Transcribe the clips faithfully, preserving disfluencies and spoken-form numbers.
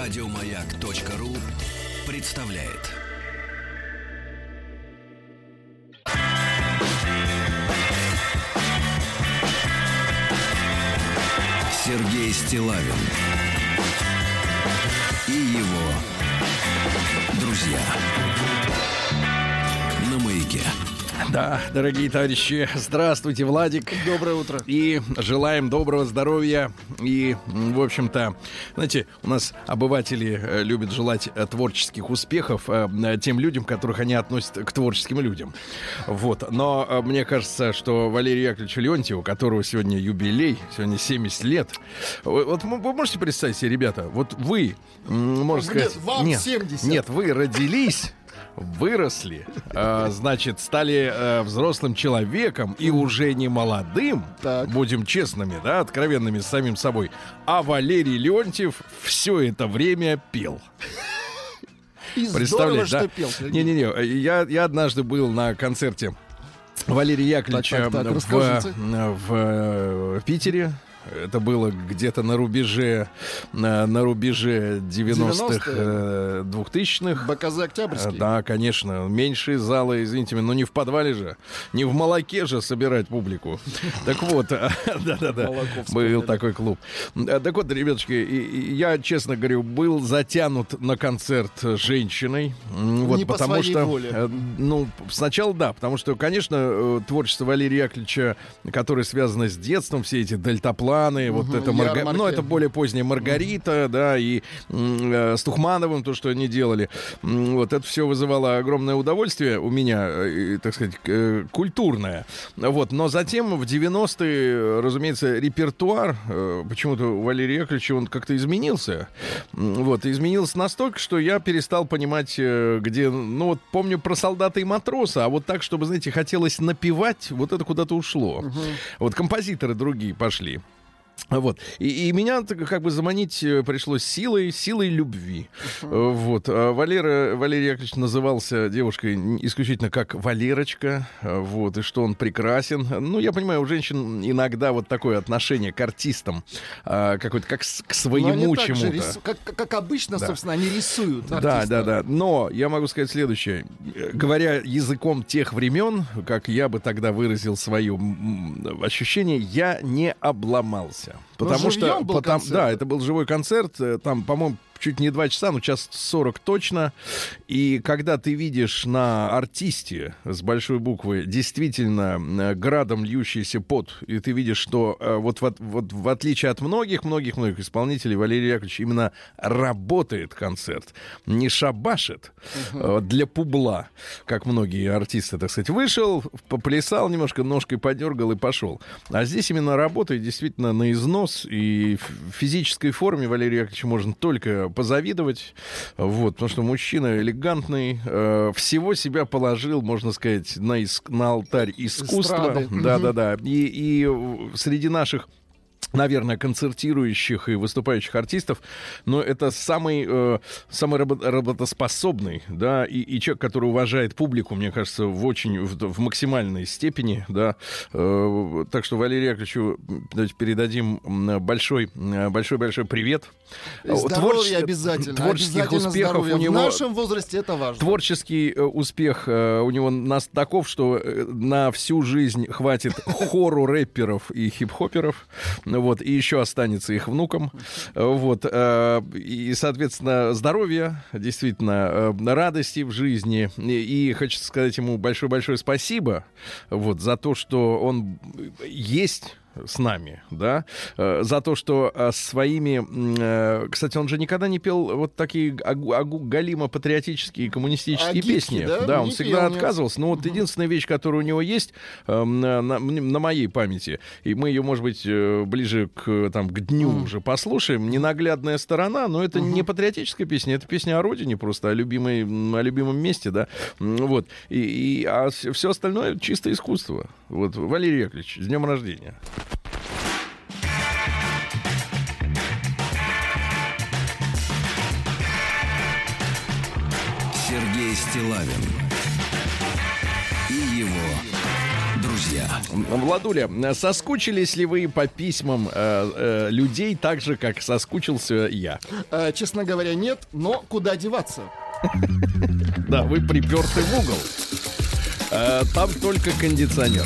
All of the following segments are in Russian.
Радиомаяк.ру представляет. Сергей Стиллавин и его друзья на Маяке. Да, дорогие товарищи, здравствуйте, Владик. Доброе утро. И желаем доброго здоровья. И, в общем-то, знаете, у нас обыватели любят желать творческих успехов тем людям, которых они относят к творческим людям. Вот. Но мне кажется, что Валерию Яковлевичу Леонтьеву, у которого сегодня юбилей, сегодня семьдесят лет. Вот вы можете представить себе, ребята, вот вы, можно сказать... Нет, вам нет, семьдесят. Нет, вы родились... Выросли, э, значит, стали э, взрослым человеком и уже не молодым, так. Будем честными, да, откровенными с самим собой. А Валерий Леонтьев все это время пел. И здорово, что да? пел. Не-не-не, я, я однажды был на концерте Валерия Яковлевича так, так, так, в, в, в Питере. Это было где-то на рубеже на, на рубеже девяностых, э, двухтысячных. БКЗ Октябрьский. Да, конечно. Меньшие залы, извините меня, но не в подвале же, не в молоке же собирать публику. Так вот, да-да-да, был такой клуб. Так вот, ребятушки, я, честно говорю, был затянут на концерт женщиной. Не по своей воле. Ну, сначала да, потому что, конечно, творчество Валерия Яковлевича, которое связано с детством, все эти дельтапланы, вот угу, это Марга... ну, это более поздняя Маргарита, да, и э, с Тухмановым то, что они делали. Вот это все вызывало огромное удовольствие у меня, э, так сказать, э, культурное. Вот, но затем в девяностые, разумеется, репертуар э, почему-то у Валерия Яковлевича он как-то изменился. Вот, изменился настолько, что я перестал понимать, э, где, ну вот помню про солдата и матроса, а вот так, чтобы, знаете, хотелось напевать, вот это куда-то ушло. Угу. Вот композиторы другие пошли. Вот. И, и меня как бы заманить пришлось силой, силой любви. Uh-huh. Вот. А Валера, Валерий Яковлевич назывался девушкой исключительно как Валерочка. Вот. И что он прекрасен. Ну, я понимаю, у женщин иногда вот такое отношение к артистам, а, какое-то как с, к своему чему-то. Рису... Как, как обычно, да. Собственно, они рисуют артиста. Да, да, да. Но я могу сказать следующее. Говоря языком тех времен, как я бы тогда выразил свое ощущение, я не обломался. Потому что, потому, да, это был живой концерт, там, по-моему, чуть не два часа, но час сорок точно. И когда ты видишь на артисте с большой буквы действительно градом льющийся пот, и ты видишь, что вот, вот, вот в отличие от многих-многих-многих исполнителей, Валерий Яковлевич именно работает концерт, не шабашит uh-huh. для публа, как многие артисты, так сказать. Вышел, поплясал немножко, ножкой подергал и пошел. А здесь именно работает действительно на износ, и в физической форме Валерию Яковлевичу можно только позавидовать, вот, потому что мужчина элегантный, э, всего себя положил, можно сказать, на, иск, на алтарь искусства. Да-да-да. И, и среди наших, наверное, концертирующих и выступающих артистов, но это самый, э, самый работоспособный, да, и, и человек, который уважает публику, мне кажется, в очень, в, в максимальной степени, да, э, так что Валерию Яковлевичу давайте передадим большой, большой-большой привет. Здоровье Творче... обязательно. Творческих обязательно успехов здоровье. у него. В нашем возрасте это важно. Творческий э, успех э, у него нас таков, что э, на всю жизнь хватит хору рэперов и хип-хоперов. Вот, и еще останется их внуком. Вот, э, и, соответственно, здоровья, действительно, э, радости в жизни. И, и хочу сказать ему большое-большое спасибо вот, за то, что он есть с нами, да, э, за то, что э, своими... Э, кстати, он же никогда не пел вот такие агу, агу, галимо-патриотические коммунистические а песни. гибки, да? Да, он не всегда пел, отказывался. Но вот единственная вещь, которая у него есть э, на, на, на моей памяти, и мы ее, может быть, э, ближе к, там, к дню mm. уже послушаем, «Ненаглядная сторона», но это uh-huh. не патриотическая песня, это песня о родине просто, о, любимой, о любимом месте, да, вот. И, и, а все остальное чисто искусство. Вот, Валерий Яковлевич, с днем рождения. Сергей Стиллавин и его друзья. Владуля, соскучились ли вы по письмам э, э, людей так же, как соскучился я? Э, честно говоря, нет, но куда деваться? Да, вы приперты в угол. Э, там только кондиционер.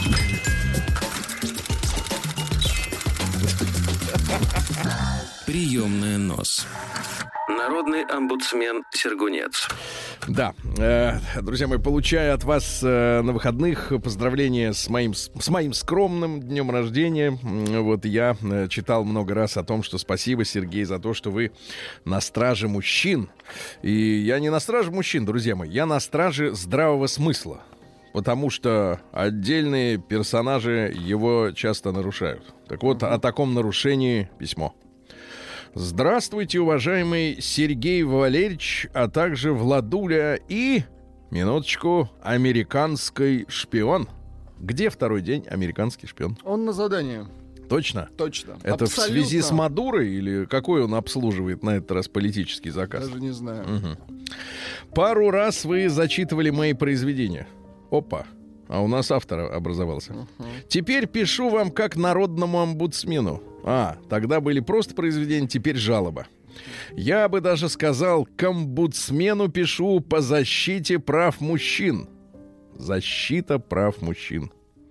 Приемная нос. Народный омбудсмен Сергунец. Да, э, друзья мои, получаю от вас э, на выходных поздравления с моим, с моим скромным днем рождения. Вот я э, читал много раз о том, что спасибо, Сергей, за то, что вы на страже мужчин. И я не на страже мужчин, друзья мои, я на страже здравого смысла. Потому что отдельные персонажи его часто нарушают. Так вот, о таком нарушении письмо. Здравствуйте, уважаемый Сергей Валерьевич, а также Владуля и, минуточку, американский шпион. Где второй день американский шпион? Он на задании. Точно? Точно. Это Абсолютно. В связи с Мадурой или какой он обслуживает на этот раз политический заказ? Даже не знаю. Угу. Пару раз вы зачитывали мои произведения. Опа. А у нас автор образовался. Uh-huh. Теперь пишу вам как народному омбудсмену. А, тогда были просто произведения, теперь жалоба. Я бы даже сказал, к омбудсмену пишу по защите прав мужчин. Защита прав мужчин.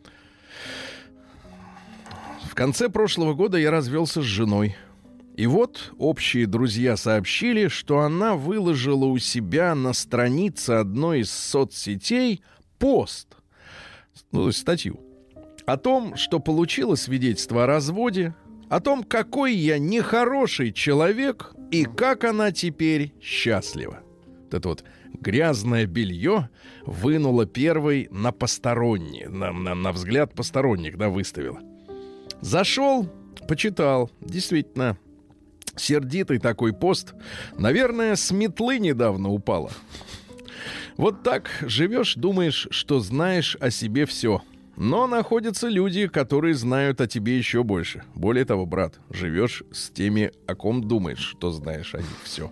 В конце прошлого года я развелся с женой. И вот общие друзья сообщили, что она выложила у себя на странице одной из соцсетей пост, ну, то есть статью, о том, что получила свидетельство о разводе, о том, какой я нехороший человек и как она теперь счастлива. Вот это вот грязное белье вынула первой на посторонние, на, на, на взгляд посторонних, да, выставила. Зашел, почитал, действительно, сердитый такой пост. Наверное, с метлы недавно упала. Вот так живешь, думаешь, что знаешь о себе все. Но находятся люди, которые знают о тебе еще больше. Более того, брат, живешь с теми, о ком думаешь, что знаешь о них все.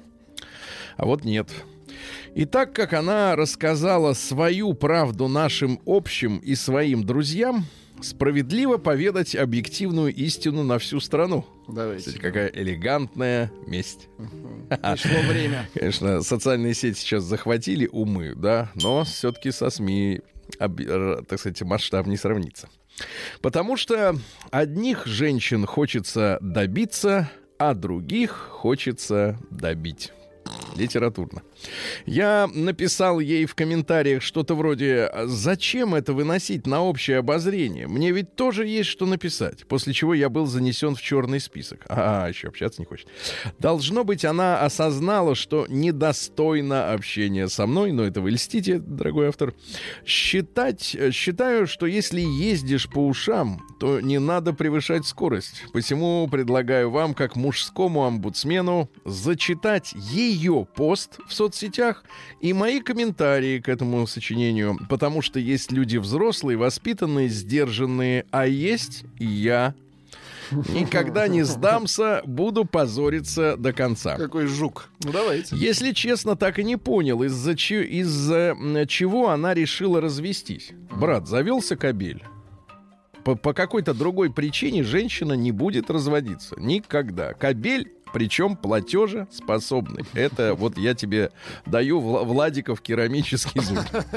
А вот нет. И так как она рассказала свою правду нашим общим и своим друзьям, справедливо поведать объективную истину на всю страну. Давайте. Кстати, какая элегантная месть. Угу. Пришло время. Конечно, социальные сети сейчас захватили умы, да, но все-таки со СМИ, так сказать, масштаб не сравнится. Потому что одних женщин хочется добиться, а других хочется добить. Литературно. Я написал ей в комментариях что-то вроде «Зачем это выносить на общее обозрение? Мне ведь тоже есть что написать». После чего я был занесен в черный список. А, еще общаться не хочет. Должно быть, она осознала, что недостойна общения со мной, но это вы льстите, дорогой автор. Считать, считаю, что если ездишь по ушам, то не надо превышать скорость. Посему предлагаю вам, как мужскому омбудсмену, зачитать ее пост в соцсетях и мои комментарии к этому сочинению, потому что есть люди взрослые, воспитанные, сдержанные, а есть и я. Никогда не сдамся, буду позориться до конца. Какой жук. Ну, давайте. Если честно, так и не понял, из-за, че- из-за чего она решила развестись. Брат, завелся кобель. По, по какой-то другой причине женщина не будет разводиться. Никогда. Кобель, причем платежеспособный. Это вот я тебе даю Владиков керамический зуб.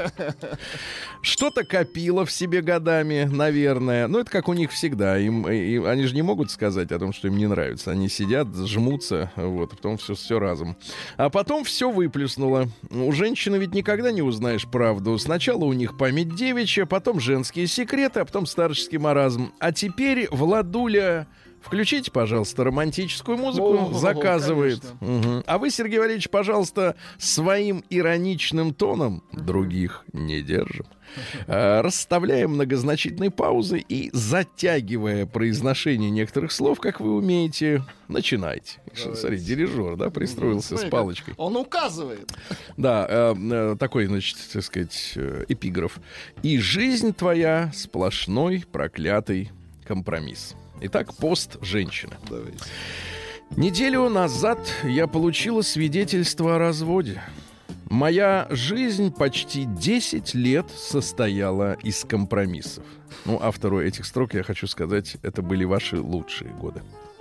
Что-то копила в себе годами, наверное. Ну, это как у них всегда. Им, им, они же не могут сказать о том, что им не нравится. Они сидят, жмутся, вот, а потом все, все разом. А потом все выплюснуло. У женщины ведь никогда не узнаешь правду. Сначала у них память девичья, потом женские секреты, а потом старческий маразм. А теперь Владуля... Включите, пожалуйста, романтическую музыку. О, заказывает. Угу. А вы, Сергей Валерьевич, пожалуйста, своим ироничным тоном других не держим. Uh, расставляя многозначительные паузы и затягивая произношение некоторых слов, как вы умеете, начинайте. Давайте. Смотри, дирижер, да, пристроился Смотри, с палочкой. Он указывает. Да, э, э, такой, значит, так сказать, э, эпиграф. «И жизнь твоя сплошной проклятый компромисс». Итак, пост женщины. Давайте. Неделю назад я получила свидетельство о разводе. Моя жизнь почти десять лет состояла из компромиссов. Ну, автору этих строк я хочу сказать, это были ваши лучшие годы.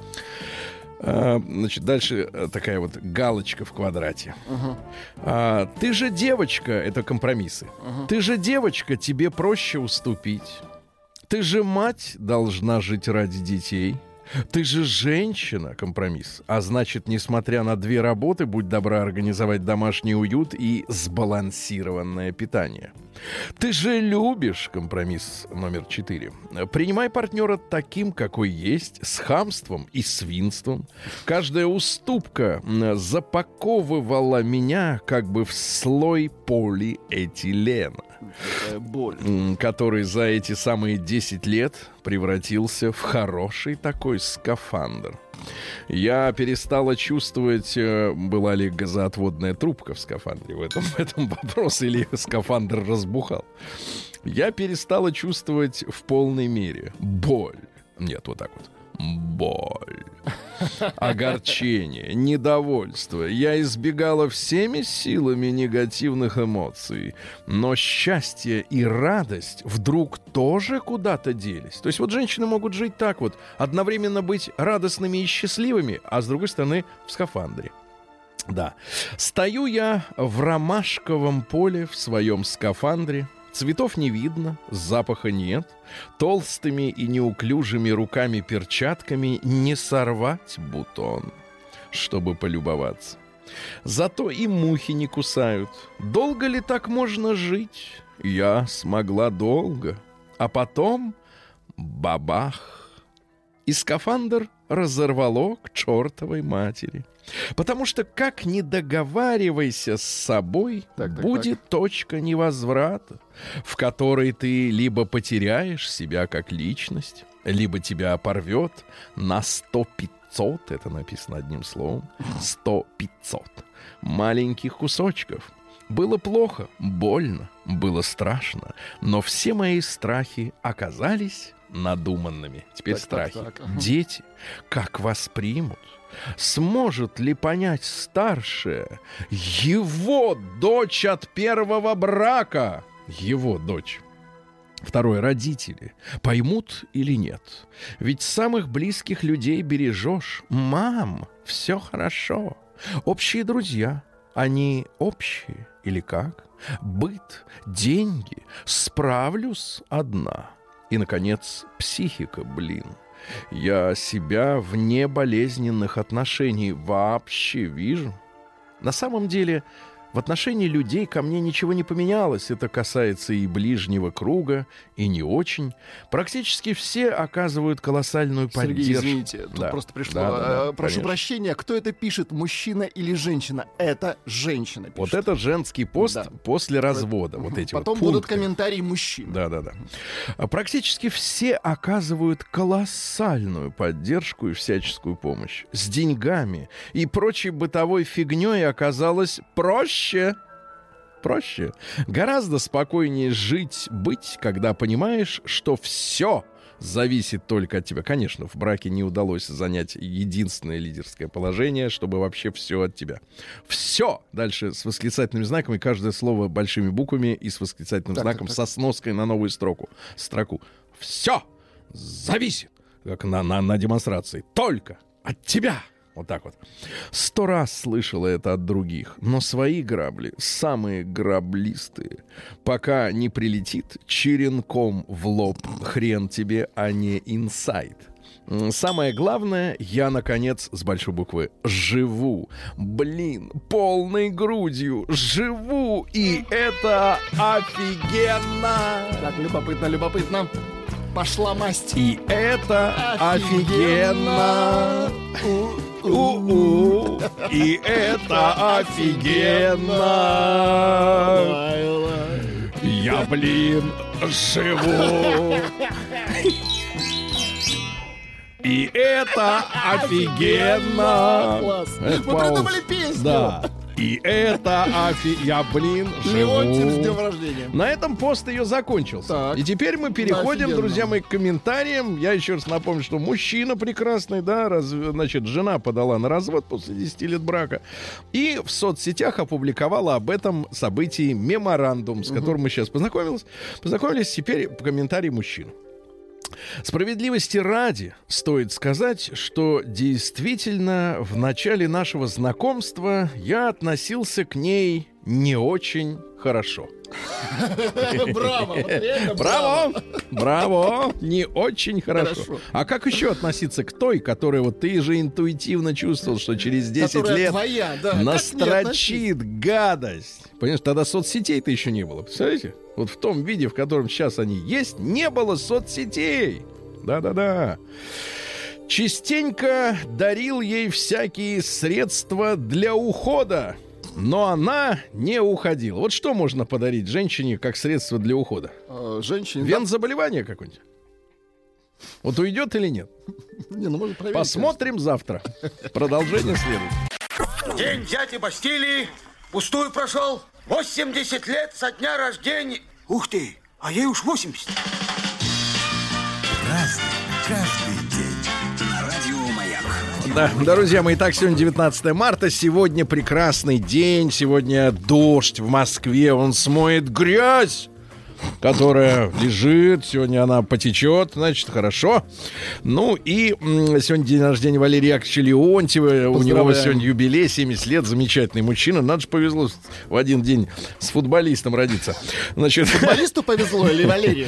А, значит, дальше такая вот галочка в квадрате. Uh-huh. А, ты же девочка, это компромиссы. Uh-huh. Ты же девочка, тебе проще уступить. Ты же мать, должна жить ради детей. Ты же женщина, компромисс. А значит, несмотря на две работы, будь добра организовать домашний уют и сбалансированное питание. Ты же любишь, компромисс номер четыре. Принимай партнера таким, какой есть, с хамством и свинством. Каждая уступка запаковывала меня как бы в слой полиэтилена, боль, который за эти самые десять лет превратился в хороший такой скафандр. Я перестала чувствовать, была ли газоотводная трубка в скафандре. В этом, в этом вопрос, или скафандр разбухал. Я перестала чувствовать в полной мере боль. Нет, вот так вот. Боль, огорчение, недовольство. Я избегала всеми силами негативных эмоций. Но счастье и радость вдруг тоже куда-то делись. То есть вот женщины могут жить так вот, одновременно быть радостными и счастливыми, а с другой стороны в скафандре. Да. Стою я в ромашковом поле в своем скафандре. Цветов не видно, запаха нет. Толстыми и неуклюжими руками-перчатками не сорвать бутон, чтобы полюбоваться. Зато и мухи не кусают. Долго ли так можно жить? Я смогла долго. А потом бабах. И скафандр разорвало к чертовой матери. Потому что как не договаривайся с собой, так, так, будет так. точка невозврата, в которой ты либо потеряешь себя как личность, либо тебя порвет на сто пятьсот, это написано одним словом, сто пятьсот маленьких кусочков. Было плохо, больно, было страшно, но все мои страхи оказались надуманными. Теперь так, страхи. Так, так. Дети, как вас примут? Сможет ли понять старшая его дочь от первого брака? Его дочь. Второе, родители. Поймут или нет? Ведь самых близких людей бережешь. Мам, все хорошо. Общие друзья. Они общие или как? Быт, деньги. Справлюсь одна. И, наконец, психика, блин. Я себя вне болезненных отношений вообще вижу. На самом деле, в отношении людей ко мне ничего не поменялось. Это касается и ближнего круга, и не очень. Практически все оказывают колоссальную поддержку. Сергей, извините, тут да. просто пришло. Да, да, да, Прошу конечно. прощения, кто это пишет, мужчина или женщина? Это женщина пишет. Вот это женский пост да. после развода. Вот эти Потом вот будут комментарии мужчин. Да-да-да. Практически все оказывают колоссальную поддержку и всяческую помощь. С деньгами и прочей бытовой фигней оказалось проще. Проще. Проще. Гораздо спокойнее жить, быть, когда понимаешь, что все зависит только от тебя. Конечно, в браке не удалось занять единственное лидерское положение, чтобы вообще все от тебя. Все! Дальше с восклицательными знаками, каждое слово большими буквами и с восклицательным так, знаком, так, так. со сноской на новую строку. Строку. Все зависит, как на, на, на демонстрации, только от тебя. Вот так вот. Сто раз слышала это от других, но свои грабли самые граблистые. Пока не прилетит черенком в лоб, хрен тебе, а не инсайт. Самое главное, я, наконец, с большой буквы, живу. Блин, полной грудью живу, и это офигенно! Так, любопытно, любопытно. Пошла масть. И это офигенно! офигенно. У-у. И это офигенно! Я, блин, живу! И это офигенно! Класс! Вы придумали песню! Да. И это офи... Я, блин, живу. Леонтий, с днем рождения. На этом пост ее закончился. Так. И теперь мы переходим, да, друзья мои, к комментариям. Я еще раз напомню, что мужчина прекрасный, да, раз, значит, жена подала на развод после десяти лет брака. И в соцсетях опубликовала об этом событии меморандум, с которым угу. мы сейчас познакомились. Познакомились, теперь комментарий мужчин. Справедливости ради стоит сказать, что действительно в начале нашего знакомства я относился к ней не очень хорошо. Браво! Браво! Браво! Не очень хорошо. А как еще относиться к той, которая вот ты же интуитивно чувствовал, что через десять лет настрочит гадость? Понимаешь, тогда соцсетей-то еще не было. Представляете? Вот в том виде, в котором сейчас они есть, не было соцсетей. Да-да-да. Частенько дарил ей всякие средства для ухода, но она не уходила. Вот что можно подарить женщине как средство для ухода? А, женщине? Вензаболевание какое-нибудь? Вот уйдет или нет? Не, ну, можно проверить. Посмотрим завтра. Продолжение следует. День дяди Бастилии пустую прошел. восемьдесят лет со дня рождения. Ух ты, а ей уж восемьдесят. Разный, каждый день. На радио Маяк. Да, друзья мои, итак, сегодня девятнадцатое марта. Сегодня прекрасный день. Сегодня дождь в Москве. Он смоет грязь, которая лежит. Сегодня она потечет, значит, хорошо. Ну и м- сегодня день рождения Валерия Яковлевича Леонтьева. У него сегодня юбилей, семьдесят лет. Замечательный мужчина. Надо же, повезло в один день с футболистом родиться. Значит, футболисту повезло или Валерию?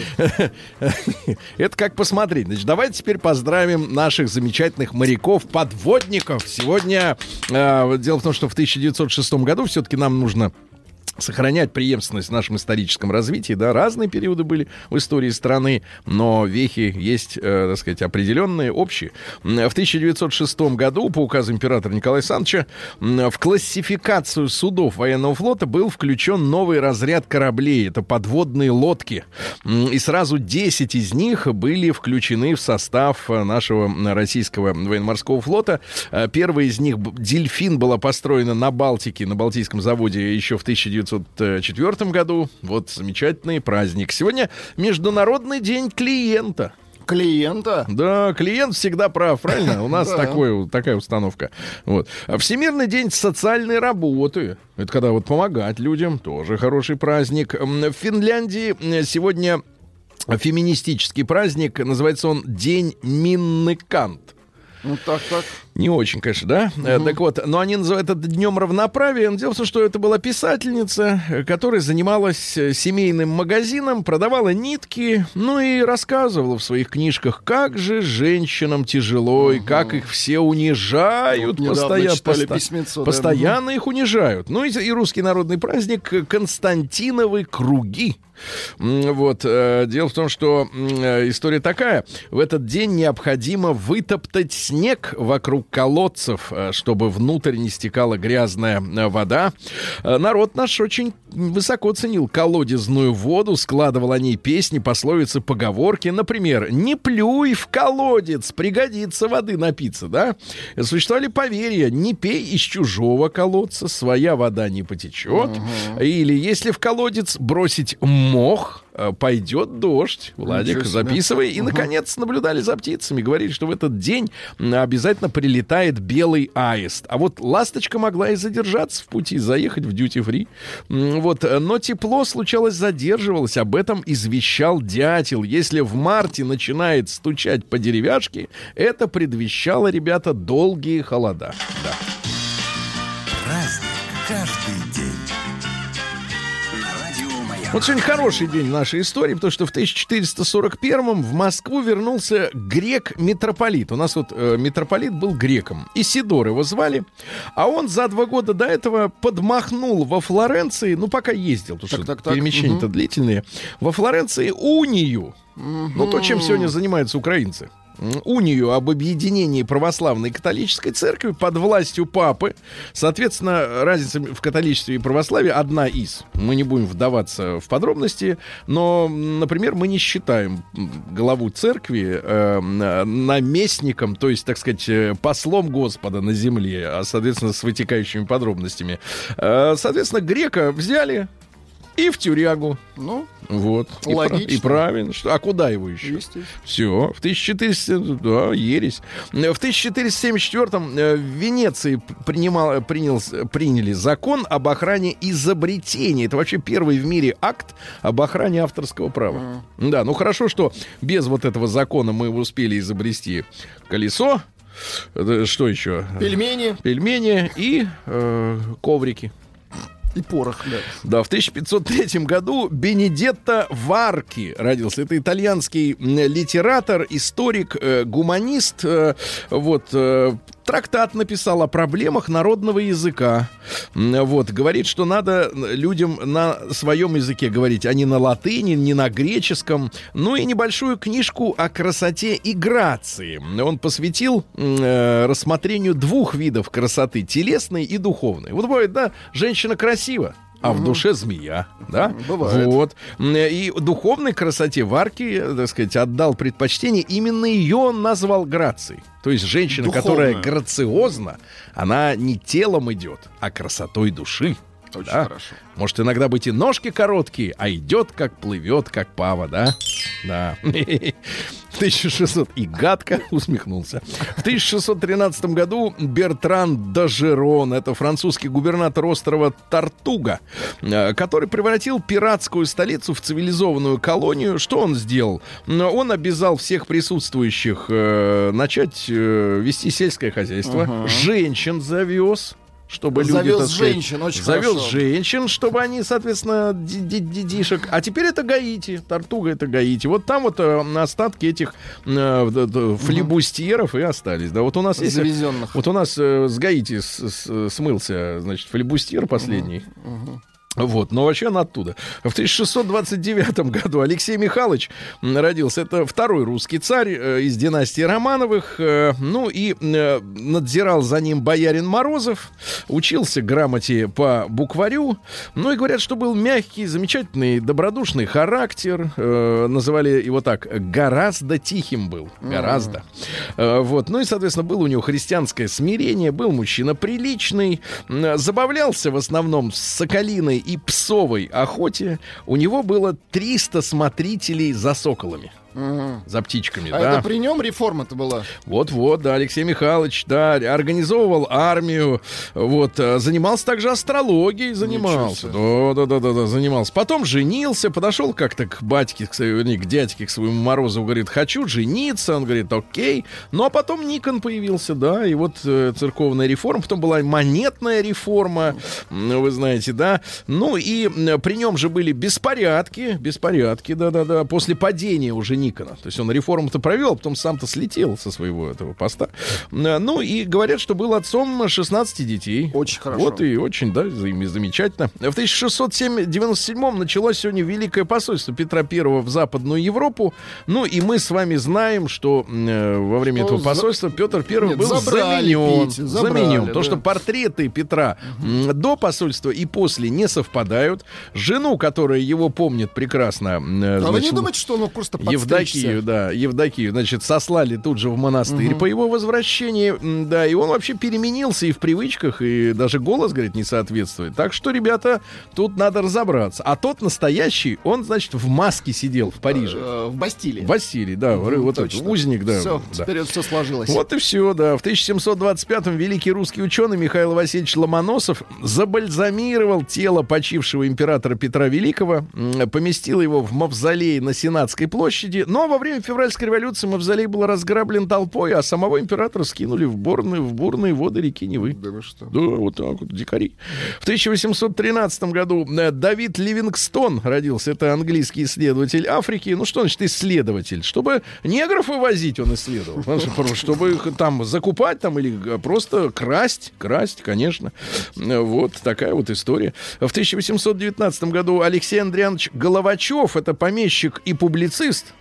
Это как посмотреть. Значит, давайте теперь поздравим наших замечательных моряков-подводников. Сегодня э, дело в том, что в тысяча девятьсот шестом году все-таки нам нужно сохранять преемственность в нашем историческом развитии, да, разные периоды были в истории страны, но вехи есть, э, так сказать, определенные, общие. В тысяча девятьсот шестом году по указу императора Николая Александровича в классификацию судов военного флота был включен новый разряд кораблей, это подводные лодки, и сразу десять из них были включены в состав нашего российского военно-морского флота. Первая из них, «Дельфин», была построена на Балтике, на Балтийском заводе еще в тысяча девятьсот четвёртом году. Вот замечательный праздник. Сегодня Международный день клиента. Клиента? Да, клиент всегда прав, правильно? У нас такой, такая установка. Вот. Всемирный день социальной работы. Это когда вот помогать людям. Тоже хороший праздник. В Финляндии сегодня феминистический праздник. Называется он День Минны Кант. Ну так, так. Не очень, конечно, да? Угу. Так вот, но они называют это днем равноправия. Дело в том, что это была писательница, которая занималась семейным магазином, продавала нитки, ну и рассказывала в своих книжках, как же женщинам тяжело, угу. и как их все унижают. Вот постоянно посто... письмецо, постоянно да? их унижают. Ну и, и русский народный праздник Константиновы круги. Вот. Дело в том, что история такая. В этот день необходимо вытоптать снег вокруг колодцев, чтобы внутрь не стекала грязная вода. Народ наш очень высоко ценил колодезную воду, складывал о ней песни, пословицы, поговорки. Например, «Не плюй в колодец, пригодится воды напиться», да? Существовали поверья: «Не пей из чужого колодца, своя вода не потечет». Uh-huh. Или «Если в колодец бросить мох, пойдет дождь». Владик, записывай. И, uh-huh. наконец, наблюдали за птицами. Говорили, что в этот день обязательно прилетает белый аист. А вот ласточка могла и задержаться в пути, заехать в дьюти-фри. Вот. Но тепло, случалось, задерживалось. Об этом извещал дятел. Если в марте начинает стучать по деревяшке, это предвещало, ребята, долгие холода. Да. Праздник каждый день. Вот сегодня хороший день в нашей истории, потому что в тысяча четыреста сорок первом в Москву вернулся грек-митрополит. У нас вот э, митрополит был греком. Исидор его звали. А он за два года до этого подмахнул во Флоренции, ну, пока ездил, потому так, что так, так. перемещения-то угу. длительные, во Флоренции унию. Угу. Ну, то, чем сегодня занимаются украинцы. унию об объединении православной и католической церкви под властью папы. Соответственно, разница в католичестве и православии одна из. Мы не будем вдаваться в подробности, но, например, мы не считаем главу церкви э, наместником, то есть, так сказать, послом Господа на земле, а, соответственно, с вытекающими подробностями. Э, соответственно, грека взяли и в тюрягу. Ну, вот. Логично. И, и правильно. Что, а куда его еще? Все. В тысяча четыреста... Да, ересь. В тысяча четыреста семьдесят четвёртом в Венеции принимал, принял, приняли закон об охране изобретений. Это вообще первый в мире акт об охране авторского права. Mm. Да, ну хорошо, что без вот этого закона мы успели изобрести колесо. Что еще? Пельмени. Пельмени и э, коврики. И порох, да. Да, в тысяча пятьсот третьем году Бенедетто Варки родился. Это итальянский литератор, историк, э, гуманист. Э, вот, э, трактат написал о проблемах народного языка. Вот, говорит, что надо людям на своем языке говорить, а не на латыни, не на греческом. Ну и небольшую книжку о красоте и грации. Он посвятил э, рассмотрению двух видов красоты: телесной и духовной. Вот бывает, да, женщина красива, а угу. в душе змея, да? Бывает. Вот. И духовной красоте Варки, так сказать, отдал предпочтение. Именно ее он назвал грацией. То есть женщина, Духовная. которая грациозна, она не телом идет, а красотой души. Очень да? хорошо. Может иногда быть и ножки короткие, а идет как плывет, как пава, да? Да. тысяча шестьсот И гадко усмехнулся. В тысяча шестьсот тринадцатом году Бертран Дажерон, это французский губернатор острова Тартуга, который превратил пиратскую столицу в цивилизованную колонию. Что он сделал? Он обязал всех присутствующих э, начать э, вести сельское хозяйство. Uh-huh. Женщин завез. Чтобы завез люди, так сказать, женщин, очень завез хорошо. женщин, чтобы они, соответственно, дедишек. А теперь это Гаити, Тартуга это Гаити. Вот там вот э, остатки этих э, флибустьеров и остались. Да, вот у нас есть, завезенных. Вот у нас э, с Гаити с, с, смылся, значит, флибустьер последний. Угу, угу. Вот, но вообще он оттуда. В тысяча шестьсот двадцать девятом году Алексей Михайлович родился. Это второй русский царь э, из династии Романовых. Э, ну и э, надзирал за ним боярин Морозов. Учился грамоте по букварю. Ну и говорят, что был мягкий, замечательный, добродушный характер. Э, называли его так: гораздо тихим был. Гораздо. Mm. Э, вот. Ну и, соответственно, было у него христианское смирение. Был мужчина приличный. Э, забавлялся в основном с соколиной и псовой охоте. У него было триста смотрителей за соколами. Угу. За птичками, а да. это при нем реформа-то была? Вот-вот, да, Алексей Михайлович, да, организовывал армию, вот, занимался также астрологией, занимался. Да-да-да, занимался. Потом женился, подошел как-то к батьке, к, к дядьке, к своему Морозову, говорит, хочу жениться, он говорит, окей. Ну, а потом Никон появился, да, и вот э, церковная реформа, потом была монетная реформа, вы знаете, да. Ну, и э, при нем же были беспорядки, беспорядки, да-да-да, после падения уже Никона. То есть он реформу-то провел, потом сам-то слетел со своего этого поста. Ну и говорят, что был отцом шестнадцати детей. Очень хорошо. Вот и очень, да, замечательно. В тысяча шестьсот девяносто седьмом началось сегодня Великое посольство Петра Первого в Западную Европу. Ну и мы с вами знаем, что э, во время что этого посольства за... Петр Первый Нет, был заменен. Пить, забрали, заменен. Да. То, что портреты Петра угу. до посольства и после не совпадают. Жену, которая его помнит прекрасно. Э, а значит, вы не думаете, что он просто подстричься? Евдокию, да, Евдокию, значит, сослали тут же в монастырь угу. по его возвращении, да, и он вообще переменился и в привычках, и даже голос, говорит, не соответствует. Так что, ребята, тут надо разобраться. А тот настоящий, он, значит, в маске сидел в Париже. В Бастилии. В Бастилии, да, угу, вот этот узник, да. Все, да. теперь это все сложилось. Вот и все, да. В тысяча семьсот двадцать пятом великий русский ученый Михаил Васильевич Ломоносов забальзамировал тело почившего императора Петра Великого, поместил его в мавзолей на Сенатской площади. Но во время февральской революции мавзолей был разграблен толпой, а самого императора скинули в бурные, в бурные воды реки Невы. Да вы что? Да, вот так вот, дикари. В тысяча восемьсот тринадцатом году Давид Ливингстон родился. Это английский исследователь Африки. Ну, что значит исследователь? Чтобы негров вывозить он исследовал. Чтобы их там закупать там или просто красть. Красть, конечно. Вот такая вот история. В тысяча восемьсот девятнадцатом году Алексей Андрианович Головачев, это помещик и публицист,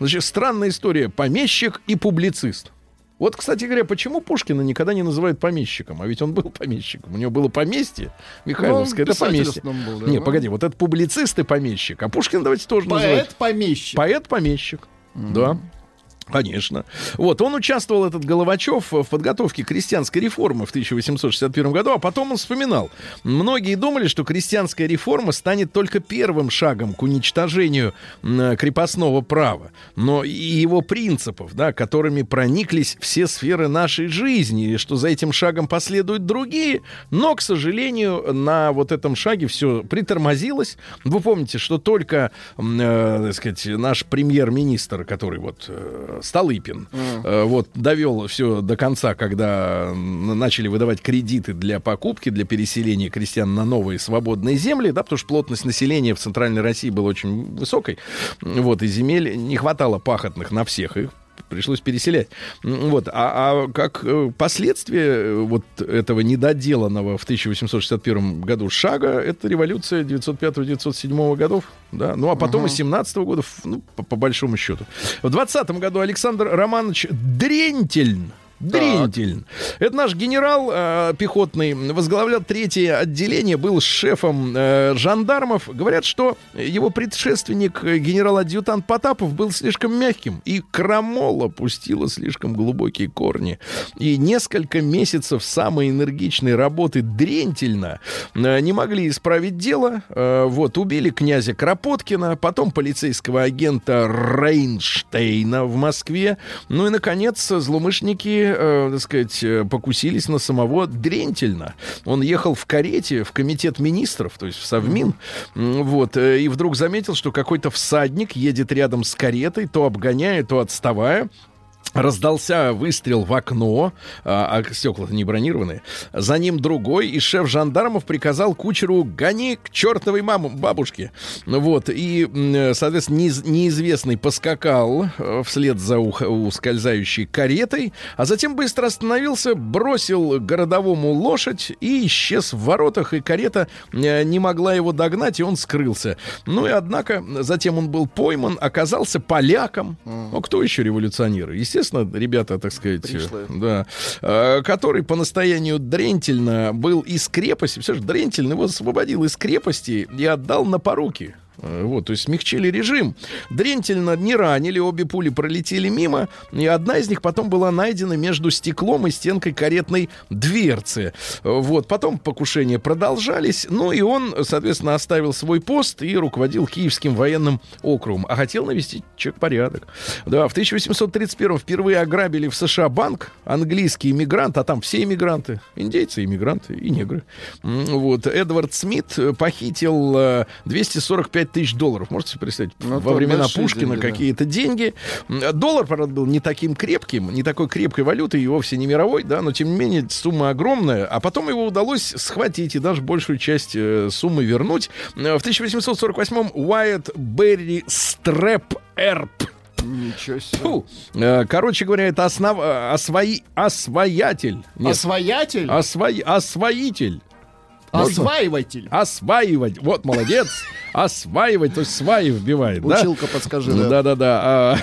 Значит, странная история. Помещик и публицист. Вот, кстати говоря, почему Пушкина никогда не называют помещиком? А ведь он был помещиком. У него было поместье Михайловское. Ну, это поместье. Был, да, не, ну... погоди, вот это публицист и помещик. А Пушкин давайте тоже называть. Поэт-помещик. Поэт-помещик, mm-hmm. да. Конечно. Вот, он участвовал, этот Головачев, в подготовке крестьянской реформы в тысяча восемьсот шестьдесят первом году, а потом он вспоминал. Многие думали, что крестьянская реформа станет только первым шагом к уничтожению крепостного права, но и его принципов, да, которыми прониклись все сферы нашей жизни, и что за этим шагом последуют другие, но, к сожалению, на вот этом шаге все притормозилось. Вы помните, что только, э, так сказать, наш премьер-министр, который вот... Столыпин, mm. э, вот, довел все до конца, когда начали выдавать кредиты для покупки, для переселения крестьян на новые свободные земли, да, потому что плотность населения в Центральной России была очень высокой, вот, и земель не хватало пахотных на всех, их пришлось переселять. Вот. А, а как последствие вот этого недоделанного в тысяча восемьсот шестьдесят первом году шага, это революция девятьсот пятого — девятьсот седьмого годов, да, ну а потом uh-huh. и семнадцатого года, ну, по, по большому счету. В двадцатом году Александр Романович Дрентельн, Дрентельн. Это наш генерал э, пехотный, возглавлял третье отделение, был шефом э, жандармов. Говорят, что его предшественник, генерал-адъютант Потапов, был слишком мягким, и крамола пустила слишком глубокие корни. И несколько месяцев самой энергичной работы Дрентельна э, не могли исправить дело. Э, вот, убили князя Кропоткина, потом полицейского агента Рейнштейна в Москве. Ну и, наконец, злоумышленники Э, так сказать, покусились на самого Дрентельна. Он ехал в карете в комитет министров, то есть в Совмин, mm-hmm. вот, э, и вдруг заметил, что какой-то всадник едет рядом с каретой, то обгоняя, то отставая. Раздался выстрел в окно, а, а стекла-то не бронированные. За ним другой, и шеф жандармов приказал кучеру: гони к чертовой маму, бабушке. Вот, и, соответственно, неиз, неизвестный поскакал вслед за ускользающей каретой, а затем быстро остановился, бросил городовому лошадь и исчез в воротах, и карета не могла его догнать, и он скрылся. Ну и, однако, затем он был пойман, оказался поляком. Mm. Ну, кто еще революционеры? Естественно, ребята, так сказать, пришлые. Да, э, который по настоянию Дрентельна был из крепости. Все же Дрентельн его освободил из крепости и отдал на поруки. Вот, то есть смягчили режим. Дрентельна не ранили, обе пули пролетели мимо, и одна из них потом была найдена между стеклом и стенкой каретной дверцы. Вот, потом покушения продолжались, ну и он, соответственно, оставил свой пост и руководил Киевским военным округом, а хотел навести порядок. Да, в тысяча восемьсот тридцать первом впервые ограбили в США банк английский иммигрант, а там все иммигранты, индейцы, иммигранты и негры. Вот, Эдвард Смит похитил двести сорок пять тысяч долларов. Можете себе представить? Ну, во времена Пушкина деньги, какие-то да. деньги. Доллар, правда, был не таким крепким, не такой крепкой валютой, и вовсе не мировой, да, но, тем не менее, сумма огромная. А потом его удалось схватить и даже большую часть э, суммы вернуть. В тысяча восемьсот сорок восьмом Уайт Берри Стрэп Эрп. Ничего себе. Фу. Короче говоря, это основ... освои... освоятель. Нет. Освоятель? Освои... Освоитель. Осваиватель. Осваивать. Вот, молодец. Осваивать, то есть сваи вбивает. Училка, да? подскажи. Да-да-да. А,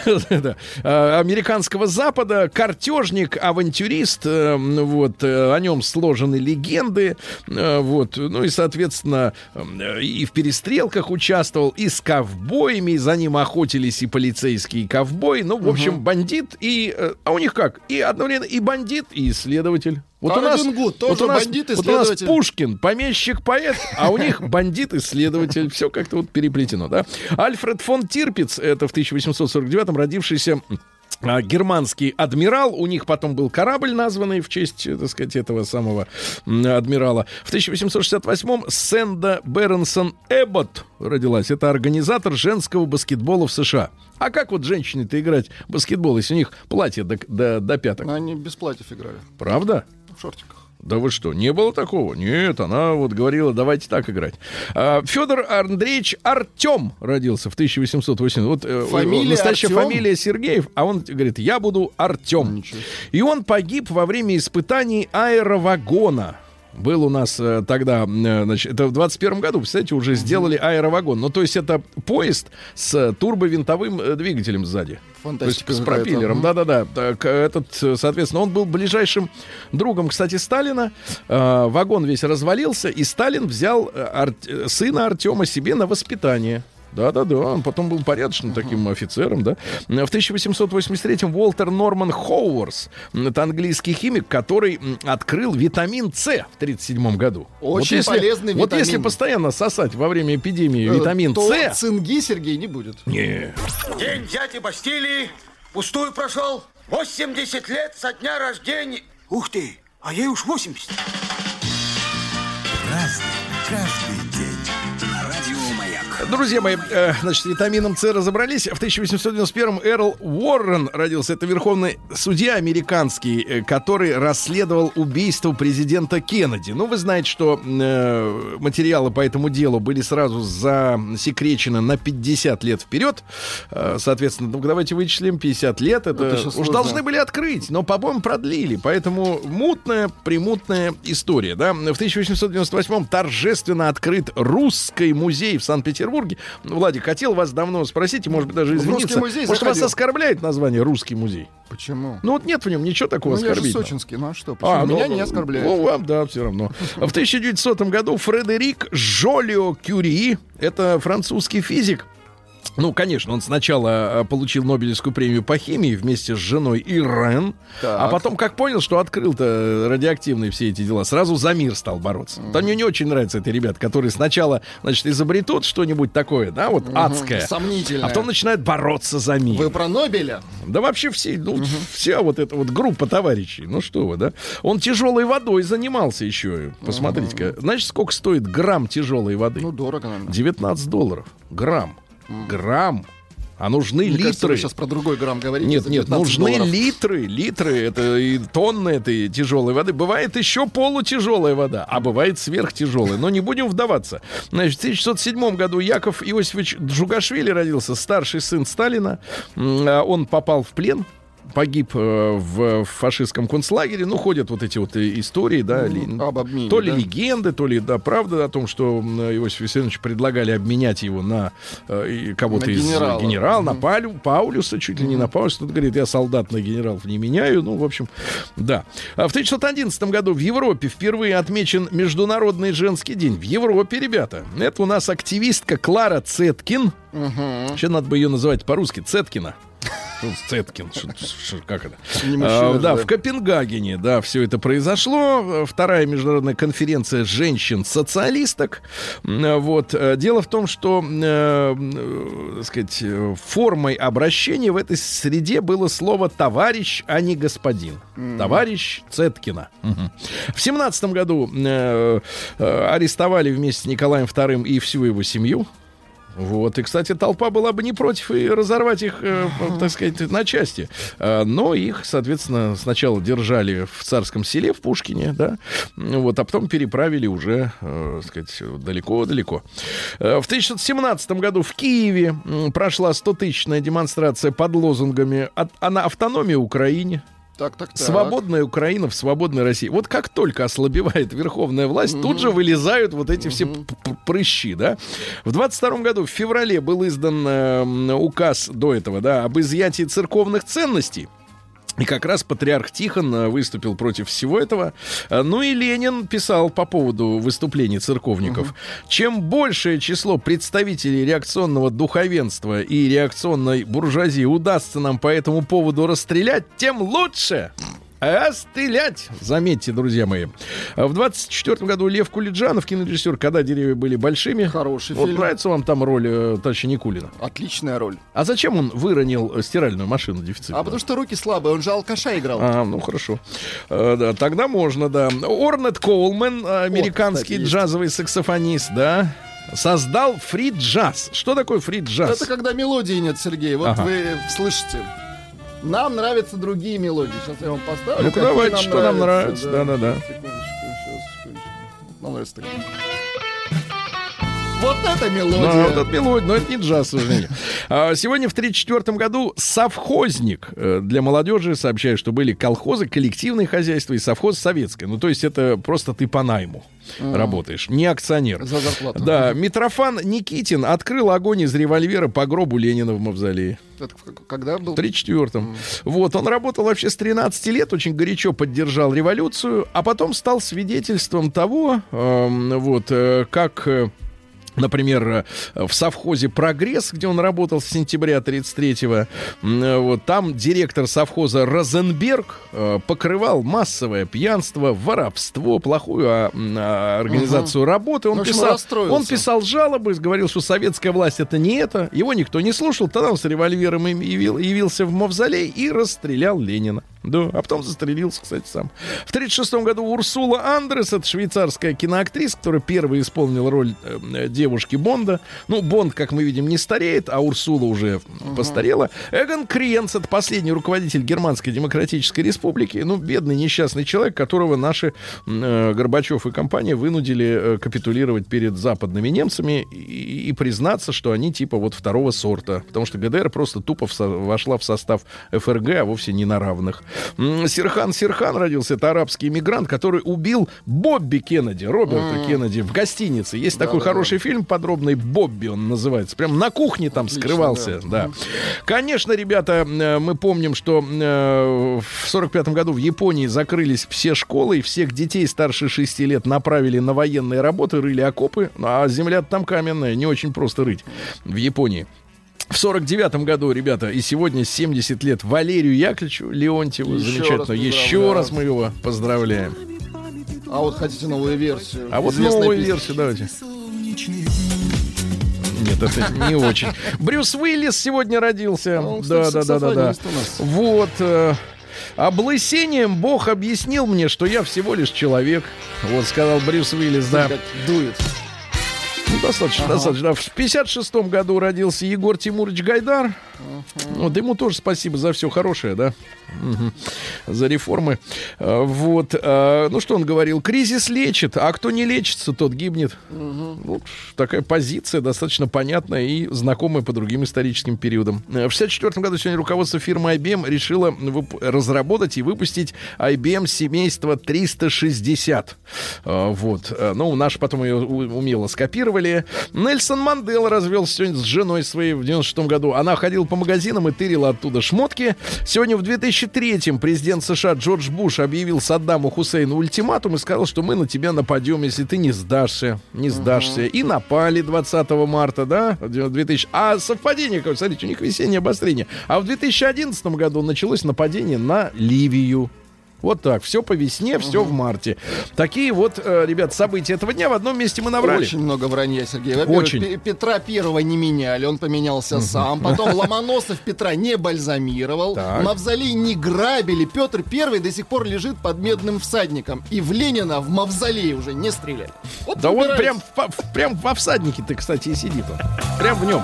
а, американского Запада, картежник, авантюрист. Вот, о нем сложены легенды. Вот, ну и, соответственно, и в перестрелках участвовал, и с ковбоями, и за ним охотились и полицейские, и ковбои. Ну, в общем, угу. бандит и... А у них как? И одновременно и бандит, и исследователь. Вот у, нас, Гуд, вот, у нас, вот у нас Пушкин, помещик-поэт, а у них бандит-исследователь. Все как-то вот переплетено, да? Альфред фон Тирпиц, это в тысяча восемьсот сорок девятом родившийся а, германский адмирал. У них потом был корабль, названный в честь, так сказать, этого самого адмирала. В тысяча восемьсот шестьдесят восьмом Сэнда Бернсон Эбботт родилась. Это организатор женского баскетбола в США. А как вот женщины-то играть в баскетбол, если у них платье до, до, до пяток? Но они без платьев играли. Правда? В шортиках. Да вы что, не было такого? Нет, она вот говорила, давайте так играть. А, Федор Андреевич Артем родился в тысяча восемьсот восьмидесятом. Вот фамилия настоящая Артем? Фамилия Сергеев, а он говорит, я буду Артем. И он погиб во время испытаний аэровагона. Был у нас э, тогда, э, значит, это в двадцать первом году, представляете, уже сделали аэровагон. Ну, то есть это поезд с турбовинтовым э, двигателем сзади. Фантастика. То есть с пропеллером, да-да-да. Так, этот, соответственно, он был ближайшим другом, кстати, Сталина. Э, вагон весь развалился, и Сталин взял э, ар- сына Артема себе на воспитание. Да-да-да, он потом был порядочным uh-huh. таким офицером, да. В тысяча восемьсот восемьдесят третьем Уолтер Норман Хоуэрс, это английский химик, который открыл витамин С в тысяча девятьсот тридцать седьмом году. Очень вот если, полезный вот витамин. если постоянно сосать во время эпидемии э, витамин то С... цинги, Сергей, не будет. Не. День взятия Бастилии пустую прошел. восемьдесят лет со дня рождения. Ух ты, а ей уж восемьдесят. Разный, каждый день. Друзья мои, э, значит, витамином С разобрались. В тысяча восемьсот девяносто первом Эрл Уоррен родился. Это верховный судья американский, э, который расследовал убийство президента Кеннеди. Ну, вы знаете, что э, материалы по этому делу были сразу засекречены на пятьдесят лет вперед. Э, соответственно, ну, давайте вычислим пятьдесят лет. Это, это уж сложно. Должны были открыть, но, по-моему, продлили. Поэтому мутная, премутная история. Да? В тысяча восемьсот девяносто восьмом торжественно открыт Русский музей в Санкт-Петербурге. Владик, хотел вас давно спросить, и, может быть, даже извиниться. Может, заходил. Вас оскорбляет название «Русский музей»? Почему? Ну, вот нет в нем ничего такого ну, оскорбительного. Я же сочинский, ну а что? Почему? А, Меня ну, не оскорбляет. Ну, вам, да, все равно. В тысяча девятисотом году Фредерик Жолио-Кюри, это французский физик. Ну, конечно, он сначала получил Нобелевскую премию по химии вместе с женой Ирен, так. А потом, как понял, что открыл-то радиоактивные все эти дела, сразу за мир стал бороться. Mm. Вот мне не очень нравятся эти ребята, которые сначала, значит, изобретут что-нибудь такое, да, вот mm-hmm. адское. Сомнительное. А потом начинают бороться за мир. Вы про Нобеля? Да вообще все, ну, mm-hmm. вся вот эта вот группа товарищей. Ну что вы, да? Он тяжелой водой занимался еще. Посмотрите-ка. Mm-hmm. Знаете, сколько стоит грамм тяжелой воды? Ну, дорого, наверное. девятнадцать долларов. Грамм. Грамм. А нужны Мне литры. Кажется, вы сейчас про другой грамм говорите. Нет, нет, нужны долларов. литры. Литры, это и тонны этой тяжелой воды. Бывает еще полутяжелая вода, а бывает сверхтяжелая. Но не будем вдаваться. Значит, в тысяча девятьсот седьмом году Яков Иосифович Джугашвили родился, старший сын Сталина. Он попал в плен. Погиб э, в фашистском концлагере. Ну, ходят вот эти вот истории, да, ли, об обмене, то ли да? легенды, то ли, да, правда о том, что Иосиф Виссарионович предлагали обменять его на э, кого-то на из генерала, генерал, mm-hmm. на Палю, Паулюса, чуть ли mm-hmm. не на Паулюса. Тут говорит, я солдат на генералов не меняю. Ну, в общем, да. А в тысяча девятьсот одиннадцатом году в Европе впервые отмечен Международный женский день. В Европе, ребята. Это у нас активистка Клара Цеткин. Mm-hmm. Сейчас надо бы ее называть по-русски Цеткина. Цеткин, как это? Мужчина, а, да, да, в Копенгагене, да, все это произошло. Вторая международная конференция женщин-социалисток. Вот. Дело в том, что, э, так сказать, формой обращения в этой среде было слово «товарищ», а не «господин». Mm. Товарищ Цеткина. Угу. В семнадцатом году э, э, арестовали вместе с Николаем вторым и всю его семью. Вот, и, кстати, толпа была бы не против и разорвать их, э, так сказать, на части. Э, но их, соответственно, сначала держали в Царском Селе, в Пушкине, да, вот, а потом переправили уже, э, так сказать, далеко-далеко. Э, в тысяча девятьсот семнадцатом году в Киеве э, прошла стотысячная демонстрация под лозунгами «От, а на автономии Украине». Так, так, так. Свободная Украина в свободной России. Вот как только ослабевает верховная власть, mm-hmm. тут же вылезают вот эти mm-hmm. все п- прыщи, да. В двадцать втором году, в феврале, был издан э, указ до этого, да, об изъятии церковных ценностей. И как раз патриарх Тихон выступил против всего этого. Ну и Ленин писал по поводу выступлений церковников. Угу. Чем большее число представителей реакционного духовенства и реакционной буржуазии удастся нам по этому поводу расстрелять, тем лучше. А стрелять, заметьте, друзья мои. В двадцать четвёртом году Лев Кулиджанов, кинорежиссер, «Когда деревья были большими». Хороший вот фильм. Нравится вам там роль э, товарища Никулина? Отличная роль. А зачем он выронил стиральную машину дефицитную? А потому что руки слабые, он же алкаша играл. А, ну хорошо. А, да, тогда можно, да. Орнет Коулман, американский О, кстати, джазовый есть. Саксофонист, да, создал фри-джаз. Что такое фри-джаз? Это когда мелодии нет, Сергей. Вот ага. вы слышите. Нам нравятся другие мелодии. Сейчас я вам поставлю. Ну-ка давайте, что нам нравится. Да-да-да. Секундочку, сейчас, секундочку. Нам нравится такое. Вот это мелодия. Да, вот это мелодия, но это не джаз, к сожалению. Сегодня в тридцать четвёртом году совхозник для молодежи, сообщаю, что были колхозы, коллективные хозяйства и совхоз советское. Ну, то есть это просто ты по найму mm. работаешь, не акционер. За зарплату. Да, Митрофан Никитин открыл огонь из револьвера по гробу Ленина в мавзолее. Это когда был? В тридцать четвёртом. Mm. Вот, он работал вообще с тринадцати лет, очень горячо поддержал революцию, а потом стал свидетельством того, э, вот, э, как... Э, Например, в совхозе «Прогресс», где он работал с сентября тридцать третьего, вот, там директор совхоза Розенберг покрывал массовое пьянство, воровство, плохую а, а, организацию угу. работы. Он, писал, он писал жалобы, говорил, что советская власть — это не это. Его никто не слушал. Тогда он с револьвером явил, явился в мавзолей и расстрелял Ленина. Да, а потом застрелился, кстати, сам. В тридцать шестом году Урсула Андрес, это швейцарская киноактриса, которая первая исполнила роль э, девушки Бонда. Ну, Бонд, как мы видим, не стареет, а Урсула уже uh-huh. постарела. Эгон Криенц, это последний руководитель Германской Демократической Республики. Ну, бедный, несчастный человек, которого наши э, Горбачев и компания вынудили э, капитулировать перед западными немцами и, и признаться, что они типа вот второго сорта. Потому что ГДР просто тупо в со- вошла в состав ФРГ, а вовсе не на равных. Сирхан Сирхан родился, это арабский иммигрант, который убил Бобби Кеннеди, Роберта mm. Кеннеди в гостинице. Есть да, такой да, хороший да. фильм подробный, «Бобби» он называется. Прям на кухне там Отлично, скрывался. Да. Да. Конечно, ребята, мы помним, что в сорок пятом году в Японии закрылись все школы, и всех детей старше шести лет направили на военные работы, рыли окопы, а земля там каменная, не очень просто рыть в Японии. В сорок девятом году, ребята, и сегодня семьдесят лет Валерию Яковлевичу Леонтьеву. Еще замечательно. Раз Еще раз мы его поздравляем. А вот хотите новую версию? А вот новую песня. версию давайте. Нет, это не очень. Брюс Уиллис сегодня родился. Ну, да, да, да, да, да. Вот. Э, облысением Бог объяснил мне, что я всего лишь человек. Вот сказал Брюс Уиллис, да. Дует. Ну, достаточно, ага. достаточно. В пятьдесят шестом году родился Егор Тимурович Гайдар. Uh-huh. Вот ему тоже спасибо за все хорошее, да, угу. за реформы. А, вот, а, ну что он говорил? Кризис лечит, а кто не лечится, тот гибнет. Uh-huh. Вот такая позиция достаточно понятная и знакомая по другим историческим периодам. В шестьдесят четвёртом году сегодня руководство фирмы ай би эм решило вып- разработать и выпустить ай би эм семейство триста шестьдесят. А, вот, ну наши потом ее умело скопировали. Нельсон Мандела развелся сегодня с женой своей в девяносто шестом году. Она ходила по магазинам и тырила оттуда шмотки. Сегодня в две тысячи третьем президент США Джордж Буш объявил Саддаму Хусейну ультиматум и сказал, что мы на тебя нападем, если ты не сдашься. Не сдашься. Uh-huh. И напали двадцатого марта, да? две тысячи... А совпадение, как смотрите, у них весеннее обострение. А в две тысячи одиннадцатом году началось нападение на Ливию. Вот так, все по весне, все угу. в марте. Такие вот, э, ребят, события этого дня в одном месте мы набрали. Очень много вранья, Сергей. Во-первых, П- Петра Первого не меняли, он поменялся угу. сам. Потом Ломоносов Петра не бальзамировал. Так. Мавзолей не грабили. Петр Первый до сих пор лежит под медным всадником. И в Ленина в мавзолее уже не стреляли. Вот да он прям, в, прям во всаднике-то, кстати, и сидит он. Прям в нем.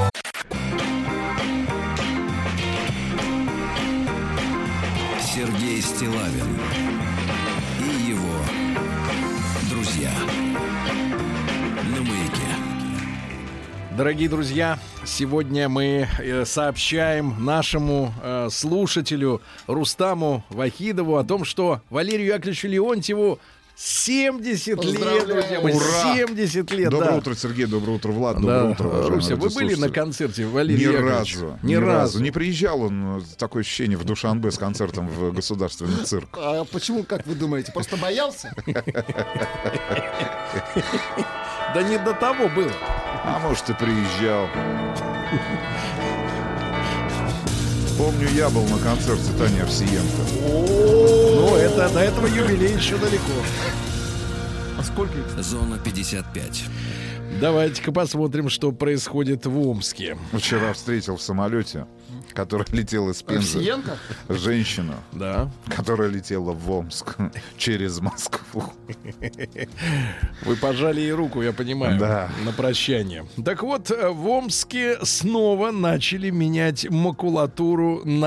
Сергей Стиллавин и его друзья на Маяке. Дорогие друзья, сегодня мы э, сообщаем нашему э, слушателю Рустаму Вахидову о том, что Валерию Яковлевичу Леонтьеву семьдесят лет, друзья мои. Ура! семьдесят лет, Доброе да. утро, Сергей, доброе утро, Влад, да. доброе утро. Руся, вы были на концерте Валерия Ни Яковлевича? разу. Ни, ни разу. разу. Не приезжал он, такое ощущение, в Душанбе с концертом в государственный цирк. А почему, как вы думаете, просто боялся? Да не до того было. А может, и приезжал. Помню, я был на концерте Тани Овсиенко. Ну, это до этого юбилей еще далеко. А сколько? Зона пятьдесят пять. Давайте-ка посмотрим, что происходит в Омске. Вчера встретил в самолете, который летел из Пензы, Овсиенко? женщину, да. которая летела в Омск через Москву. Вы пожали ей руку, я понимаю, да. на прощание. Так вот, в Омске снова начали менять макулатуру на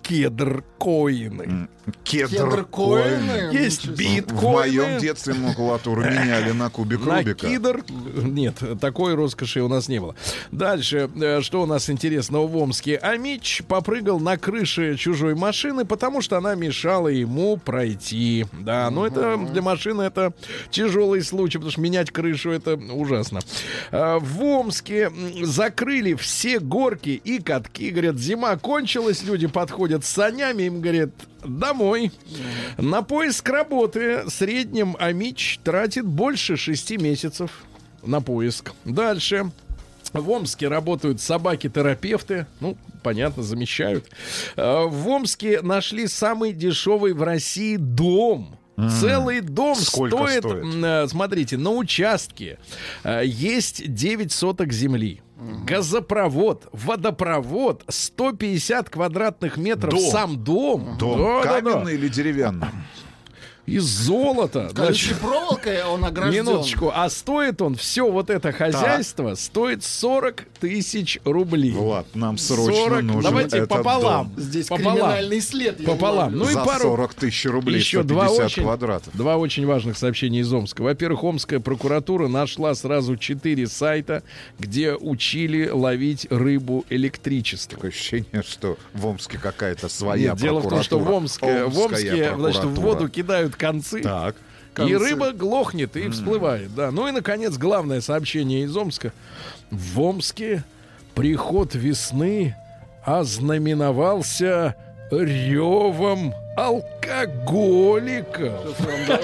кедр-коины. Кедр-коины? Есть биткоины. В моем детстве макулатуру меняли на кубик на Рубика. Кидр. Нет, такой роскоши у нас не было. Дальше, что у нас интересного в Омске? Амич попрыгал на крыше чужой машины, потому что она мешала ему пройти. Да, но это для машины это тяжелый случай, потому что менять крышу это ужасно. В Омске закрыли все горки и катки. Говорят, зима кончилась, люди подходят с санями, им говорят, домой. На поиск работы в среднем Амич тратит больше шести месяцев на поиск. Дальше. В Омске работают собаки-терапевты. Ну, понятно, замещают. В Омске нашли самый дешевый в России дом. Mm. Целый дом стоит, стоит, смотрите, на участке есть девять соток земли. Mm-hmm. Газопровод, водопровод, сто пятьдесят квадратных метров, дом. Сам дом. Дом. Да, каменный да, да. или деревянный? Из золота. Колючей проволокой он огражден. Минуточку. А стоит он, все вот это хозяйство, так. стоит сорок тысяч рублей. Влад, нам срочно сорок, нужен давайте этот пополам. Дом. Здесь пополам. Криминальный след. Пополам. Ну За и пару, сорок тысяч рублей, еще сто пятьдесят два очень, квадратов. Два очень важных сообщения из Омска. Во-первых, Омская прокуратура нашла сразу четыре сайта, где учили ловить рыбу электричеством. Такое ощущение, что в Омске какая-то своя Нет, дело в том, что в Омске, в Омске значит, в воду кидают концы. Так. И концы. Рыба глохнет и mm. всплывает. Да. Ну и, наконец, главное сообщение из Омска. В Омске приход весны ознаменовался ревом алкоголиков.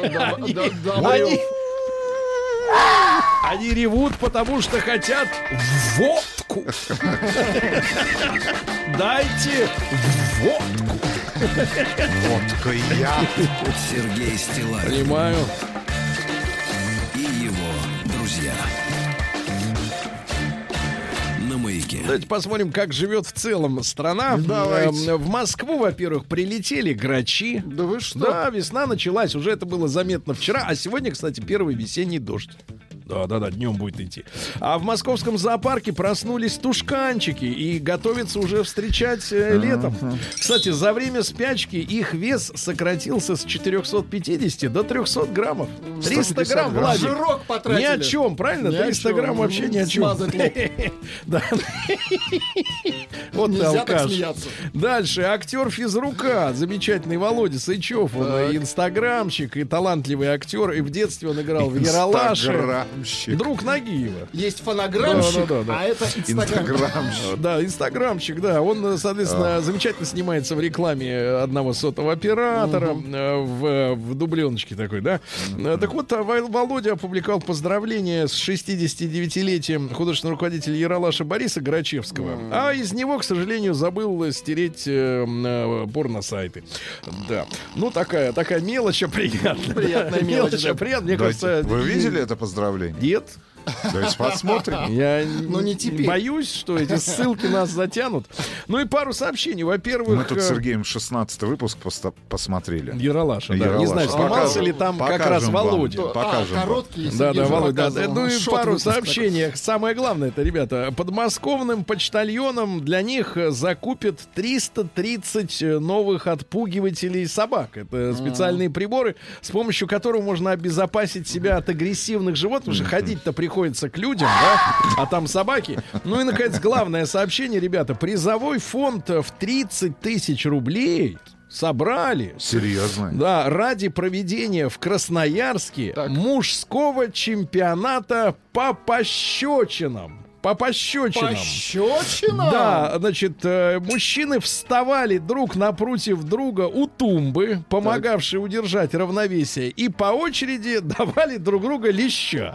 Они ревут, потому что хотят водку. Дайте водку. Водка я. Сергей Стиллавин. Понимаю. И его друзья. На Маяке. Давайте посмотрим, как живет в целом страна. Давайте. В Москву, во-первых, прилетели грачи. Да вы что? Да, весна началась. Уже это было заметно вчера. А сегодня, кстати, первый весенний дождь. Да-да-да, днем будет идти. А в московском зоопарке проснулись тушканчики и готовятся уже встречать э, летом. Uh-huh. Кстати, за время спячки их вес сократился с четырехсот пятидесяти до трехсот граммов. триста грамм, Владик. Жирок потратили. Ни о чем, правильно? Ни триста грамм вообще ни о чем. Да. Вот ты алкаш. Дальше. Актер физрука, замечательный Володя Сычев. Он инстаграмщик и талантливый актер. И в детстве он играл в Ералаше. Друг Нагиева. Есть фонограммщик, да, да, да, да. А это инстаграмщик. Да, инстаграмщик, да. Он, соответственно, а. замечательно снимается в рекламе одного сотового оператора, угу. в, в дубленочке такой, да. Угу. Так вот, Володя опубликовал поздравления с шестидесятидевятилетием художественного руководителя Ералаша Бориса Грачевского. Угу. А из него, к сожалению, забыл стереть э, порно-сайты. Да. Ну, такая, такая мелочь, приятная. Приятная мелочь. Да. Приятная, мне кажется. Вы видели это поздравление? Нет. Давайте посмотрим. Я Но не теперь. Боюсь, что эти ссылки нас затянут. Ну и пару сообщений. Во-первых... Мы тут с Сергеем шестнадцатый выпуск поста- посмотрели. Ералаша, да. Ералаш. Не знаю, снимался ли там как раз Володя. Покажем. А, короткие. Да, да, Володя. Да. Ну и пару сообщений. Самое главное, это, ребята, подмосковным почтальонам для них закупят триста тридцать новых отпугивателей собак. Это специальные приборы, с помощью которых можно обезопасить себя от агрессивных животных, потому что ходить-то приходится к людям, да, а там собаки. Ну и, наконец, главное сообщение, ребята. Призовой фонд в тридцать тысяч рублей собрали. Серьезно? Да, ради проведения в Красноярске так. мужского чемпионата по пощечинам. По пощечинам. Пощечинам? Да, значит, э, мужчины вставали друг напротив друга у тумбы, помогавшей так. удержать равновесие, и по очереди давали друг друга леща.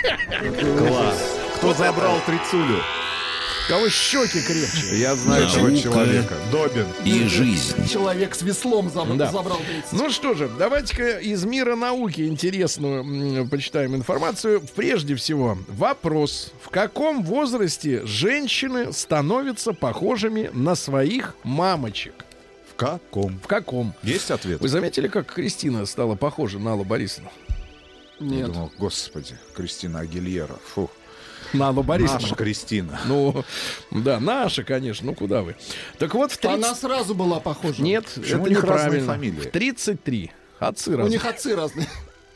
Класс. Кто забрал трицулю? Кого щеки крепче? Я знаю этого человека. Добин. И жизнь. Человек с веслом забрал, да. забрал тридцать. Ну что же, давайте-ка из мира науки интересную м, почитаем информацию. Прежде всего, вопрос. В каком возрасте женщины становятся похожими на своих мамочек? В каком? В каком? Есть ответ? Вы заметили, как Кристина стала похожа на Аллу Борисовну? Нет. Я думал, господи, Кристина Агильера. Фу. На Аллу Борисовну. Наша Кристина. Ну, да, наша, конечно. Ну, куда вы? Так вот, в тридцать... Она сразу была похожа. Нет, Почему это у них разные неправильно. фамилии? В тридцать три. Отцы У разные. них отцы разные.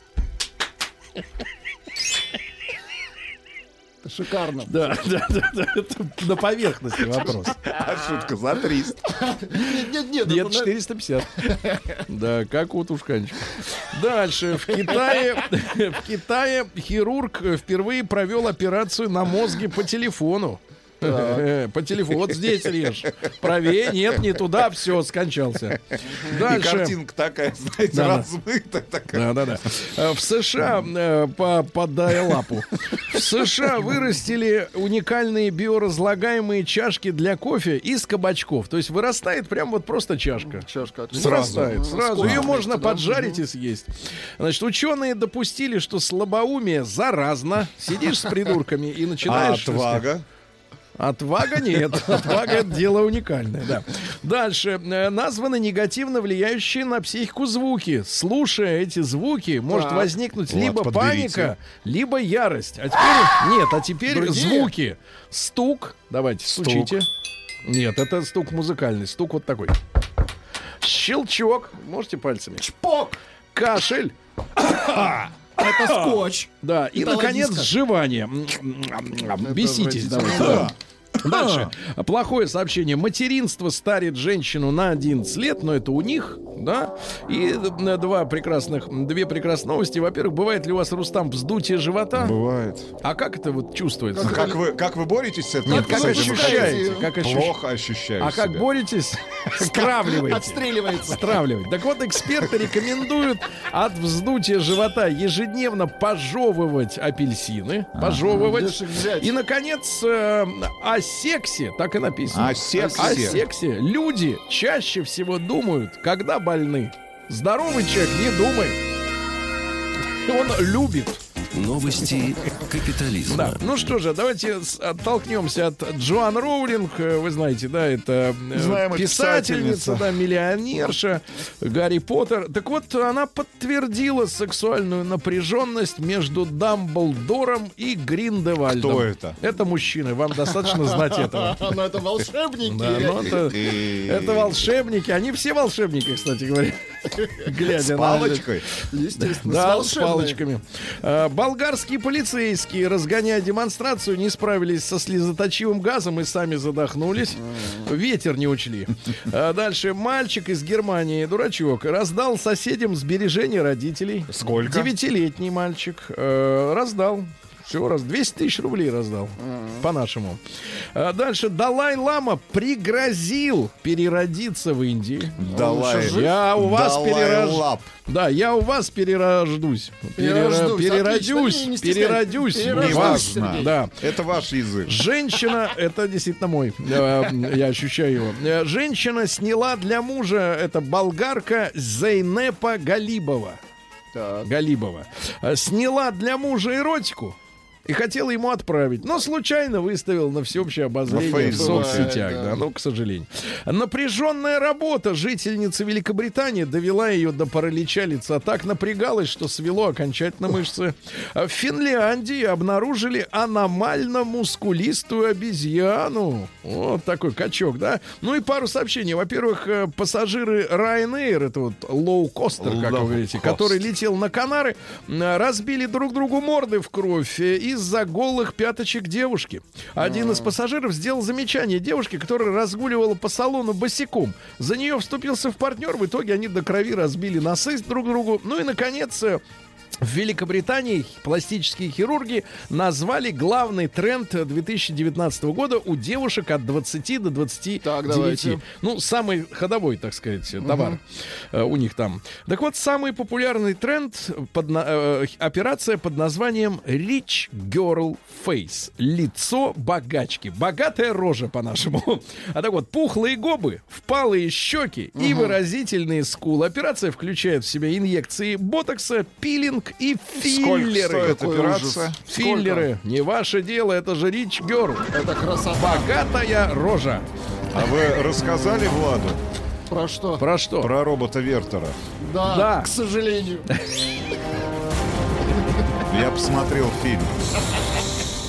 Шикарно. Да, да, да, да, это на поверхности вопрос. А шутка за триста. Нет, нет, нет. Нет, четыреста пятьдесят. Да, как у Тушканчика. Дальше. В Китае, в Китае хирург впервые провел операцию на мозге по телефону. По телефону. Вот здесь режь. Правее, нет, не туда, все, скончался. Дальше. И картинка такая, знаете, Да, да. размытая такая. Да, да, да. В США, э, по, подай лапу, в США вырастили уникальные биоразлагаемые чашки для кофе из кабачков. То есть вырастает прям вот просто чашка. Чашка. Вырастает сразу. Ее можно да. поджарить и съесть. Значит, ученые допустили, что слабоумие заразно. Сидишь с придурками и А начинаешь... отвага? Отвага нет. Отвага — это дело уникальное, да. Дальше. Э, Названы негативно влияющие на психику звуки. Слушая эти звуки, может Так. возникнуть Вот, либо подберите. паника, либо ярость. А теперь... Нет, а теперь Другие? звуки. Стук. Давайте, Стук. стучите. Нет, это стук музыкальный. Стук вот такой. Щелчок. Можете пальцами. Чпок! Кашель. Это скотч. Да, и, Это наконец, логистка. сживание. Беситесь, давайте. Да. Дальше. Плохое сообщение. Материнство старит женщину на одиннадцать лет, но это у них, да. И э, два прекрасных, две прекрасные новости. Во-первых, бывает ли у вас, Рустам, вздутие живота? Бывает. А как это вот чувствуется? Как вы, как вы боретесь с этим? Нет, как вы ощущаете? ощущаете? Как ощущ- Плохо ощущаю А как себя. боретесь? Стравливаете. Отстреливается. Стравливать. Так вот, эксперты рекомендуют от вздутия живота ежедневно пожевывать апельсины. Пожевывать. Где ж их взять? И, наконец, э, о сексе, так и написано. О сексе. О сексе. Люди чаще всего думают, когда больны. Здоровый человек не думает. Он любит. Новости капитализма. Да. Ну что же, давайте с- оттолкнемся от Джоан Роулинг. Э, Вы знаете, да, это э, Знаемая писательница, писательница. да, миллионерша, Гарри Поттер. Так вот, она подтвердила сексуальную напряженность между Дамблдором и Гриндевальдом. Кто это? Это мужчины, вам достаточно знать этого. Ну, это волшебники. Да, ну это, И- это волшебники. Они все волшебники, кстати говоря. Глядя С на- палочкой? Естественно, Да, с волшебной. палочками. А, болгарские полицейские, разгоняя демонстрацию, не справились со слезоточивым газом и сами задохнулись. Ветер не учли. А дальше мальчик из Германии, дурачок, раздал соседям сбережения родителей. Сколько? Девятилетний мальчик. э, раздал. Всего раз двести тысяч рублей раздал. По-нашему. А дальше Далай-лама пригрозил переродиться в Индии. Далай. Я у вас Далай перерож... Лап. Да, я у вас перерождусь. Перера- Перерождусь, Переродюсь. отлично, не стесняйтесь. Переродюсь. Перерождусь, Вас. Неважно. Да. Это ваш язык. Женщина, это действительно мой, э, я ощущаю его. Э, Женщина сняла для мужа, это болгарка Зейнепа Галибова. Так. Галибова. Э, Сняла для мужа эротику и хотела ему отправить, но случайно выставил на всеобщее обозрение На в Фейсбуке. соцсетях. Да. Да, ну, к сожалению. Напряженная работа жительницы Великобритании довела ее до паралича лица. Так напрягалась, что свело окончательно мышцы. А в Финляндии обнаружили аномально мускулистую обезьяну. Вот такой качок, да? Ну и пару сообщений. Во-первых, э, пассажиры Ryanair, это вот лоукостер, как вы говорите, Лоукост. который летел на Канары, м, разбили друг другу морды в кровь э, из-за голых пяточек девушки. Один из пассажиров сделал замечание девушке, которая разгуливала по салону босиком. За нее вступился в партнер. В итоге они до крови разбили носы друг другу. Ну и, наконец, э, в Великобритании пластические хирурги назвали главный тренд две тысячи девятнадцатого года у девушек от двадцати до двадцати Так, девяти. давайте. Ну, самый ходовой, так сказать, товар э, у них там. Так вот, самый популярный тренд, под, на- э, операция под названием Rich Girl Face. Лицо богачки. Богатая рожа, по-нашему. А так вот, пухлые губы, впалые щеки и выразительные скулы. Операция включает в себя инъекции ботокса, пилинг и Сколько филлеры. стоит Какой операция? Филлеры. Не ваше дело, это же Rich Girl. Это красота. Богатая рожа. А вы рассказали Владу Про что? Про что? про робота Вертера? Да, Да. к сожалению. Я посмотрел фильм.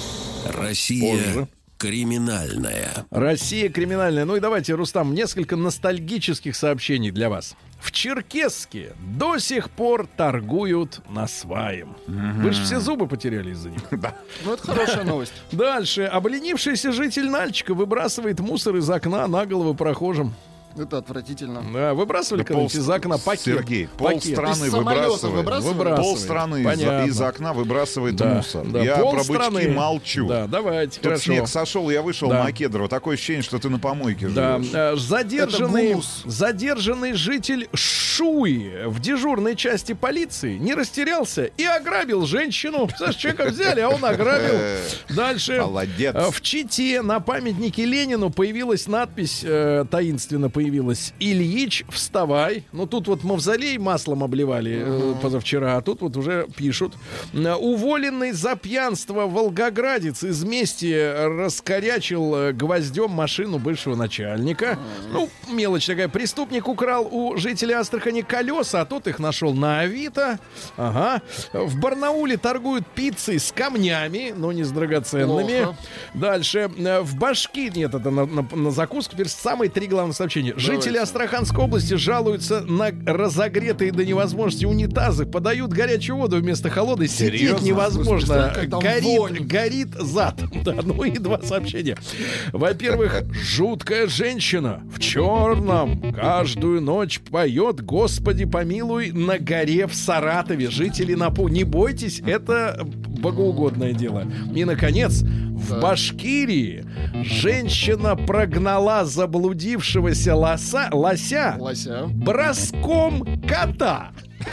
Россия Позже. Криминальная. Россия криминальная. Ну и давайте, Рустам, несколько ностальгических сообщений для вас. В Черкесске до сих пор торгуют насваем. Mm-hmm. Вы же все зубы потеряли из-за них. Да. Ну, это хорошая новость. Дальше. Обленившийся житель Нальчика выбрасывает мусор из окна на голову прохожим. Это отвратительно. Да, выбрасывали да когда-нибудь из окна пакет? Сергей, полстраны выбрасывает. выбрасывает. Полстраны из, из окна выбрасывает да, мусор. Да, Я про бычки молчу. Да, давайте, Тут хорошо. снег сошел, я вышел да. на Кедрово. Такое ощущение, что ты на помойке да. живешь. Задержанный, задержанный житель Шуи в дежурной части полиции не растерялся и ограбил женщину. Знаешь, человека взяли, а он ограбил. Дальше. Молодец. В Чите на памятнике Ленину появилась надпись, э, таинственно появилась. Ильич, вставай. Ну, тут вот мавзолей маслом обливали э, позавчера, а тут вот уже пишут. Уволенный за пьянство волгоградец из мести раскорячил гвоздем машину бывшего начальника. Ну, мелочь такая. Преступник украл у жителя Астрахани колеса, а тот их нашел на Авито. Ага. В Барнауле торгуют пиццей с камнями, но не с драгоценными. Плохо. Дальше. В Башки... Нет, это на, на, на закуску. Теперь самые три главных сообщения. Давайте. Жители Астраханской области жалуются на разогретые до невозможности унитазы, подают горячую воду вместо холодной. Сидеть невозможно. Горит, горит зад. Да, ну и два сообщения. Во-первых, жуткая женщина в черном каждую ночь поет «Господи, помилуй» на горе в Саратове. Жители Напу. Не бойтесь, это богоугодное дело. И, наконец, в Башкирии женщина прогнала заблудившегося лоса, лося, лося броском кота.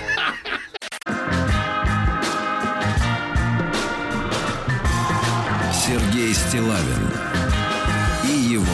Сергей Стиллавин и его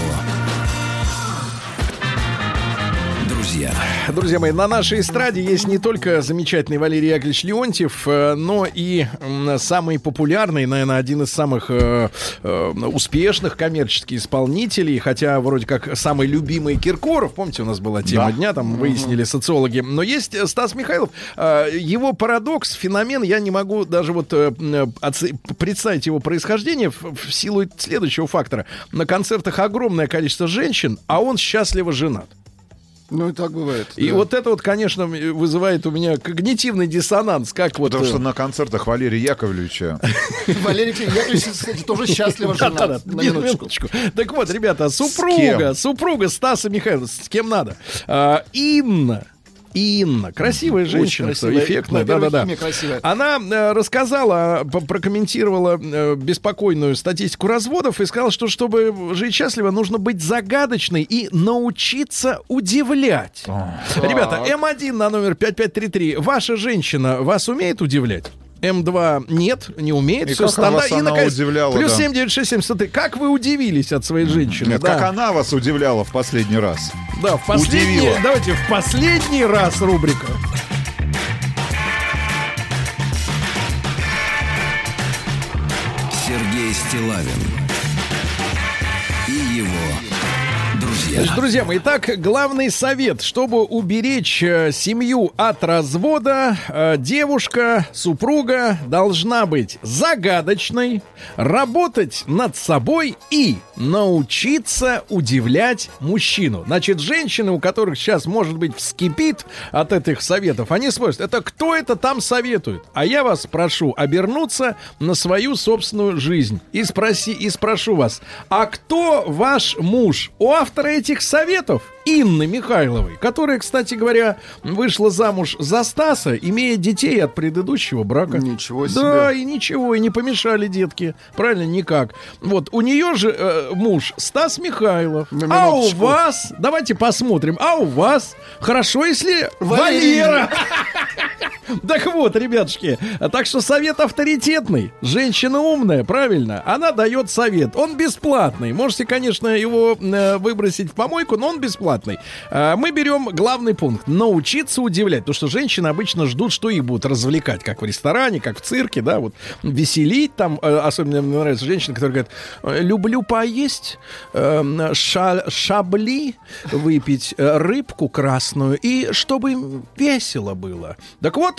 друзья. Друзья мои, на нашей эстраде есть не только замечательный Валерий Яковлевич Леонтьев, но и самый популярный, наверное, один из самых э, э, успешных коммерческих исполнителей, хотя вроде как самый любимый Киркоров. Помните, у нас была тема да. дня, там выяснили социологи. Но есть Стас Михайлов. Э, его парадокс, феномен, я не могу даже вот э, оце- представить его происхождение в, в силу следующего фактора. На концертах огромное количество женщин, а он счастливо женат. Ну и так бывает. И да. вот это вот, конечно, вызывает у меня когнитивный диссонанс. Как вот... Потому что на концертах Валерия Яковлевича... Валерий Яковлевич, кстати, тоже счастливо женат. На минуточку. Так вот, ребята, супруга, супруга Стаса Михайлова, с кем надо? Инна. Инна, красивая женщина, красивая, эффектная, да-да-да. Она э, рассказала, прокомментировала э, беспокойную статистику разводов и сказала, что чтобы жить счастливо, нужно быть загадочной и научиться удивлять. А, ребята, эм один на номер пять пять три три. Ваша женщина вас умеет удивлять? эм два нет, не умеет. И все стандарт. И наконец, удивляла, плюс да. семь девять шесть семь сто три. Как вы удивились от своей женщины? Нет, да. Как она вас удивляла в последний раз? Да, в последний. Удивила. Давайте в последний раз рубрика. Сергей Стиллавин и его друзья. Значит, друзья мои, итак, главный совет, чтобы уберечь э, семью от развода, э, девушка, супруга должна быть загадочной, работать над собой и научиться удивлять мужчину. Значит, женщины, у которых сейчас, может быть, вскипит от этих советов, они спросят, это кто это там советует? А я вас прошу обернуться на свою собственную жизнь и, спроси, и спрошу вас, а кто ваш муж? У автора этих советов Инны Михайловой, которая, кстати говоря, вышла замуж за Стаса, имея детей от предыдущего брака. Ничего себе. Да, и ничего, и не помешали детки. Правильно, никак. Вот, у нее же э, муж Стас Михайлов. А у вас, давайте посмотрим, а у вас, хорошо, если Валера. Так вот, ребятушки, так что совет авторитетный. Женщина умная, правильно? Она дает совет. Он бесплатный. Можете, конечно, его э, выбросить в помойку, но он бесплатный. Мы берем главный пункт. Научиться удивлять. Потому что женщины обычно ждут, что их будут развлекать. Как в ресторане, как в цирке, да, вот веселить там. Особенно мне нравятся женщины, которые говорят, люблю поесть, ша- шабли выпить, рыбку красную, и чтобы весело было. Так вот,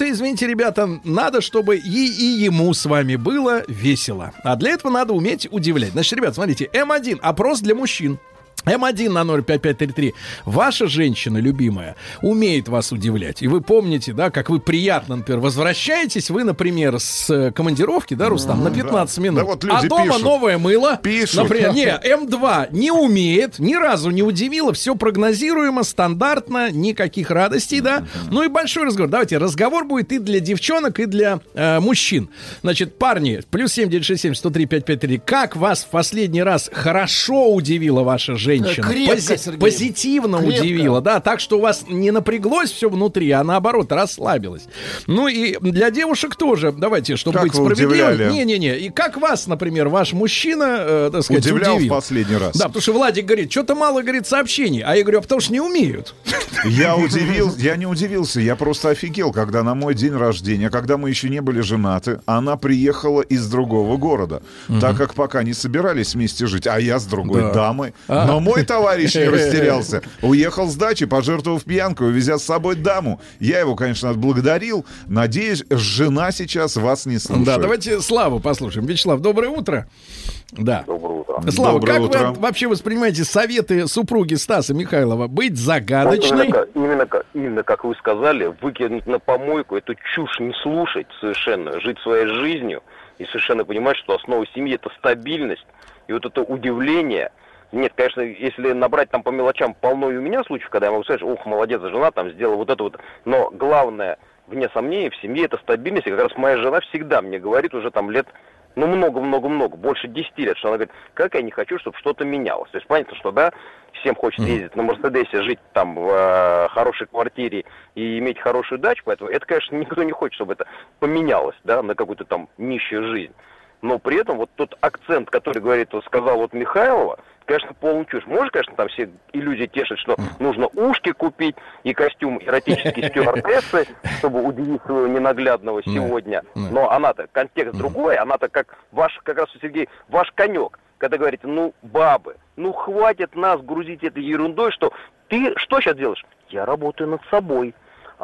вот, извините, ребята, надо, чтобы и, и ему с вами было весело. А для этого надо уметь удивлять. Значит, ребят, смотрите, эм один, опрос для мужчин. эм один на ноль пять пять три три. Ваша женщина любимая умеет вас удивлять. И вы помните, да, как вы приятно, например, возвращаетесь, вы, например, с командировки, да, Рустам, mm, на пятнадцать да. минут. Да, вот а дома пишут. Новое мыло. Пишут. Например, не, эм два не умеет, ни разу не удивило, все прогнозируемо, стандартно, никаких радостей, да. Mm-hmm. Ну и большой разговор. Давайте, разговор будет и для девчонок, и для э, мужчин. Значит, парни, плюс семь девять шесть семь сто три пять пять три. Как вас в последний раз хорошо удивила ваша женщина? Женщина. Крепко, Пози- позитивно Крепко. удивила, да, так что у вас не напряглось все внутри, а наоборот расслабилось. Ну и для девушек тоже, давайте, чтобы как быть справедливым. Не-не-не. И как вас, например, ваш мужчина, э, так сказать, удивлял удивил? в последний раз. Да, потому что Владик говорит, что-то мало, говорит, сообщений. А я говорю, а потому что не умеют. Я удивил, я не удивился, я просто офигел, когда на мой день рождения, когда мы еще не были женаты, она приехала из другого города, угу. так как пока не собирались вместе жить, а я с другой да. дамой. А. Но мой товарищ не растерялся. Уехал с дачи, пожертвовав пьянкой, увезя с собой даму. Я его, конечно, отблагодарил. Надеюсь, жена сейчас вас не слушает. Да, давайте Славу послушаем. Вячеслав, доброе утро. Да. Доброе утро. Слава, доброе как утро. вы вообще воспринимаете советы супруги Стаса Михайлова? Быть загадочной? Именно, именно, именно как вы сказали, выкинуть на помойку, эту чушь не слушать совершенно, жить своей жизнью и совершенно понимать, что основа семьи — это стабильность и вот это удивление. Нет, конечно, если набрать там по мелочам, полно и у меня случаев, когда я могу сказать, ух, молодец, жена там сделала вот это вот. Но главное, вне сомнений, в семье это стабильность. И как раз моя жена всегда мне говорит уже там лет, ну, много-много-много, больше десяти лет, что она говорит, как я не хочу, чтобы что-то менялось. То есть понятно, что, да, всем хочется ездить на Мерседесе, жить там в э, хорошей квартире и иметь хорошую дачу, поэтому это, конечно, никто не хочет, чтобы это поменялось, да, на какую-то там нищую жизнь. Но при этом вот тот акцент, который, говорит, сказал вот Михайлова, конечно, полную чушь. Может, конечно, там все иллюзии тешат, что нужно ушки купить и костюм эротический стюардессы, чтобы удивить своего ненаглядного сегодня. Но она-то, контекст другой, она-то как ваш, как раз, Сергей, ваш конек. Когда говорите, ну, бабы, ну, хватит нас грузить этой ерундой, что ты что сейчас делаешь? Я работаю над собой.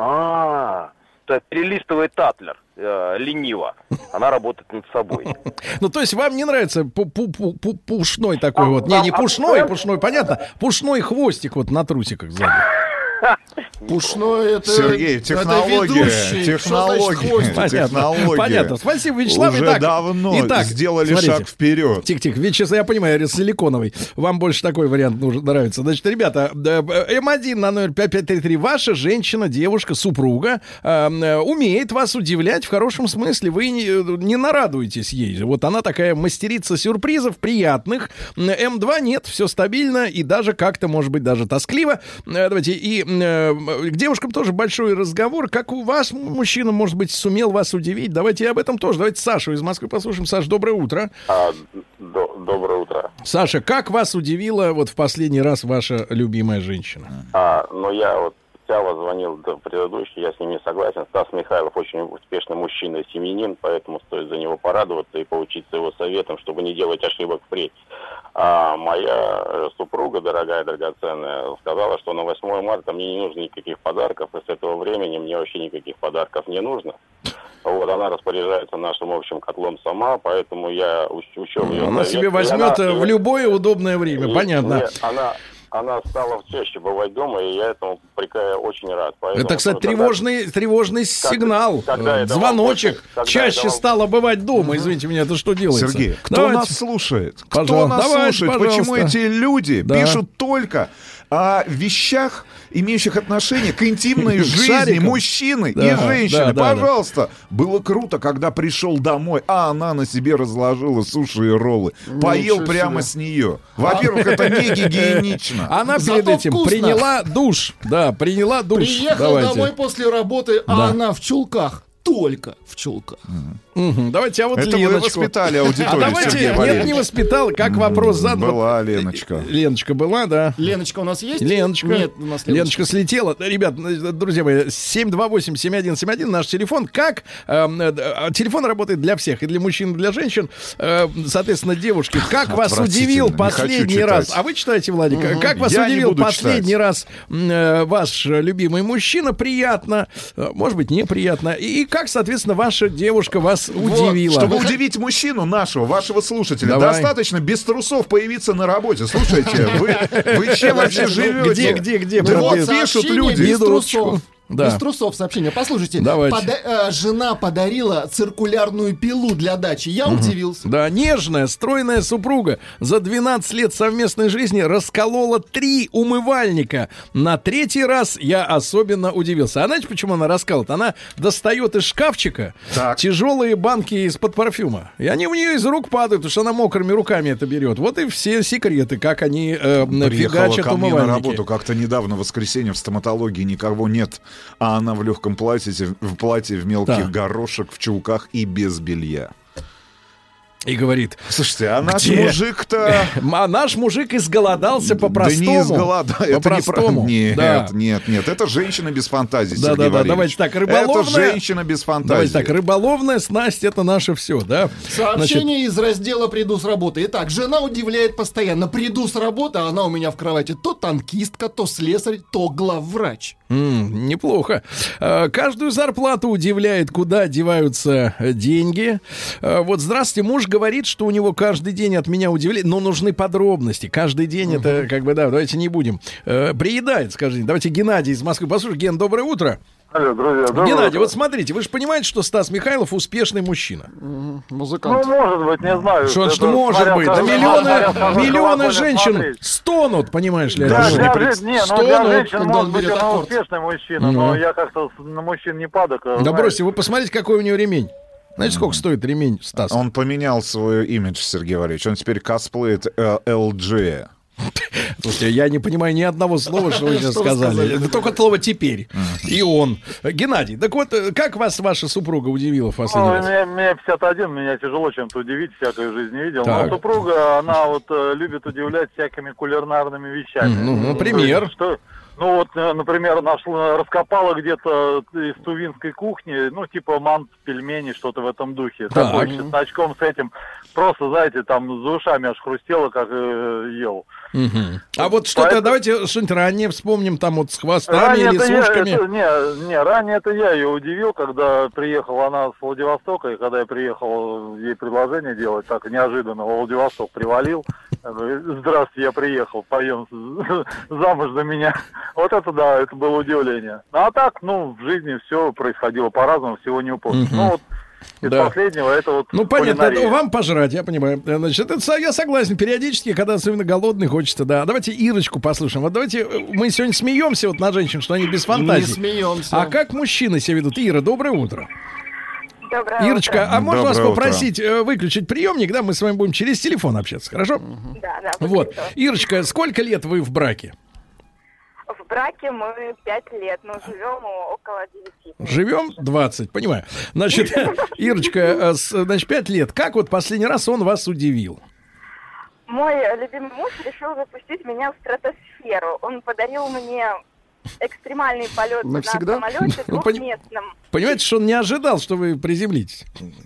А-а-а. Перелистывает Татлер э, лениво. Она работает над собой. Ну, то есть вам не нравится пушной такой вот. Не, не пушной, пушной, понятно. Пушной хвостик вот на трусиках сзади. Пушной это... Сергей, технология. Это технология. Понятно, технология. Понятно. Спасибо, Вячеслав. Уже Итак, давно итак, сделали смотрите. шаг вперед. Тихо-тихо. Вячеслав, я понимаю, силиконовый. Вам больше такой вариант нужен, нравится. Значит, ребята, эм один на ноль пять пять три три. Ваша женщина, девушка, супруга э, умеет вас удивлять в хорошем смысле. Вы не, не нарадуетесь ей. Вот она такая мастерица сюрпризов приятных. эм два нет, все стабильно и даже как-то, может быть, даже тоскливо. Давайте, и э, к девушкам тоже большой разговор. Как у вас мужчина, может быть, сумел вас удивить? Давайте об этом тоже. Давайте Сашу из Москвы послушаем. Саш, доброе утро. А, до, доброе утро. Саша, как вас удивила вот в последний раз ваша любимая женщина? А, ну я вот Сява звонил до предыдущий, я с ним не согласен. Стас Михайлов очень успешный мужчина и семьянин, поэтому стоит за него порадоваться и поучиться его советам, чтобы не делать ошибок впредь. А моя супруга, дорогая, драгоценная, сказала, что на восьмое марта мне не нужно никаких подарков, и с этого времени мне вообще никаких подарков не нужно. Вот, она распоряжается нашим общим котлом сама, поэтому я учел ее. Она совет. себе возьмет она, в любое удобное время, и, понятно. Нет, она... Она стала чаще бывать дома, и я этому очень рад. Поэтому, это, кстати, когда, тревожный, тревожный как, сигнал. Когда звоночек. Больше, чаще давал... стала бывать дома. Извините меня, это что делается? Сергей, кто Давайте. нас слушает? Кто пожалуйста. нас Давайте, слушает? пожалуйста. Почему эти люди да. пишут только о вещах, имеющих отношение к интимной жизни Шариком. Мужчины да, и да, женщины? да, Пожалуйста. Да. Было круто, когда пришел домой, а она на себе разложила суши и роллы. Ничего Поел прямо себе. С нее. Во-первых, это не гигиенично. Она перед этим вкусно. Приняла душ. Да, приняла душ. Приехал Давайте. Домой после работы, а да. она в чулках. только в чулках. Угу. Давайте, а вот это Леночку. Вы воспитали аудиторию, а давайте, Сергей нет, Валерьевич. не воспитал, как вопрос задан. Была Леночка. Леночка была, да. Леночка у нас есть? Леночка. Нет, у нас Леночка. Леночка слетела. Ребят, друзья мои, семь два восемь семь один семь один наш телефон. Как э, э, телефон работает для всех, и для мужчин, и для женщин. Э, соответственно, девушки, как вас удивил последний раз? А вы читаете, Владик? Угу. Как вас Я удивил последний читать. раз э, ваш любимый мужчина? Приятно, э, может быть, неприятно. И как, соответственно, ваша девушка вас вот, удивила? Чтобы удивить мужчину нашего, вашего слушателя, Давай. достаточно без трусов появиться на работе. Слушайте, вы, вы чем вообще живете? Где, где, где? Да вот Где? пишут люди. Без трусов. Да. Без трусов сообщение. Послушайте, Давайте. пода- э, жена подарила циркулярную пилу для дачи. Я угу. удивился. Да, нежная, стройная супруга за двенадцать лет совместной жизни расколола три умывальника. На третий раз я особенно удивился. А знаете, почему она раскалывает? Она достает из шкафчика так. тяжелые банки из-под парфюма. И они у нее из рук падают, потому что она мокрыми руками это берет. Вот и все секреты, как они э, фигачат ко мне умывальники. на работу как-то недавно, в воскресенье, в стоматологии никого нет. А она в легком платье, в платье в мелких да. горошек, в чулках и без белья. И говорит: слушайте, а наш где? мужик-то... А наш мужик изголодался по-простому. Да не изголодался. По-простому. Нет, да. нет, нет. Это женщина без фантазии, да, Сергей да, да, Валерьевич. давайте так, рыболовная... Это женщина без фантазии. Давайте так, рыболовная снасть — это наше все, да? Сообщение Значит... из раздела «Приду с работы». Итак, жена удивляет постоянно. Приду с работы, а она у меня в кровати то танкистка, то слесарь, то главврач. Mm, неплохо. Каждую зарплату удивляет, куда деваются деньги. Вот, здравствуйте, муж говорит, что у него каждый день от меня удивляет, но нужны подробности. Каждый день uh-huh. это как бы, да, давайте не будем. Приедает, скажите. Давайте Геннадий из Москвы. Послушай, Ген, доброе утро. Алло, друзья, доброе Геннадий, утро. вот смотрите, вы же понимаете, что Стас Михайлов успешный мужчина. Mm-hmm. Музыкант. Ну, может быть, не знаю. Что, что может быть? Да миллионы, миллионы женщин смотреть. стонут, понимаешь ли? Да, для, для, не, ну, для женщин может быть он аккорд. успешный мужчина, ну. но я как-то на мужчин не падок. Да знаете. Бросьте, вы посмотрите, какой у него ремень. Знаете, сколько стоит ремень, Стас? Он поменял свой имидж, Сергей Валерьевич. Он теперь косплеит эл джи. Слушайте, я не понимаю ни одного слова, что вы сейчас сказали. Это только слово «теперь». И он. Геннадий, так вот, как вас ваша супруга удивила в последний раз? Мне пятьдесят один, меня тяжело чем-то удивить, всякой в жизни видел. Но супруга, она вот любит удивлять всякими кулинарными вещами. Ну, например? Что... Ну вот, например, нашла, раскопала где-то из тувинской кухни, ну типа мант, пельмени, что-то в этом духе. Так. Такой, с чесночком, с этим. Просто, знаете, там за ушами аж хрустело, как э, ел. Угу. А вот что-то, Поэтому... давайте что-нибудь ранее вспомним, там вот с хвостами ранее или с ушками. Я, это, не, не, ранее это я ее удивил, когда приехала она с Владивостока, и когда я приехал ей предложение делать, так неожиданно во Владивосток привалил. Я говорю: здравствуйте, я приехал, поем замуж за меня. Вот это да, это было удивление. Ну, а так, ну, в жизни все происходило по-разному, всего не упомню. Угу. Ну, вот из да. последнего это вот ну, понятно, это вам пожрать, я понимаю. Значит, это, я согласен, периодически, когда особенно голодный, хочется, да. Давайте Ирочку послушаем. Вот давайте, мы сегодня смеемся вот на женщин, что они без фантазии. Не смеемся. А как мужчины себя ведут? Ира, доброе утро. Доброе Ирочка, утро. а можно Доброе вас утро. попросить э, выключить приемник, да, мы с вами будем через телефон общаться, хорошо? Да, да. Вот. Ирочка, сколько лет вы в браке? В браке мы пять лет, но живем около девяти. Живем двадцать, понимаю. Значит, Ирочка, значит, пять лет. Как вот последний раз он вас удивил? Мой любимый муж решил запустить меня в стратосферу. Он подарил мне экстремальный полет Навсегда? на самолете двухместном. Понимаете, что он не ожидал, что вы приземлитесь?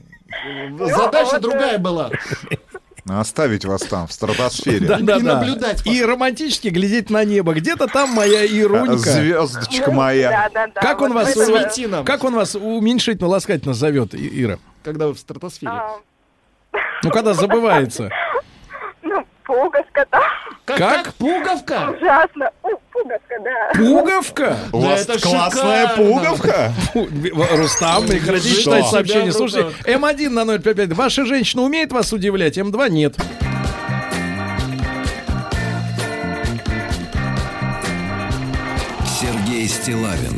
Задача другая была. Оставить вас там, в стратосфере. Да, да, и да. наблюдать. И романтически глядеть на небо. Где-то там моя Ирунька. Звездочка моя. Да, да, да. Как, вот он вас, это... как он вас уменьшительно-ласкательно зовет, Ира? Когда вы в стратосфере. А... Ну, когда забывается. Ну, пуговка там. Как? Как? Как? Пуговка? Ужасно. У, пуговка, да. Пуговка? У вас это классная шикарно. пуговка. Рустам, прекратите Что? читать сообщения. Себя Слушайте, круто. эм один на ноль пять пять. Ваша женщина умеет вас удивлять? эм два нет. Сергей Стиллавин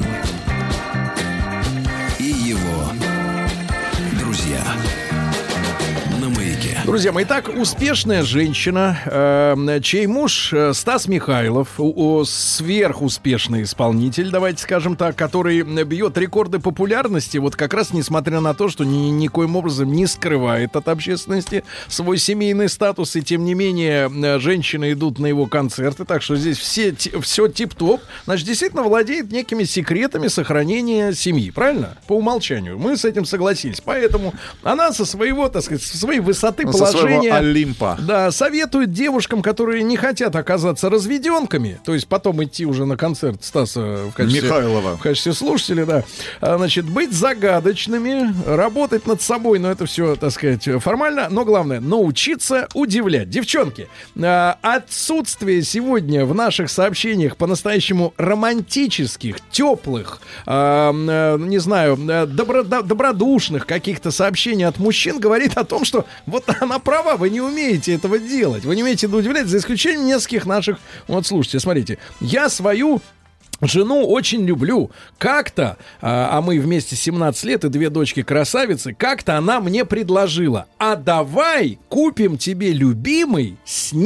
и его друзья на Маяке. Друзья мои, итак, успешная женщина, э, чей муж э, Стас Михайлов, о, о, сверхуспешный исполнитель, давайте скажем так, который бьет рекорды популярности, вот как раз несмотря на то, что ни, никоим образом не скрывает от общественности свой семейный статус, и тем не менее э, женщины идут на его концерты, так что здесь все, т, все тип-топ, значит, действительно владеет некими секретами сохранения семьи, правильно? По умолчанию. Мы с этим согласились. Поэтому она со своего, так сказать, со своей высоты положения, Олимпа. Да, советует девушкам, которые не хотят оказаться разведенками, то есть потом идти уже на концерт Стаса в качестве, Михайлова. в качестве слушателя, да, значит, быть загадочными, работать над собой, но это все, так сказать, формально, но главное, научиться удивлять. Девчонки, отсутствие сегодня в наших сообщениях по-настоящему романтических, теплых, не знаю, добро, добродушных каких-то сообщений от мужчин говорит о том, что вот она права, вы не умеете этого делать. Вы не умеете удивлять, за исключением нескольких наших... Вот слушайте, смотрите. Я свою жену очень люблю. Как-то, а, а мы вместе семнадцать лет и две дочки красавицы, как-то она мне предложила: а давай купим тебе, любимый,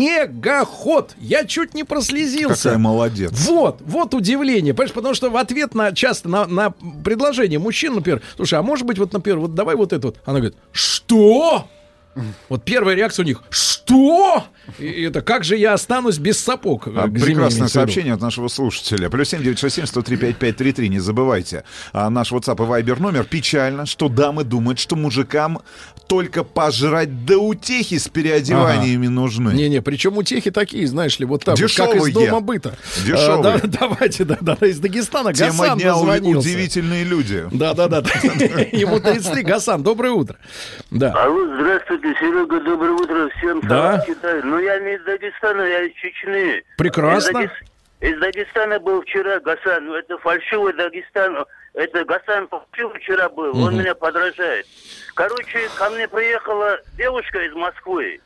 снегоход. Я чуть не прослезился. Какая молодец. Вот, вот удивление. Понимаешь, потому что в ответ на часто на, на предложение мужчин, например, слушай, а может быть, вот, например, вот давай вот это вот. Она говорит: что? Вот первая реакция у них: что? И это как же я останусь без сапог? А, прекрасное сообщение от нашего слушателя. Плюс семь девятьсот шестьдесят семь сто три пятьдесят пять тридцать три. Не забывайте. А, наш WhatsApp и Viber номер. Печально, что дамы думают, что мужикам только пожрать до утехи с переодеваниями ага. нужны. Не-не, причем утехи такие, знаешь ли, вот так, дешевые. Как из дома быта. Дешевые. А, да, давайте, да, да, из Дагестана. Тема Гасан дня дозвонился. Удивительные люди. Да-да-да. Ему тридцать три. Гасан, доброе утро. Да. Алло, здравствуйте, Серега, доброе утро всем. Да. Ну, я не из Дагестана, я из Чечни. Прекрасно. Из, Дагес... из Дагестана был вчера Гасан. Ну, это фальшивый Дагестан. Это Гасан фальшивый вчера был. Угу. Он меня подражает. Короче, ко мне приехала девушка из Москвы.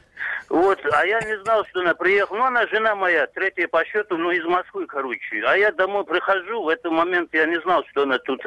Вот, а я не знал, что она приехала. Ну, она жена моя, третья по счету, ну, из Москвы, короче. А я домой прихожу, в этот момент я не знал, что она тут.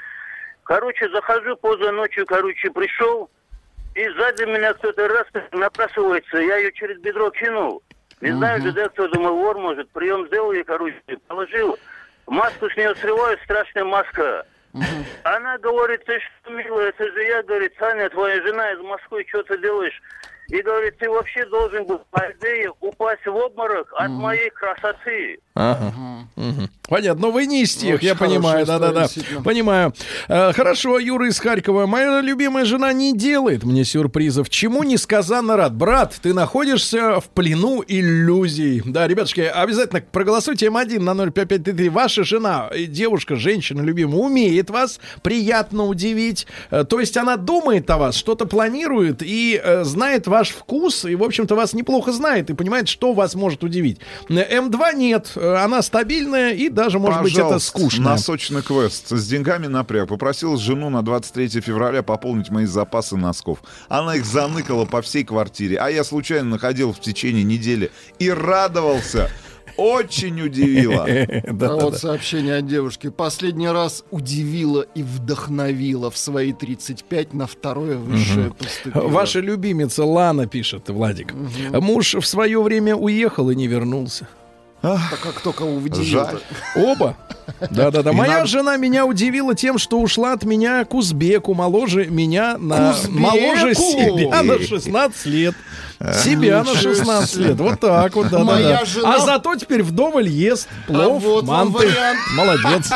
Короче, захожу поздно ночью, короче, пришел. И сзади меня кто-то раз напрашивается, я ее через бедро кинул. Не uh-huh. знаю, да, кто думал, вор, может, прием сделал ей, короче, положил. Маску с нее срываю, страшная маска. Uh-huh. Она говорит: ты что, милая, это же я, говорит, Саня, твоя жена из Москвы, что ты делаешь? И говорит: ты вообще должен был, по идее, упасть в обморок от uh-huh. моей красоты. Ага. Uh-huh. Uh-huh. Понятно, но вы не из тех, очень я понимаю, да-да-да, понимаю. Э, хорошо, Юра из Харькова. Моя любимая жена не делает мне сюрпризов. Чему несказанно рад. Брат, ты находишься в плену иллюзий. Да, ребятушки, обязательно проголосуйте эм один на ноль пять пять три три. Ваша жена, девушка, женщина любимая, умеет вас приятно удивить. Э, то есть она думает о вас, что-то планирует и э, знает ваш вкус, и, в общем-то, вас неплохо знает и понимает, что вас может удивить. эм два нет, она стабильная и даже, может Пожалуйста, быть, это скучно. Носочный квест. С деньгами напряг. Попросил жену на двадцать третье февраля пополнить мои запасы носков. Она их заныкала по всей квартире. А я случайно находил в течение недели и радовался. Очень удивило. А вот сообщение от девушки. Последний раз удивило и вдохновило в свои тридцать пять на второе высшее поступило. Ваша любимица Лана пишет, Владик. Муж в свое время уехал и не вернулся. Так как кто кого удивил. Оба. Да-да-да. Моя надо... жена меня удивила тем, что ушла от меня к узбеку, моложе меня на... Кузбеку? Моложе себя на шестнадцать лет. Себя на шестнадцать лет. Вот так вот, да-да-да. Жена... А зато теперь вдоволь ест плов, а вот манты. Молодец.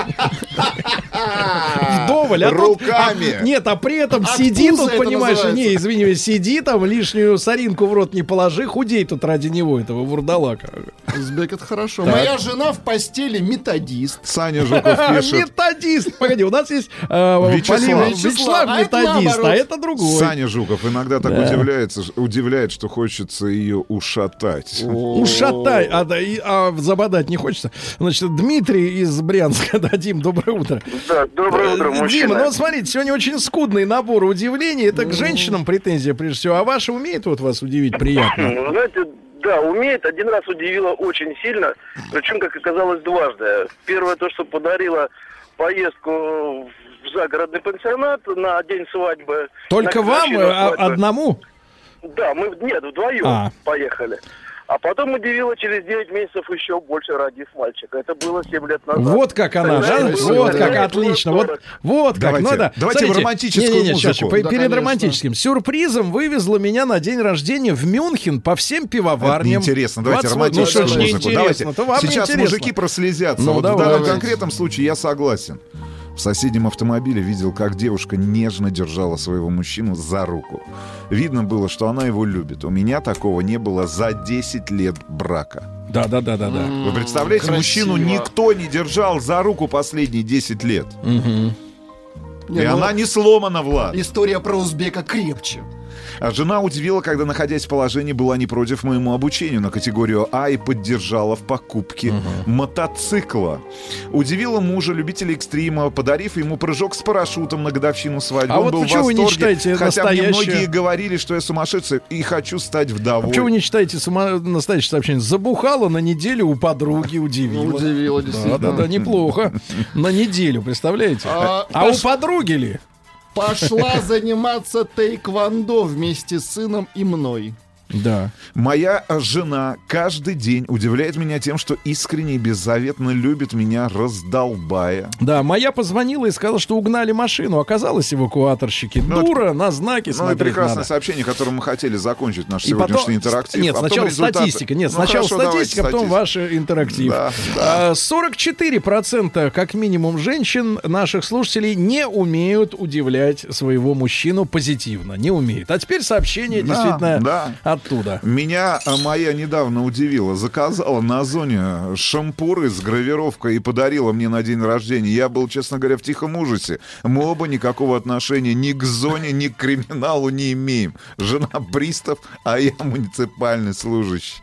Вдоволь. А руками. Тут... А... Нет, а при этом От сиди тут, понимаешь, называется. Не, извини, сиди там, лишнюю соринку в рот не положи, худей тут ради него, этого вурдалака. Узбек — это хорошо. Так. Моя жена в постели методист. Саня Жуков пишет. Методист. Погоди, у нас есть э, Вячеслав. Вячеслав а методист, а это другой. Саня Жуков иногда так да. удивляется, удивляет, что хочется ее ушатать. Ушатай, а, да, и, а забодать не хочется. Значит, Дмитрий из Брянска. Да, Дим, доброе утро. Да, доброе утро, мужчина. Дима, ну смотрите, сегодня очень скудный набор удивлений. Это к женщинам претензия, прежде всего. А ваша умеет вот вас удивить приятно? Ну, знаете, да, умеет. Один раз удивила очень сильно. Причем, как оказалось, дважды. Первое, то, что подарила поездку в загородный пансионат на день свадьбы. Только вам? А, одному? Да, мы нет, вдвоем а. поехали. А потом удивила через девять месяцев еще больше, родив мальчика. Это было семь лет назад. Вот как она, да? да? Вот как, отлично. Вот, вот как. Давайте, ну, да. давайте Смотрите, в романтическую не, не, не, музыку. сейчас, да, перед конечно. романтическим. Сюрпризом вывезла меня на день рождения в Мюнхен по всем пивоварням. Это неинтересно. Давайте романтическую ну, музыку. Давайте. Сейчас мужики прослезятся. Ну, вот давай, в данном давай. конкретном случае я согласен. В соседнем автомобиле видел, как девушка нежно держала своего мужчину за руку. Видно было, что она его любит. У меня такого не было за десять лет брака. Да, да, да, да, да. Вы представляете, красиво. мужчину никто не держал за руку последние десять лет. Угу. И Не, ну, она не сломана, Влад. История про узбека крепче. А жена удивила, когда, находясь в положении, была не против моему обучению на категорию А и поддержала в покупке uh-huh. мотоцикла. Удивила мужа, любителя экстрима, подарив ему прыжок с парашютом на годовщину свадьбы. А Он вот был в почему вы не восторге, читаете хотя мне настоящее? многие говорили, что я сумасшедший и хочу стать вдовой. А почему вы не читаете сума... настоящее сообщение? Забухала на неделю у подруги, удивила. Удивила, действительно. Да, да, да, неплохо. На неделю, представляете? А, а у подруги ли? Пошла заниматься тейквондо вместе с сыном и мной. Да. Моя жена каждый день удивляет меня тем, что искренне и беззаветно любит меня, раздолбая. Да, моя позвонила и сказала, что угнали машину. Оказалось, эвакуаторщики. Ну, Дура, на знаки ну, смотреть и прекрасное надо. сообщение, которым мы хотели закончить наш И сегодняшний потом... интерактив. Нет, а сначала результаты... статистика. Нет, ну, сначала хорошо, статистика, потом ваш интерактив. Да, да. сорок четыре процента, как минимум, женщин, наших слушателей, не умеют удивлять своего мужчину позитивно. Не умеют. А теперь сообщение Да, действительно да. оттуда. Меня а, моя недавно удивила. Заказала на Озоне шампуры с гравировкой и подарила мне на день рождения. Я был, честно говоря, в тихом ужасе. Мы оба никакого отношения ни к Зоне, ни к криминалу не имеем. Жена пристав, а я муниципальный служащий.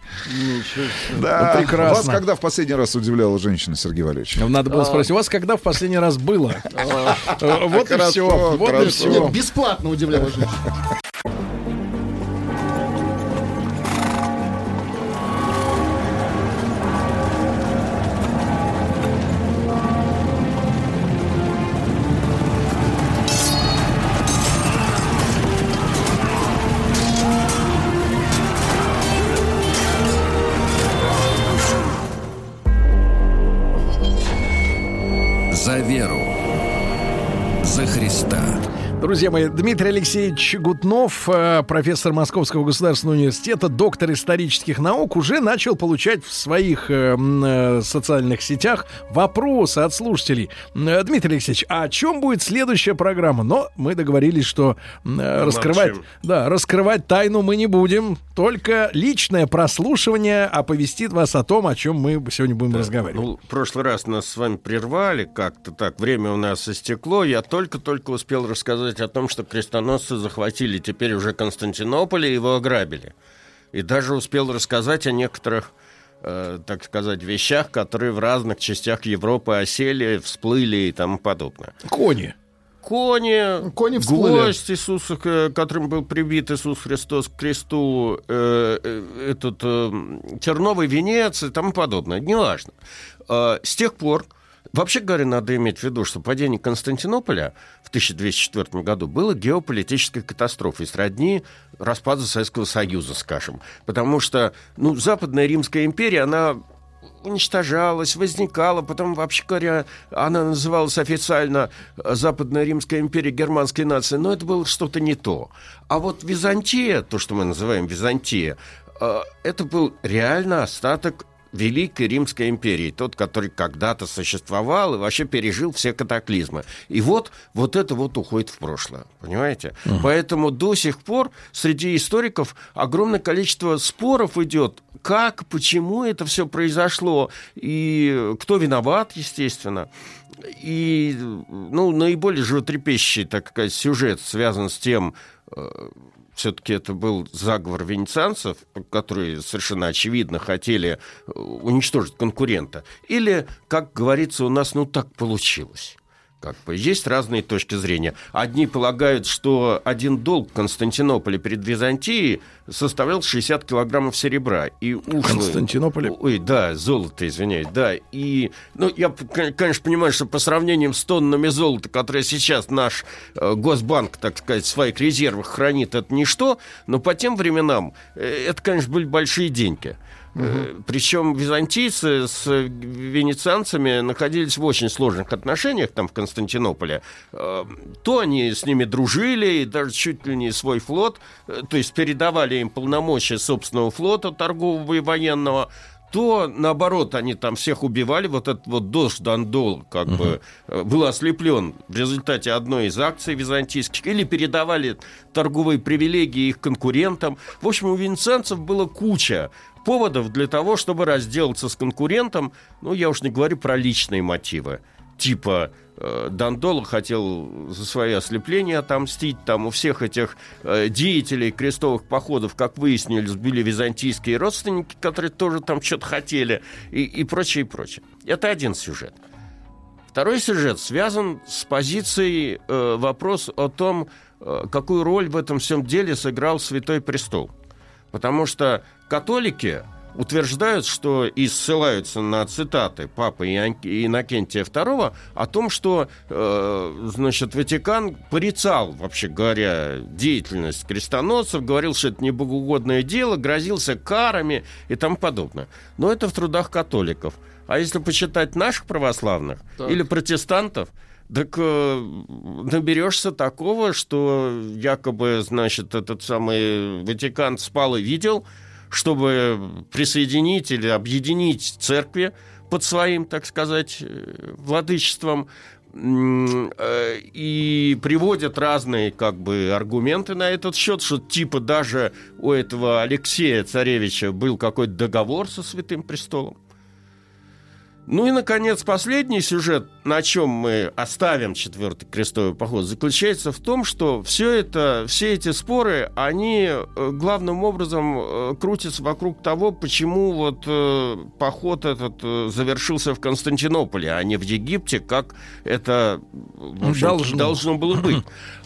Да. Ну, прекрасно. Вас когда в последний раз удивляла женщина, Сергей Валерьевич? Надо было спросить, у вас когда в последний раз было? Вот и все. Вот и все. Нет, бесплатно удивляла женщина. За веру. За Христа. Друзья мои, Дмитрий Алексеевич Гутнов, профессор Московского государственного университета, доктор исторических наук, уже начал получать в своих э, социальных сетях вопросы от слушателей. Дмитрий Алексеевич, а о чем будет следующая программа? Но мы договорились, что э, раскрывать, да, раскрывать тайну мы не будем. Только личное прослушивание оповестит вас о том, о чем мы сегодня будем да, разговаривать. Ну, в прошлый раз нас с вами прервали как-то так. Время у нас истекло. Я только-только успел рассказать о том, что крестоносцы захватили теперь уже Константинополь и его ограбили. И даже успел рассказать о некоторых, э, так сказать, вещах, которые в разных частях Европы осели, всплыли и тому подобное. Кони. Кони, Кони всплыли. Гвоздь Иисуса, к которым был прибит Иисус Христос к кресту, э, э, этот э, терновый венец и тому подобное. Неважно. Э, с тех пор, вообще говоря, надо иметь в виду, что падение Константинополя в тысяча двести четвёртом году было геополитической катастрофой, сродни распаду Советского Союза, скажем. Потому что, ну, Западная Римская империя, она уничтожалась, возникала, потом, вообще говоря, она называлась официально Западная Римская империя германской нации, но это было что-то не то. А вот Византия, то, что мы называем Византия, это был реально остаток Великой Римской империи, тот, который когда-то существовал и вообще пережил все катаклизмы. И вот, вот это вот уходит в прошлое, понимаете? Uh-huh. Поэтому до сих пор среди историков огромное количество споров идет, как, почему это все произошло, и кто виноват, естественно. И, ну, наиболее животрепещущий, так сказать, сюжет связан с тем, все-таки это был заговор венецианцев, которые совершенно очевидно хотели уничтожить конкурента. Или, как говорится у нас, ну так получилось. Как бы. Есть разные точки зрения. Одни полагают, что один долг Константинополя перед Византией составлял шестьдесят килограммов серебра. И ушло... Константинополе? Ой, да, золото, извиняюсь, да. И, ну, я, конечно, понимаю, что по сравнению с тоннами золота, которые сейчас наш э, Госбанк, так сказать, в своих резервах хранит, это ничто, но по тем временам э, это, конечно, были большие деньги. Uh-huh. Причем византийцы с венецианцами находились в очень сложных отношениях там в Константинополе. То они с ними дружили, и даже чуть ли не свой флот, то есть передавали им полномочия собственного флота торгового и военного, то, наоборот, они там всех убивали. Вот этот вот дождь Дандол как uh-huh. бы был ослеплен в результате одной из акций византийских, или передавали торговые привилегии их конкурентам. В общем, у венецианцев было куча поводов для того, чтобы разделаться с конкурентом. Ну, я уж не говорю про личные мотивы. Типа э, Дандоло хотел за свои ослепления отомстить. Там у всех этих э, деятелей крестовых походов, как выяснилось, были византийские родственники, которые тоже там что-то хотели, и, и прочее, и прочее. Это один сюжет. Второй сюжет связан с позицией э, вопрос о том, э, какую роль в этом всем деле сыграл Святой Престол. Потому что католики утверждают, что и ссылаются на цитаты папы Иннокентия второго о том, что э, значит, Ватикан порицал, вообще говоря, деятельность крестоносцев, говорил, что это не богоугодное дело, грозился карами и тому подобное. Но это в трудах католиков. А если почитать наших православных так. или протестантов, так э, наберешься такого, что якобы, значит, этот самый Ватикан спал и видел, чтобы присоединить или объединить церкви под своим, так сказать, владычеством, и приводят разные как бы аргументы на этот счет, что типа даже у этого Алексея Царевича был какой-то договор со Святым Престолом. Ну и, наконец, последний сюжет, на чем мы оставим четвертый крестовый поход, заключается в том, что все это, все эти споры, они главным образом крутятся вокруг того, почему вот поход этот завершился в Константинополе, а не в Египте, как это в общем, должно. должно было быть.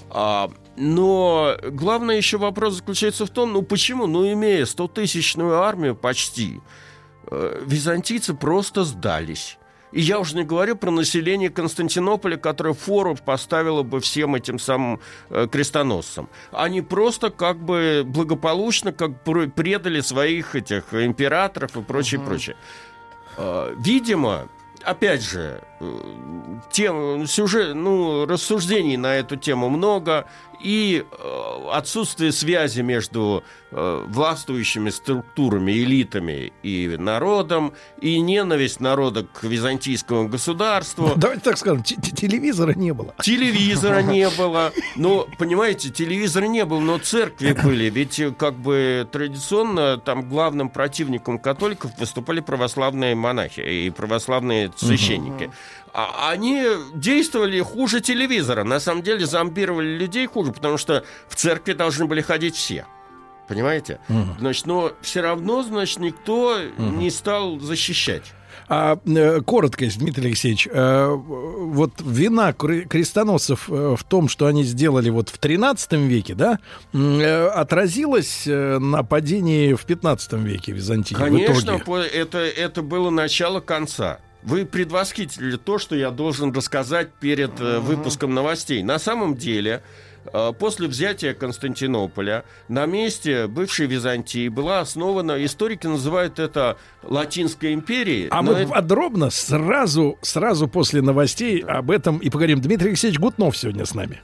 Но главный еще вопрос заключается в том, ну почему, ну имея стотысячную армию почти, византийцы просто сдались. И я уже не говорю про население Константинополя, которое фору поставило бы всем этим самым э, крестоносцам. Они просто как бы благополучно как предали своих этих императоров и прочее, uh-huh. прочее. Э, видимо, опять же, э, тем, сюжет, ну, рассуждений на эту тему много, и э, отсутствие связи между э, властвующими структурами, элитами и народом, и ненависть народа к византийскому государству. Давайте так скажем, телевизора не было. Телевизора не было. Но, понимаете, телевизора не было, но церкви были. Ведь как бы традиционно там главным противником католиков выступали православные монахи и православные священники. Угу. А они действовали хуже телевизора. На самом деле зомбировали людей хуже, потому что в церкви должны были ходить все. Понимаете? Угу. Значит, но все равно, значит, никто угу. не стал защищать. А, коротко, Дмитрий Алексеевич, вот вина крестоносцев в том, что они сделали вот в тринадцатом веке, да, отразилась на падении в пятнадцатом веке Византии? Конечно, это, это было начало конца. Вы предвосхитили то, что я должен рассказать перед uh-huh. выпуском новостей. На самом деле, после взятия Константинополя на месте бывшей Византии была основана, историки называют это Латинской империей. А мы это... подробно сразу, сразу после новостей об этом и поговорим. Дмитрий Алексеевич Гутнов сегодня с нами.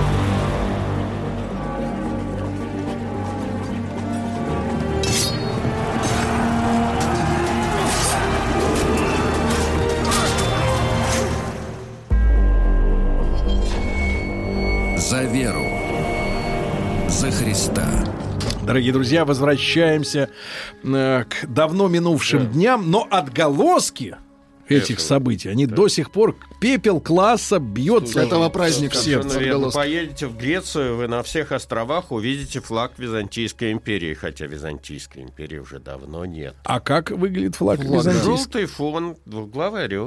За веру, за Христа. Дорогие друзья, возвращаемся э, к давно минувшим да. дням, но отголоски этих Это, событий, они да. до сих пор, пепел класса бьется этого праздника. Вы поедете в Грецию, вы на всех островах увидите флаг Византийской империи, хотя Византийской империи уже давно нет. А как выглядит флаг, флаг Византийской? Желтый фон, двухглавый орел.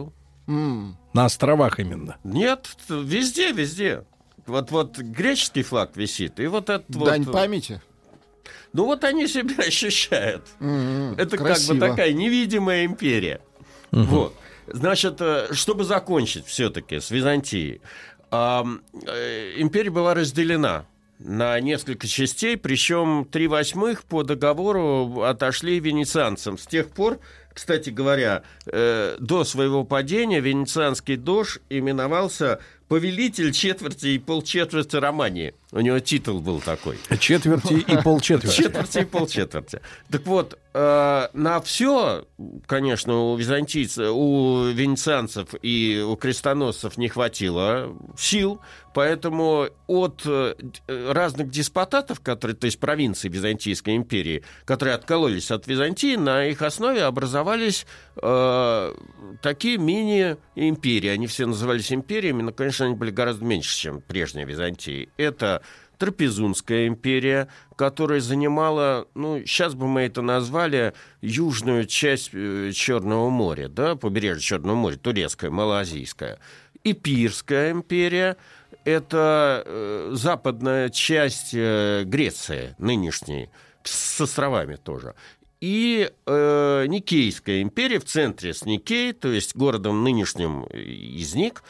Mm. На островах именно. Нет, везде, везде. Вот, вот греческий флаг висит, и вот этот Дань вот... памяти. Ну вот они себя ощущают. Mm-hmm. Это Красиво. как бы такая невидимая империя. Mm-hmm. Вот. Значит, чтобы закончить все-таки с Византией, э, э, империя была разделена на несколько частей, причем три восьмых по договору отошли венецианцам. С тех пор, кстати говоря, э, до своего падения венецианский дож именовался «Повелитель четверти и полчетверти Романии». У него титул был такой. Четверти и полчетверти. Четверти и полчетверти. Так вот, э, на все, конечно, у византийцев, у венецианцев и у крестоносцев не хватило сил, поэтому от э, разных деспотатов, которые, то есть провинций Византийской империи, которые откололись от Византии, на их основе образовались э, такие мини-империи. Они все назывались империями, но, конечно, они были гораздо меньше, чем прежняя Византия. Это Трапезунская империя, которая занимала, ну, сейчас бы мы это назвали, южную часть Черного моря, да, побережье Черного моря, турецкая, малоазийская. Ипирская империя – это э, западная часть э, Греции нынешней, с островами тоже. И э, Никейская империя в центре с Никей, то есть городом нынешним Изник,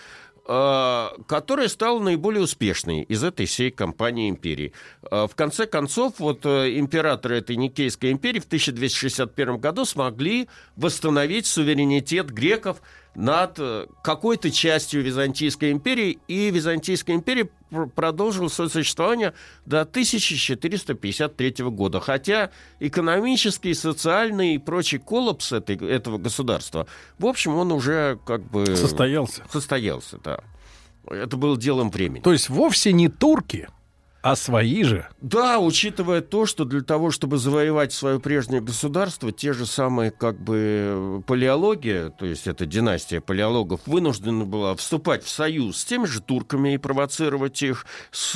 которая стала наиболее успешной из этой всей компании империи. В конце концов, вот императоры этой Никейской империи в тысяча двести шестьдесят первом году смогли восстановить суверенитет греков над какой-то частью Византийской империи, и Византийская империя продолжила свое существование до тысяча четыреста пятьдесят третьего года. Хотя экономический, социальный и прочий коллапс этой, этого государства, в общем, он уже как бы... Состоялся. Состоялся, да. Это было делом времени. То есть вовсе не турки, а свои же. Да, учитывая то, что для того, чтобы завоевать свое прежнее государство, те же самые, как бы, палеология, то есть эта династия палеологов, вынуждена была вступать в союз с теми же турками и провоцировать их, с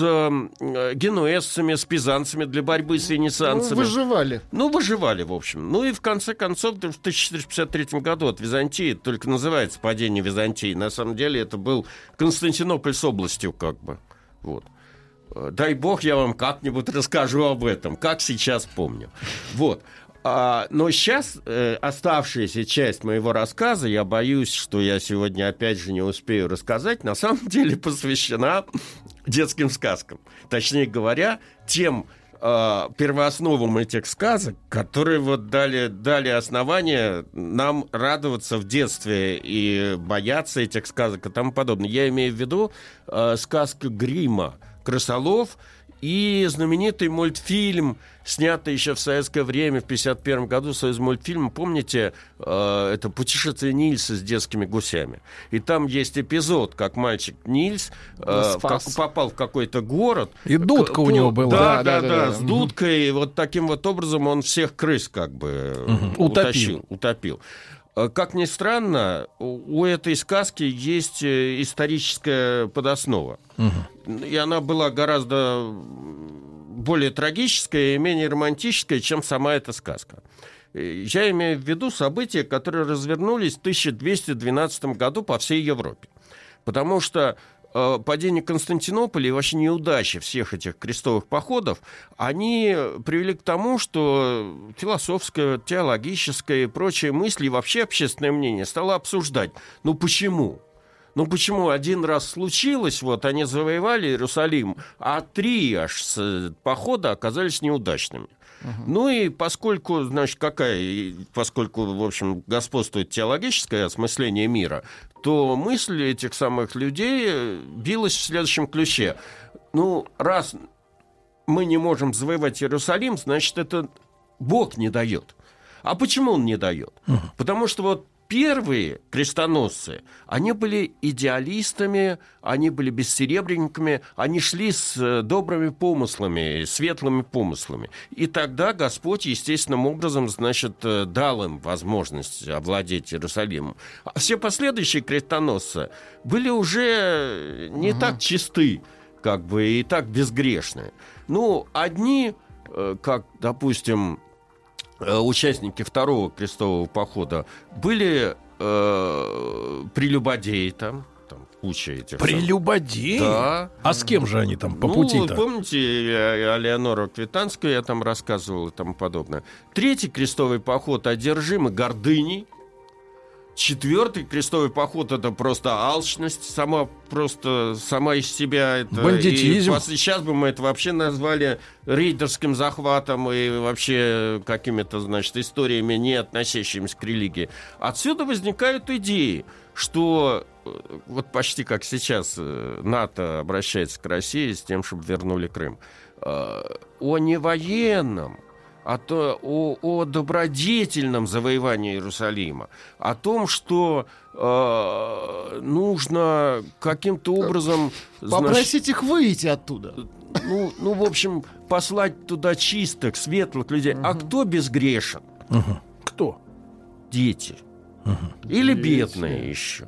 э, генуэзцами, с пизанцами для борьбы с венецианцами. Ну, выживали. Ну, выживали, в общем. Ну и в конце концов, в тысяча четыреста пятьдесят третьем году от Византии, только называется падение Византии, на самом деле это был Константинополь с областью, как бы, вот. Дай бог, я вам как-нибудь расскажу об этом, как сейчас помню. Вот. А, но сейчас э, оставшаяся часть моего рассказа, я боюсь, что я сегодня опять же не успею рассказать, на самом деле посвящена детским сказкам. Точнее говоря, тем э, первоосновам этих сказок, которые вот дали, дали основание нам радоваться в детстве и бояться этих сказок и тому подобное. Я имею в виду э, сказку Гримма «Крысолов» и знаменитый мультфильм, снятый еще в советское время, в пятьдесят первом году, союзмультфильм, помните, э, это «Путешествие Нильса с детскими гусями». И там есть эпизод, как мальчик Нильс э, в как, попал в какой-то город. И дудка к, у него была. Да, да, да, да, да, да, с дудкой. И вот таким вот образом он всех крыс как бы угу. утащил, утопил. Как ни странно, у этой сказки есть историческая подоснова. Угу. И она была гораздо более трагическая и менее романтическая, чем сама эта сказка. Я имею в виду события, которые развернулись в тысяча двести двенадцатом году по всей Европе. Потому что падение Константинополя и вообще неудачи всех этих крестовых походов, они привели к тому, что философское, теологическое и прочие мысли, и вообще общественное мнение стало обсуждать. Ну почему? Ну почему один раз случилось, вот они завоевали Иерусалим, а три аж с похода оказались неудачными. Uh-huh. Ну и поскольку, значит, какая, поскольку, в общем, господствует теологическое осмысление мира, то мысль этих самых людей билась в следующем ключе. Ну, раз мы не можем завоевать Иерусалим, значит, это Бог не дает. А почему Он не дает? Uh-huh. Потому что вот первые крестоносцы, они были идеалистами, они были бессеребренниками, они шли с добрыми помыслами, светлыми помыслами. И тогда Господь естественным образом, значит, дал им возможность овладеть Иерусалимом. А все последующие крестоносцы были уже не угу. так чисты, как бы, и так безгрешны. Ну, одни, как, допустим, участники второго крестового похода были э, прелюбодеи там. Там куча этих... Прелюбодеи? Да. А с кем же они там по ну, пути-то? Помните, Алеонора Квитанскую я там рассказывал и тому подобное. Третий крестовый поход одержимы гордыней. Четвертый крестовый поход — это просто алчность, сама просто сама из себя. Это, бандитизм. И сейчас бы мы это вообще назвали рейдерским захватом и вообще какими-то, значит, историями, не относящимися к религии. Отсюда возникают идеи, что вот почти как сейчас НАТО обращается к России с тем, чтобы вернули Крым. О невоенном, а то о, о добродетельном завоевании Иерусалима, о том, что э, нужно каким-то образом... Попросить значит, их выйти оттуда. Ну, ну, в общем, послать туда чистых, светлых людей. Угу. А кто безгрешен? Угу. Кто? Дети. Угу. Или Дети. Бедные еще.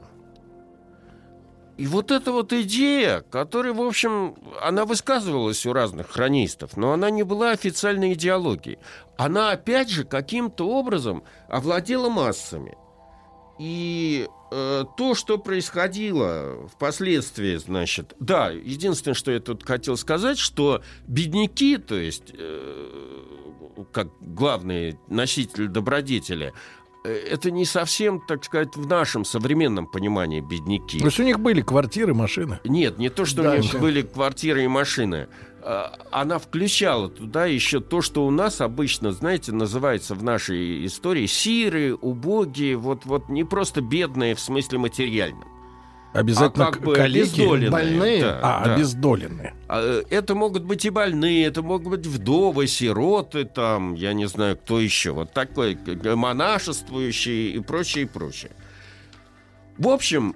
И вот эта вот идея, которая, в общем, она высказывалась у разных хронистов, но она не была официальной идеологией. Она, опять же, каким-то образом овладела массами. И э, то, что происходило впоследствии, значит... Да, единственное, что я тут хотел сказать, что бедняки, то есть, э, как главные носители добродетели, это не совсем, так сказать, в нашем современном понимании бедняки. То есть у них были квартиры, машины? Нет, не то, что да, у них да. были квартиры и машины. Она включала туда еще то, что у нас обычно, знаете, называется в нашей истории сиры, убогие, вот, вот не просто бедные в смысле материальном. Обязательно а как бы коллеги, больные. Да, а, да. обездоленные. Это могут быть и больные, это могут быть вдовы, сироты, там, я не знаю, кто еще. Вот такой монашествующий и прочее, и прочее. В общем,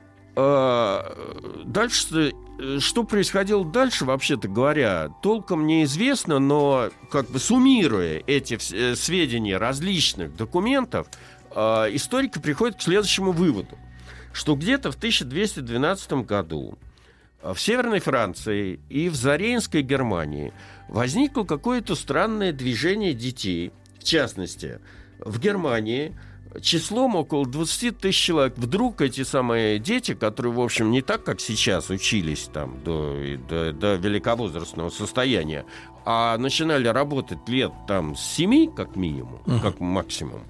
дальше, что происходило дальше, вообще-то говоря, толком неизвестно, но как бы суммируя эти сведения различных документов, историки приходят к следующему выводу, что где-то в тысяча двести двенадцатом году в Северной Франции и в Зарейнской Германии возникло какое-то странное движение детей. В частности, в Германии числом около двадцать тысяч человек. Вдруг эти самые дети, которые, в общем, не так, как сейчас, учились там до, до, до великовозрастного состояния, а начинали работать лет там с семи, как минимум, uh-huh. как максимум,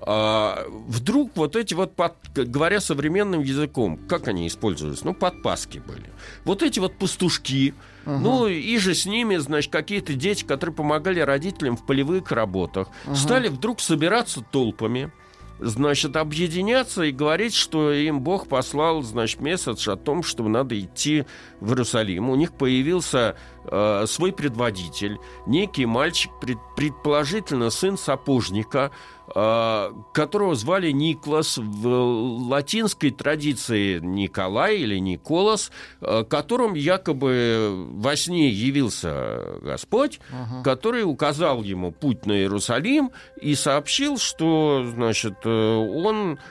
А, вдруг вот эти вот, под, говоря современным языком, как они использовались? Ну, подпаски были. Вот эти вот пастушки, uh-huh. ну, и же с ними, значит, какие-то дети, которые помогали родителям в полевых работах, uh-huh. стали вдруг собираться толпами, значит, объединяться и говорить, что им Бог послал, значит, месседж о том, что надо идти в Иерусалим. У них появился э, свой предводитель, некий мальчик, пред, предположительно сын сапожника, которого звали Никлас, в латинской традиции Николай или Николас, которым якобы во сне явился Господь, uh-huh. который указал ему путь на Иерусалим и сообщил, что, значит, он,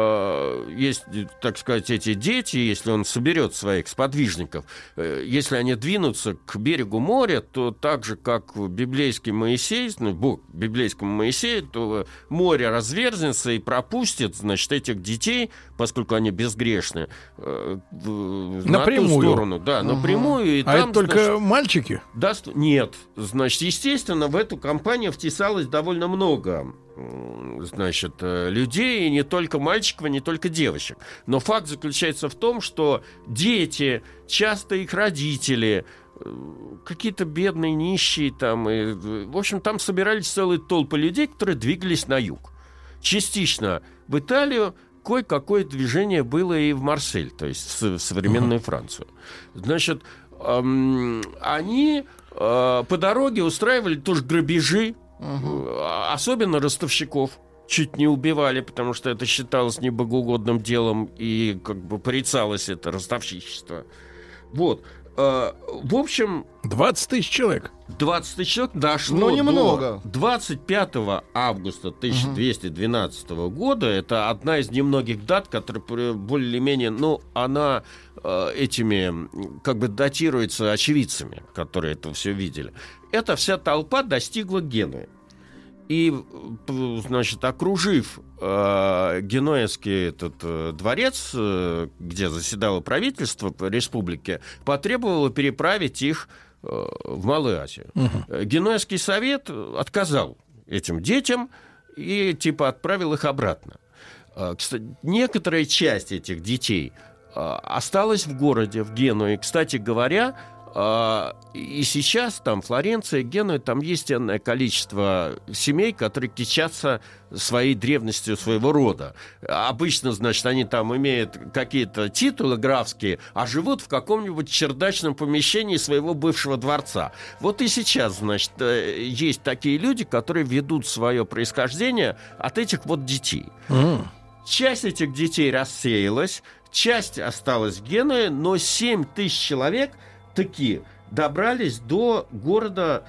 есть, так сказать, эти дети, если он соберет своих сподвижников, если они двинутся к берегу моря, то так же, как библейский Моисей, ну, Бог библейскому Моисею, то море разверзнется и пропустит, значит, этих детей, поскольку они безгрешны, э, в, на ту сторону. Да, угу. напрямую. И а там, это только значит, мальчики? Даст... Нет. Значит, естественно, в эту компанию втесалось довольно много, значит, людей, и не только мальчиков, и не только девочек. Но факт заключается в том, что дети, часто их родители, какие-то бедные, нищие там, и, в общем, там собирались целые толпы людей, которые двигались на юг. Частично в Италию, кое-какое движение было и в Марсель, то есть в современную uh-huh. Францию. Значит, эм, они э, по дороге устраивали тоже грабежи, uh-huh. особенно ростовщиков. Чуть не убивали, потому что это считалось небогоугодным делом, и как бы порицалось это ростовщичество. Вот. В общем... двадцать тысяч человек. двадцать тысяч человек дошло ну, немного. до двадцать пятого августа тысяча двести двенадцатого uh-huh. года. Это одна из немногих дат, которая более-менее... Ну, она э, этими как бы датируется очевидцами, которые это все видели. Эта вся толпа достигла Генуи. И, значит, окружив э, Генуэзский этот э, дворец, э, где заседало правительство республики, потребовало переправить их э, в Малую Азию. Угу. Генуэзский совет отказал этим детям и типа отправил их обратно. Э, кстати, некоторая часть этих детей э, осталась в городе, в Генуе. Кстати говоря, и сейчас там Флоренция, Генуя, там есть энное количество семей, которые кичатся своей древностью своего рода. Обычно, значит, они там имеют какие-то титулы графские, а живут в каком-нибудь чердачном помещении своего бывшего дворца. Вот и сейчас, значит, есть такие люди, которые ведут свое происхождение от этих вот детей. Mm. Часть этих детей рассеялась, часть осталась в Генуе, но семь тысяч человек таки добрались до города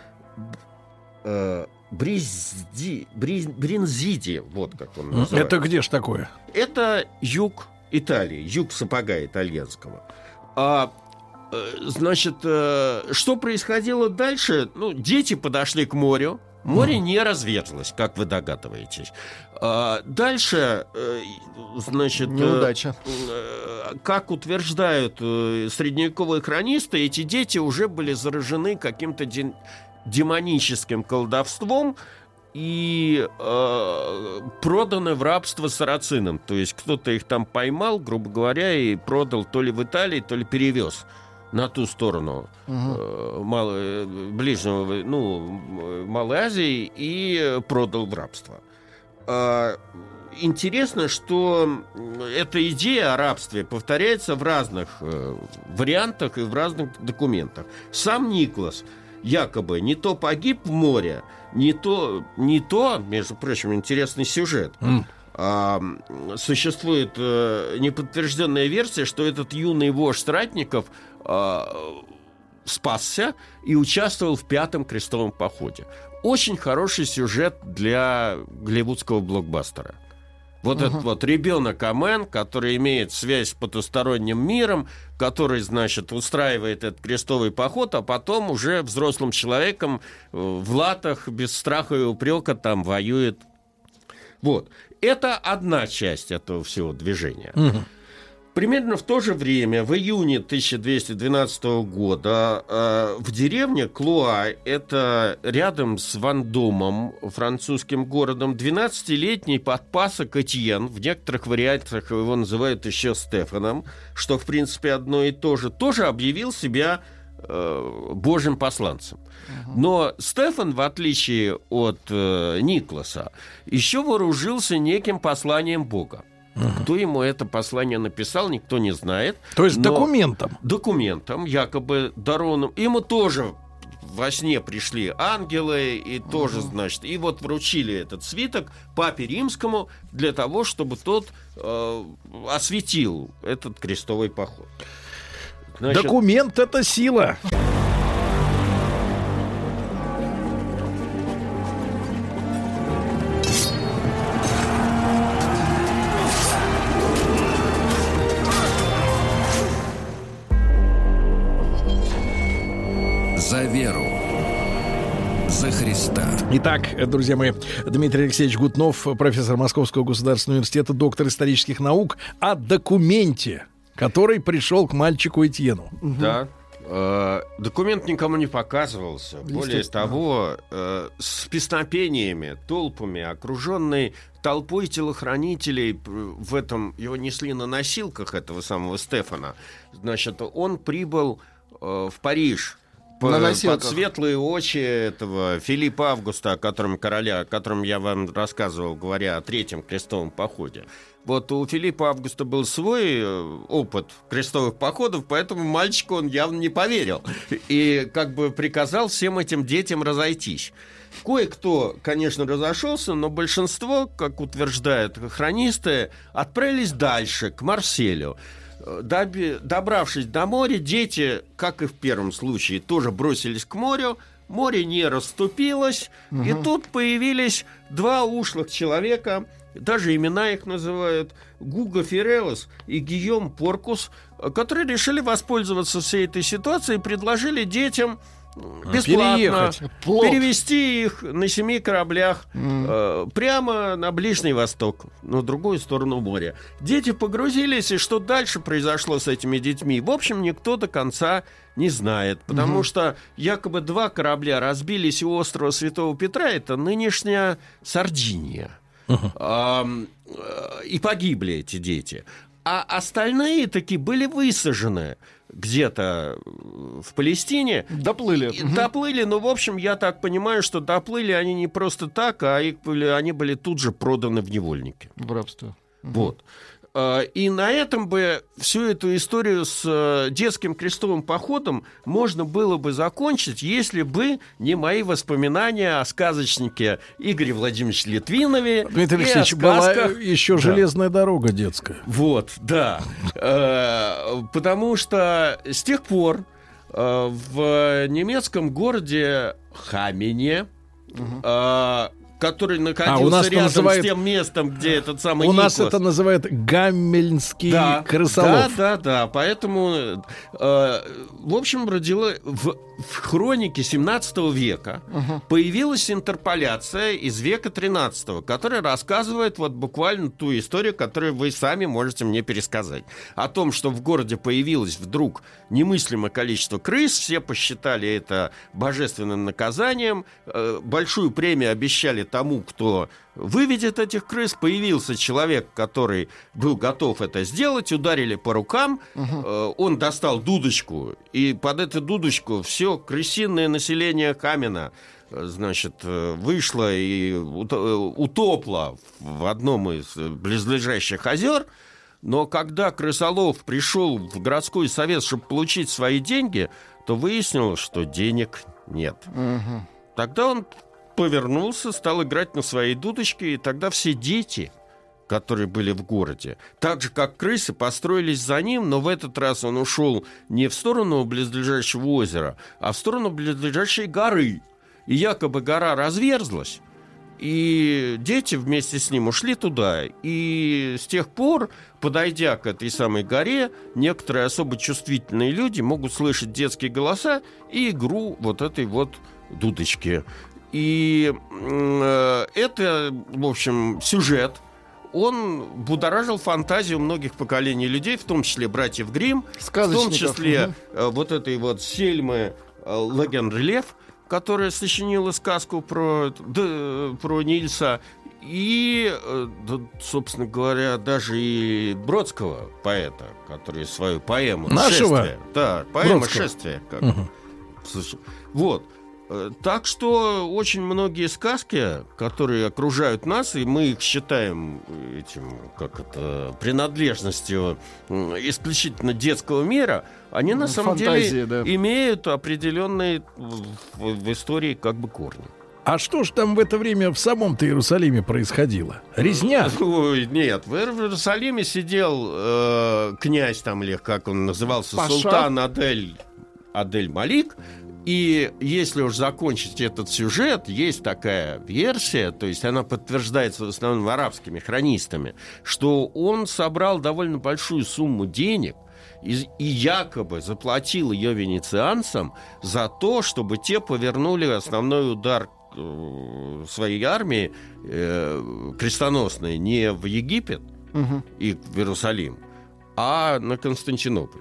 э, Бризди, Бриз, Бринзиди, вот как он называется. Это где ж такое? Это юг Италии, юг сапога итальянского. А, э, значит, э, что происходило дальше? Ну, дети подошли к морю. Море не разверзлось, как вы догадываетесь. А дальше, значит, неудача. Как утверждают средневековые хронисты, эти дети уже были заражены каким-то демоническим колдовством и э, проданы в рабство сарацинам. То есть кто-то их там поймал, грубо говоря, и продал то ли в Италии, то ли перевез на ту сторону угу. э, мало, ближнего, ну, Малой Азии и продал в рабство. Э, интересно, что эта идея о рабстве повторяется в разных э, вариантах и в разных документах. Сам Никлас якобы не то погиб в море, не то, не то, между прочим, интересный сюжет. Mm. А, существует э, неподтвержденная версия, что этот юный вождь ратников а, спасся и участвовал в пятом крестовом походе. Очень хороший сюжет для голливудского блокбастера. Вот uh-huh. этот вот ребенок Амен, который имеет связь с потусторонним миром, который, значит, устраивает этот крестовый поход, а потом уже взрослым человеком в латах, без страха и упрека там воюет. Вот. Это одна часть этого всего движения. Uh-huh. Примерно в то же время, в июне тысяча двести двенадцатого года, э, в деревне Клуа, это рядом с Вандомом, французским городом, двенадцатилетний подпасок Этьен, в некоторых вариантах его называют еще Стефаном, что, в принципе, одно и то же, тоже объявил себя э, божьим посланцем. Uh-huh. Но Стефан, в отличие от э, Никласа, еще вооружился неким посланием Бога. Uh-huh. Кто ему это послание написал, никто не знает. То есть документом? Документом, якобы дарованным. Ему тоже во сне пришли ангелы, и uh-huh. тоже, значит, и вот вручили этот свиток папе римскому для того, чтобы тот э, осветил этот крестовый поход. Значит, документ — это сила. За веру. За Христа. Итак, друзья мои, Дмитрий Алексеевич Гутнов, профессор Московского государственного университета, доктор исторических наук, о документе, который пришел к мальчику Этьену. Да. Э, документ никому не показывался. Более того, э, с песнопениями, толпами, окруженный толпой телохранителей, в этом его несли на носилках, этого самого Стефана. Значит, он прибыл э, в Париж По, под светлые очи этого Филиппа Августа, о котором короля, о котором я вам рассказывал, говоря о третьем крестовом походе. Вот у Филиппа Августа был свой опыт крестовых походов, поэтому мальчику он явно не поверил. И как бы приказал всем этим детям разойтись. Кое-кто, конечно, разошелся, но большинство, как утверждают хронисты, отправились дальше, к Марселю. Добравшись до моря, дети, как и в первом случае, тоже бросились к морю. Море не расступилось, угу. и тут появились два ушлых человека, даже имена их называют, Гуго Ферелос и Гийом Поркус, которые решили воспользоваться всей этой ситуацией и предложили детям бесплатно переехать. перевести их на семи кораблях mm. э, прямо на Ближний Восток, на другую сторону моря. Дети погрузились, и что дальше произошло с этими детьми, в общем, никто до конца не знает, потому mm-hmm. что якобы два корабля разбились у острова Святого Петра, это нынешняя Сардиния, uh-huh. а, и погибли эти дети. А остальные таки были высажены где-то в Палестине. Доплыли. Доплыли, но, в общем, я так понимаю, что доплыли они не просто так, а их были, они были тут же проданы в невольники. В рабство. Вот. И на этом бы всю эту историю с детским крестовым походом можно было бы закончить, если бы не мои воспоминания о сказочнике Игоре Владимировиче Литвинове. Дмитрий Алексеевич, была еще да. железная дорога детская. Вот, да. Потому что с тех пор в немецком городе Хамене, который находился а, рядом называют... с тем местом, где этот самый У Никлас. нас это называют Гамельнский да, крысолов. Да, да, да. Поэтому, э, в общем, родила в, в хронике семнадцатого века uh-huh. появилась интерполяция из века тринадцатого, которая рассказывает вот буквально ту историю, которую вы сами можете мне пересказать. О том, что в городе появилось вдруг немыслимое количество крыс, все посчитали это божественным наказанием, э, большую премию обещали тому, кто выведет этих крыс. Появился человек, который был готов это сделать, ударили по рукам, угу. э, он достал дудочку, и под эту дудочку все крысиное население Хамена, значит, вышло и утопло в одном из близлежащих озер. Но когда крысолов пришел в городской совет, чтобы получить свои деньги, то выяснилось, что денег нет. Угу. Тогда он повернулся, стал играть на своей дудочке, и тогда все дети, которые были в городе, так же, как крысы, построились за ним, но в этот раз он ушел не в сторону близлежащего озера, а в сторону близлежащей горы. И якобы гора разверзлась, и дети вместе с ним ушли туда. И с тех пор, подойдя к этой самой горе, некоторые особо чувствительные люди могут слышать детские голоса и игру вот этой вот дудочки. И э, это, в общем, сюжет. Он будоражил фантазию многих поколений людей, в том числе братьев Гримм, в том числе э, вот этой вот Сельмы э, Лагенрелев, которая сочинила сказку про, да, про Нильса, и, да, собственно говоря, даже и Бродского, поэта, который свою поэму Нашего? «Шествие». Да, поэма Бродского. «Шествие». Как... Угу. Вот. Так что очень многие сказки, которые окружают нас, и мы их считаем этим, как это, принадлежностью исключительно детского мира, они на самом Фантазия, деле да. имеют определенные в, в истории как бы корни. А что ж там в это время в самом-то Иерусалиме происходило? Резня? Ой, нет, в Иерусалиме сидел э, князь там, или как он назывался, Паша. Султан Адель, Адель Малик. И если уж закончить этот сюжет, есть такая версия, то есть она подтверждается в основном арабскими хронистами, что он собрал довольно большую сумму денег и, и якобы заплатил ее венецианцам за то, чтобы те повернули основной удар э, своей армии э, крестоносной не в Египет угу. и в Иерусалим, а на Константинополь.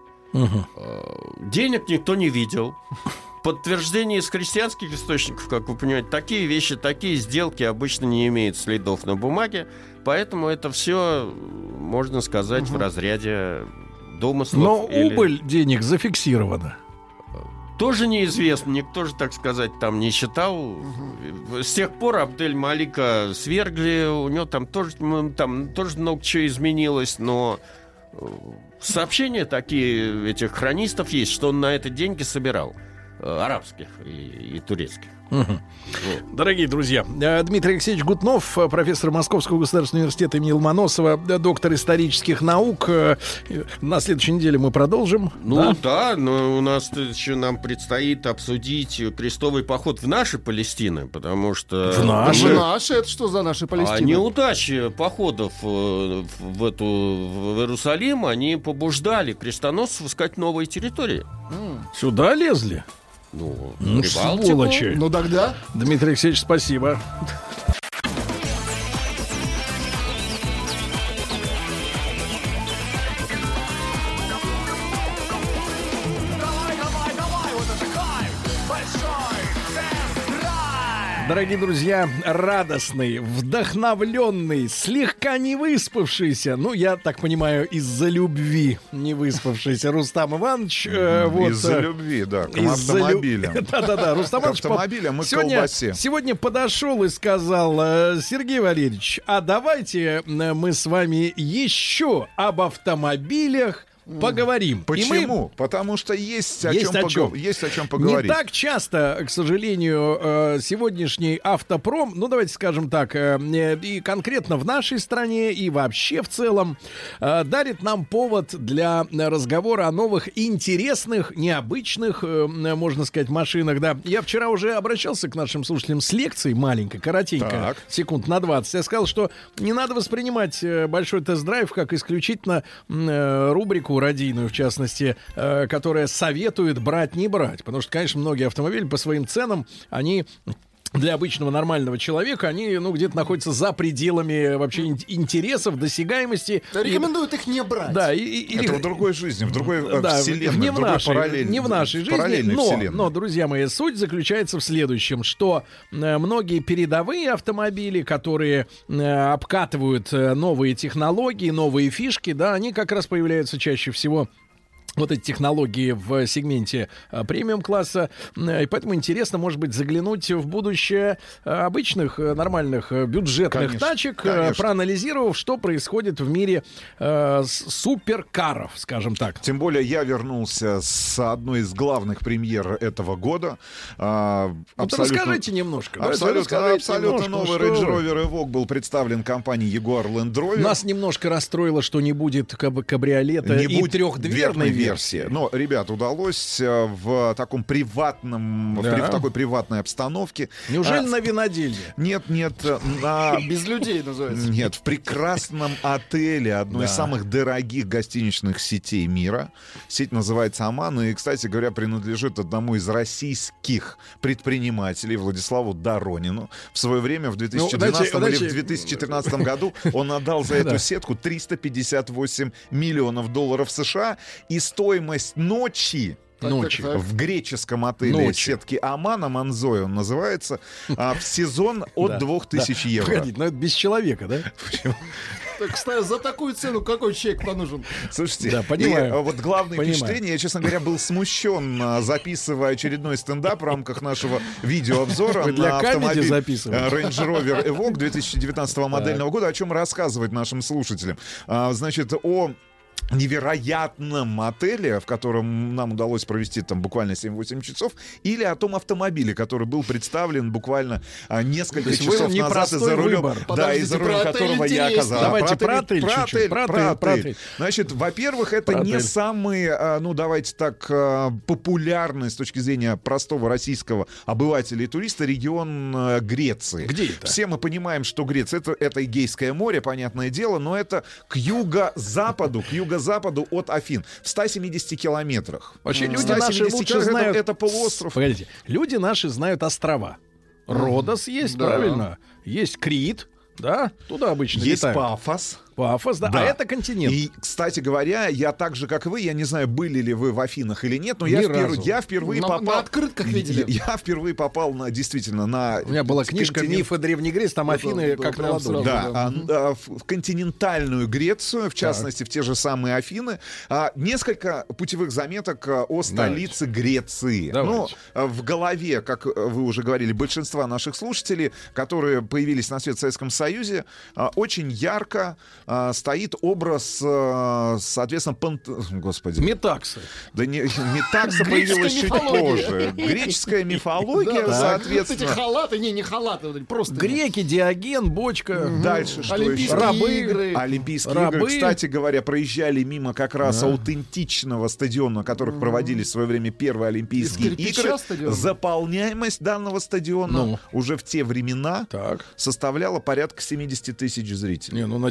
Угу. Денег никто не видел. Подтверждение из христианских источников, как вы понимаете, такие вещи, такие сделки обычно не имеют следов на бумаге, поэтому это все, можно сказать, угу. в разряде домыслов. Но или... убыль денег зафиксирована. Тоже неизвестно, никто же, так сказать, там не считал. Угу. С тех пор Абдель Малика свергли, у него там тоже, там тоже много чего изменилось, но... Сообщения такие этих хронистов есть, что он на это деньги собирал, арабских и, и турецких. Угу. Вот. Дорогие друзья, Дмитрий Алексеевич Гутнов, профессор Московского государственного университета имени Ломоносова, доктор исторических наук. На следующей неделе мы продолжим. Ну да, да, но у нас еще нам предстоит обсудить крестовый поход в наши Палестины, потому что... В наши? В наши? Это что за наши Палестины? А неудачи походов в, эту, в Иерусалим, они побуждали крестоносцев искать новые территории. Сюда лезли? Ну, ну сволочи. Ну тогда. Дмитрий Алексеевич, спасибо. Дорогие друзья, радостный, вдохновленный, слегка не выспавшийся, ну, я так понимаю, из-за любви не выспавшийся Рустам Иванович. Э, вот, из-за любви, да, к автомобилям. Лю... Да-да-да, Рустам Иванович. К автомобилям и сегодня, колбасе. Сегодня подошел и сказал: Сергей Валерьевич, а давайте мы с вами еще об автомобилях поговорим. Почему? Мы... Потому что есть о, есть, чем о чем. Погов... есть о чем поговорить. Не так часто, к сожалению, сегодняшний автопром, ну давайте скажем так, и конкретно в нашей стране, и вообще в целом, дарит нам повод для разговора о новых интересных, необычных, можно сказать, машинах. Да. Я вчера уже обращался к нашим слушателям с лекцией маленькой, коротенькой, так. секунд на двадцать. Я сказал, что не надо воспринимать большой тест-драйв как исключительно рубрику радийную, в частности, э, которая советует брать, не брать. Потому что, конечно, многие автомобили по своим ценам, они... для обычного нормального человека они, ну, где-то находятся за пределами вообще интересов, досягаемости. Рекомендуют и, их не брать. Да, и, и, это или... в другой жизни, в другой да, вселенной, не в, в нашей, параллель... не в нашей жизни. Но, но, друзья мои, суть заключается в следующем, что э, многие передовые автомобили, которые э, обкатывают э, новые технологии, новые фишки, да, они как раз появляются чаще всего. Вот эти технологии в сегменте а, премиум-класса. И поэтому интересно, может быть, заглянуть в будущее а, обычных, нормальных, бюджетных конечно, тачек, конечно. проанализировав, что происходит в мире а, суперкаров, скажем так. Тем более я вернулся с одной из главных премьер этого года. А, абсолютно, ну, расскажите немножко. Абсолютно, да, абсолютно немножко, новый Range Rover Evoque был представлен компанией Jaguar Land Rover. Нас немножко расстроило, что не будет каб- кабриолета не и трехдверной версии. Но, ребят, удалось в таком приватном, да. в, в такой приватной обстановке. Неужели а, на винодельне? Нет, нет. На... Без людей называется. Нет, в прекрасном отеле одной из самых дорогих гостиничных сетей мира. Сеть называется «Аман». И, кстати говоря, принадлежит одному из российских предпринимателей, Владиславу Доронину. В свое время, в две тысячи двенадцатом ну, или в две тысячи четырнадцатом году, он отдал за эту сетку триста пятьдесят восемь миллионов долларов США. И стоимость ночи Ночи. в греческом отеле Ночи. сетки Амана, Манзой он называется, а, в сезон от двух тысяч евро. Погодите, но это без человека, да? Почему? Так, кстати, за такую цену какой человек нужен? Слушайте, да, понимаю. И, вот главное понимаю. впечатление, я, честно говоря, был смущен, записывая очередной стендап в рамках нашего видеообзора Вы на автомобиль Range Rover Evoque две тысячи девятнадцатого модельного года, о чем рассказывать нашим слушателям. А, значит, о невероятном отеле, в котором нам удалось провести там буквально семь-восемь часов, или о том автомобиле, который был представлен буквально а, несколько часов назад за рулем, да, и за рулем которого я оказался. Давайте про отель, про отель, отель, про отель, про про отель. отель. Значит, во-первых, это про не отель. самый, а, ну давайте так, а, популярный с точки зрения простого российского обывателя и туриста регион а, Греции. Где это? Все мы понимаем, что Греция это, это Эгейское море, понятное дело, но это к юго-западу, к юго западу от Афин, в ста семидесяти километрах. Вообще люди наши лучше знают... Это, это полуостров. Погодите, люди наши знают острова. Родос есть, да. правильно? Есть Крит, да? Туда обычно есть летают. Пафос. Пафос, да. да. А это континент. И, кстати говоря, я так же, как и вы, я не знаю, были ли вы в Афинах или нет, но я, впер... я впервые на, попал... На открытках видели. Я, я впервые попал на, действительно, на... У меня была книжка континент... «Мифы Древней Греции», там Афины да, как на ладони. Да, да. А, а, в, в континентальную Грецию, в частности, так. в те же самые Афины. А, несколько путевых заметок о столице Давайте. Греции. Давайте. Ну, в голове, как вы уже говорили, большинства наших слушателей, которые появились на свет в Советском Союзе, очень ярко стоит образ, соответственно, пант... Господи. Метакса. Да не, Метакса появилась чуть позже. Греческая мифология, да, соответственно. Вот эти халаты, не, не халаты, просто. Греки, Диоген, бочка. Дальше что Олимпийские еще? Рабы. игры. Олимпийские Рабы. игры. Кстати говоря, проезжали мимо как раз да. аутентичного стадиона, на которых проводились в свое время первые Олимпийские игры. Стадион. Заполняемость данного стадиона ну. уже в те времена так. составляла порядка семьдесят тысяч зрителей. Не, ну на Динамо-то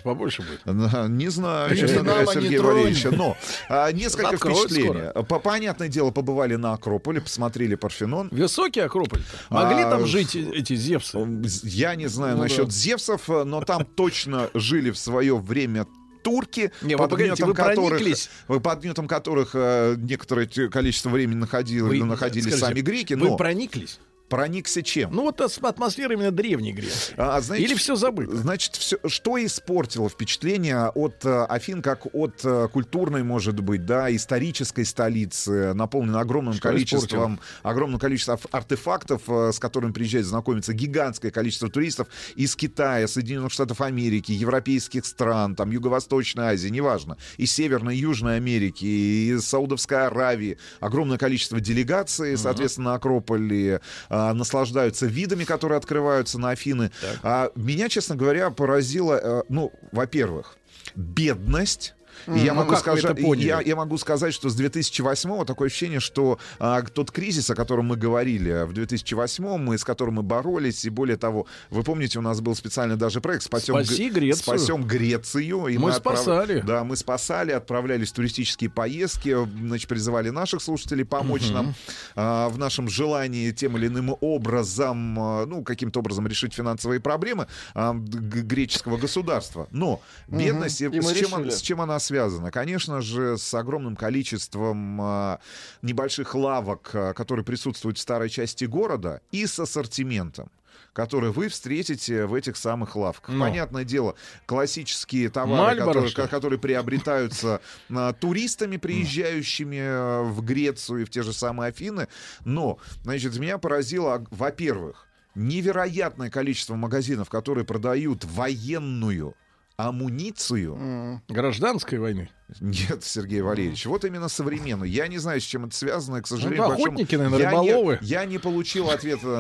побольше будет. Не знаю, честно говоря, Сергей Валерьевич. Но а, несколько Откроют впечатлений. Скоро. Понятное дело, побывали на Акрополе, посмотрели Парфенон. Высокий Акрополь. Могли а, там жить эти Зевсы? Я не знаю ну, насчет да. Зевсов, но там точно жили в свое время турки, не, под, погодите, гнетом которых, вы под гнетом которых э, некоторое количество времени находил, вы, находились скажите, сами греки. Вы но... прониклись? Проникся чем? Ну вот атмосфера именно древней Греции. А, значит, или все забыто? Значит, все, что испортило впечатление от uh, Афин, как от uh, культурной, может быть, да, исторической столицы, наполненной огромным что количеством, огромным количеством артефактов, uh, с которыми приезжает знакомиться гигантское количество туристов из Китая, Соединенных Штатов Америки, европейских стран, там, Юго-Восточной Азии, неважно, из Северной и Южной Америки, из Саудовской Аравии, огромное количество делегаций, uh-huh. соответственно, на Акрополе, наслаждаются видами, которые открываются на Афины. А, меня, честно говоря, поразило, ну, во-первых, бедность. Mm, я, ну могу сказать, я, я могу сказать, что с две тысячи восьмого такое ощущение, что а, тот кризис, о котором мы говорили в две тысячи восьмом, и с которым мы боролись, и более того, вы помните, у нас был специальный даже проект «Спасем, Спаси Грецию». Спасем Грецию. И мы, мы спасали. Отправ... Да, мы спасали, отправлялись в туристические поездки, значит, призывали наших слушателей помочь uh-huh. нам а, в нашем желании тем или иным образом, а, ну, каким-то образом решить финансовые проблемы а, греческого государства. Но бедность, uh-huh. с, чем, с чем она связано? Конечно же, с огромным количеством а, небольших лавок, а, которые присутствуют в старой части города, и с ассортиментом, которые вы встретите в этих самых лавках. Но. Понятное дело, классические товары, Мальборо, которые, которые приобретаются а, туристами, приезжающими а, в Грецию и в те же самые Афины. Но, значит, меня поразило, во-первых, невероятное количество магазинов, которые продают военную амуницию. Mm. Гражданской войны? Нет, Сергей Валерьевич, mm. вот именно современную. Я не знаю, с чем это связано, к сожалению. Ну, охотники, наверное, я рыболовы. Не, я не получил ответа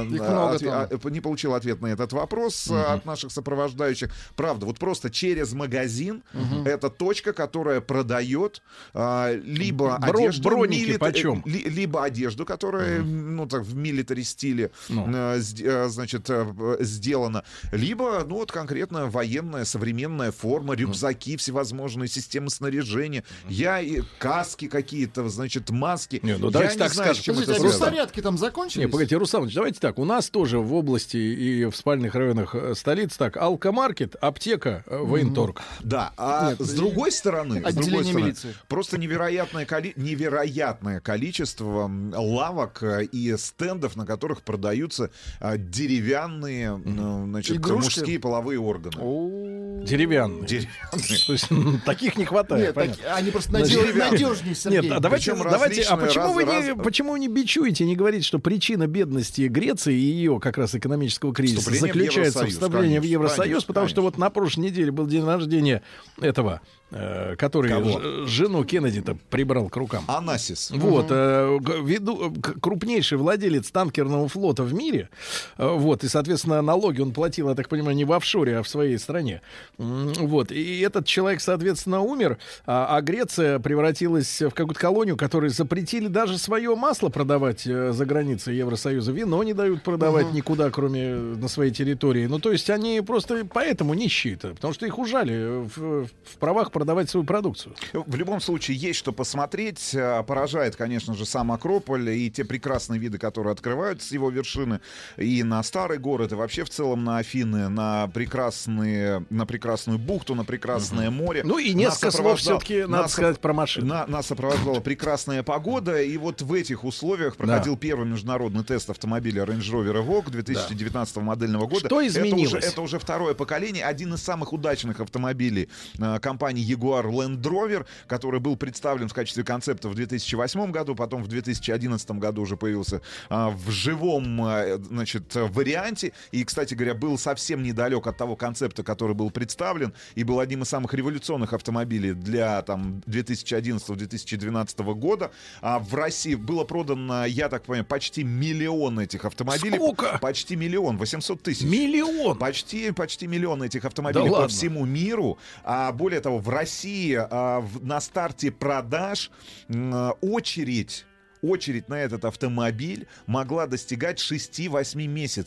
не получил ответ на этот вопрос mm-hmm. от наших сопровождающих. Правда, вот просто через магазин mm-hmm. это точка, которая продает а, либо Бро, одежду, броники милит... почем? Ли, либо одежду, которая mm-hmm. ну так в милитари стиле no. а, значит сделана, либо ну вот конкретно военная современная форма, рюкзаки, всевозможные системы снаряжения. Я и каски какие-то, значит, маски. Не, ну, я не так знаю, скажем. с чем Слушайте, это связано. Порядки там закончились? Не, погодите, Руслан, давайте так. У нас тоже в области и в спальных районах столиц так. Алкомаркет, аптека, военторг. Да, а Нет, с другой стороны, с другой стороны милиции. Просто невероятное, коли... невероятное количество лавок и стендов, на которых продаются деревянные, mm-hmm. значит, игрушки? Мужские половые органы. О-о-о. Деревянные. Деревянные. То есть таких не хватает. Нет, так, они просто надеж... надежнее, Сергей. Нет, а давайте, давайте а почему, раз, вы не, раз... почему не бичуете, не говорите, что причина бедности Греции и ее как раз экономического кризиса заключается в вступлении в Евросоюз, конечно, потому конечно. что вот на прошлой неделе был день рождения этого, э, который ж, жену Кеннеди-то прибрал к рукам. Анасис. Вот, э, веду, крупнейший владелец танкерного флота в мире, э, вот, и, соответственно, налоги он платил, я так понимаю, не в офшоре, а в своей стране. Вот, и этот человек, соответственно, умер, а, а Греция превратилась в какую-то колонию, которые запретили даже свое масло продавать э, за границей Евросоюза. Вино не дают продавать uh-huh. никуда, кроме на своей территории. Ну, то есть они просто поэтому нищие-то, потому что их ужали в, в правах продавать свою продукцию. В любом случае, есть что посмотреть. Поражает, конечно же, сам Акрополь и те прекрасные виды, которые открываются с его вершины и на старый город, и вообще в целом на Афины, на прекрасные, на прекрасную бухту, на прекрасное uh-huh. море. Ну и несколько слов все-таки, надо нас, сказать, про машину. На, нас сопровождала прекрасная погода, и вот в этих условиях проходил да. первый международный тест автомобиля Range Rover Evoque две тысячи девятнадцатого да. модельного года. Что изменилось? Это уже, это уже второе поколение, один из самых удачных автомобилей э, компании Jaguar Land Rover, который был представлен в качестве концепта в две тысячи восьмом году, потом в две тысячи одиннадцатом году уже появился э, в живом э, значит, варианте, и, кстати говоря, был совсем недалек от того концепта, который был представлен, и был одним из самых революционных автомобилей для там, две тысячи одиннадцатого - две тысячи двенадцатого года. А в России было продано, я так понимаю, почти миллион этих автомобилей. Сколько? Почти миллион, восемьсот тысяч. Миллион? Почти, почти миллион этих автомобилей да по всему миру. А более того, в России а, в, на старте продаж а, очередь очередь на этот автомобиль могла достигать шесть-восемь месяцев.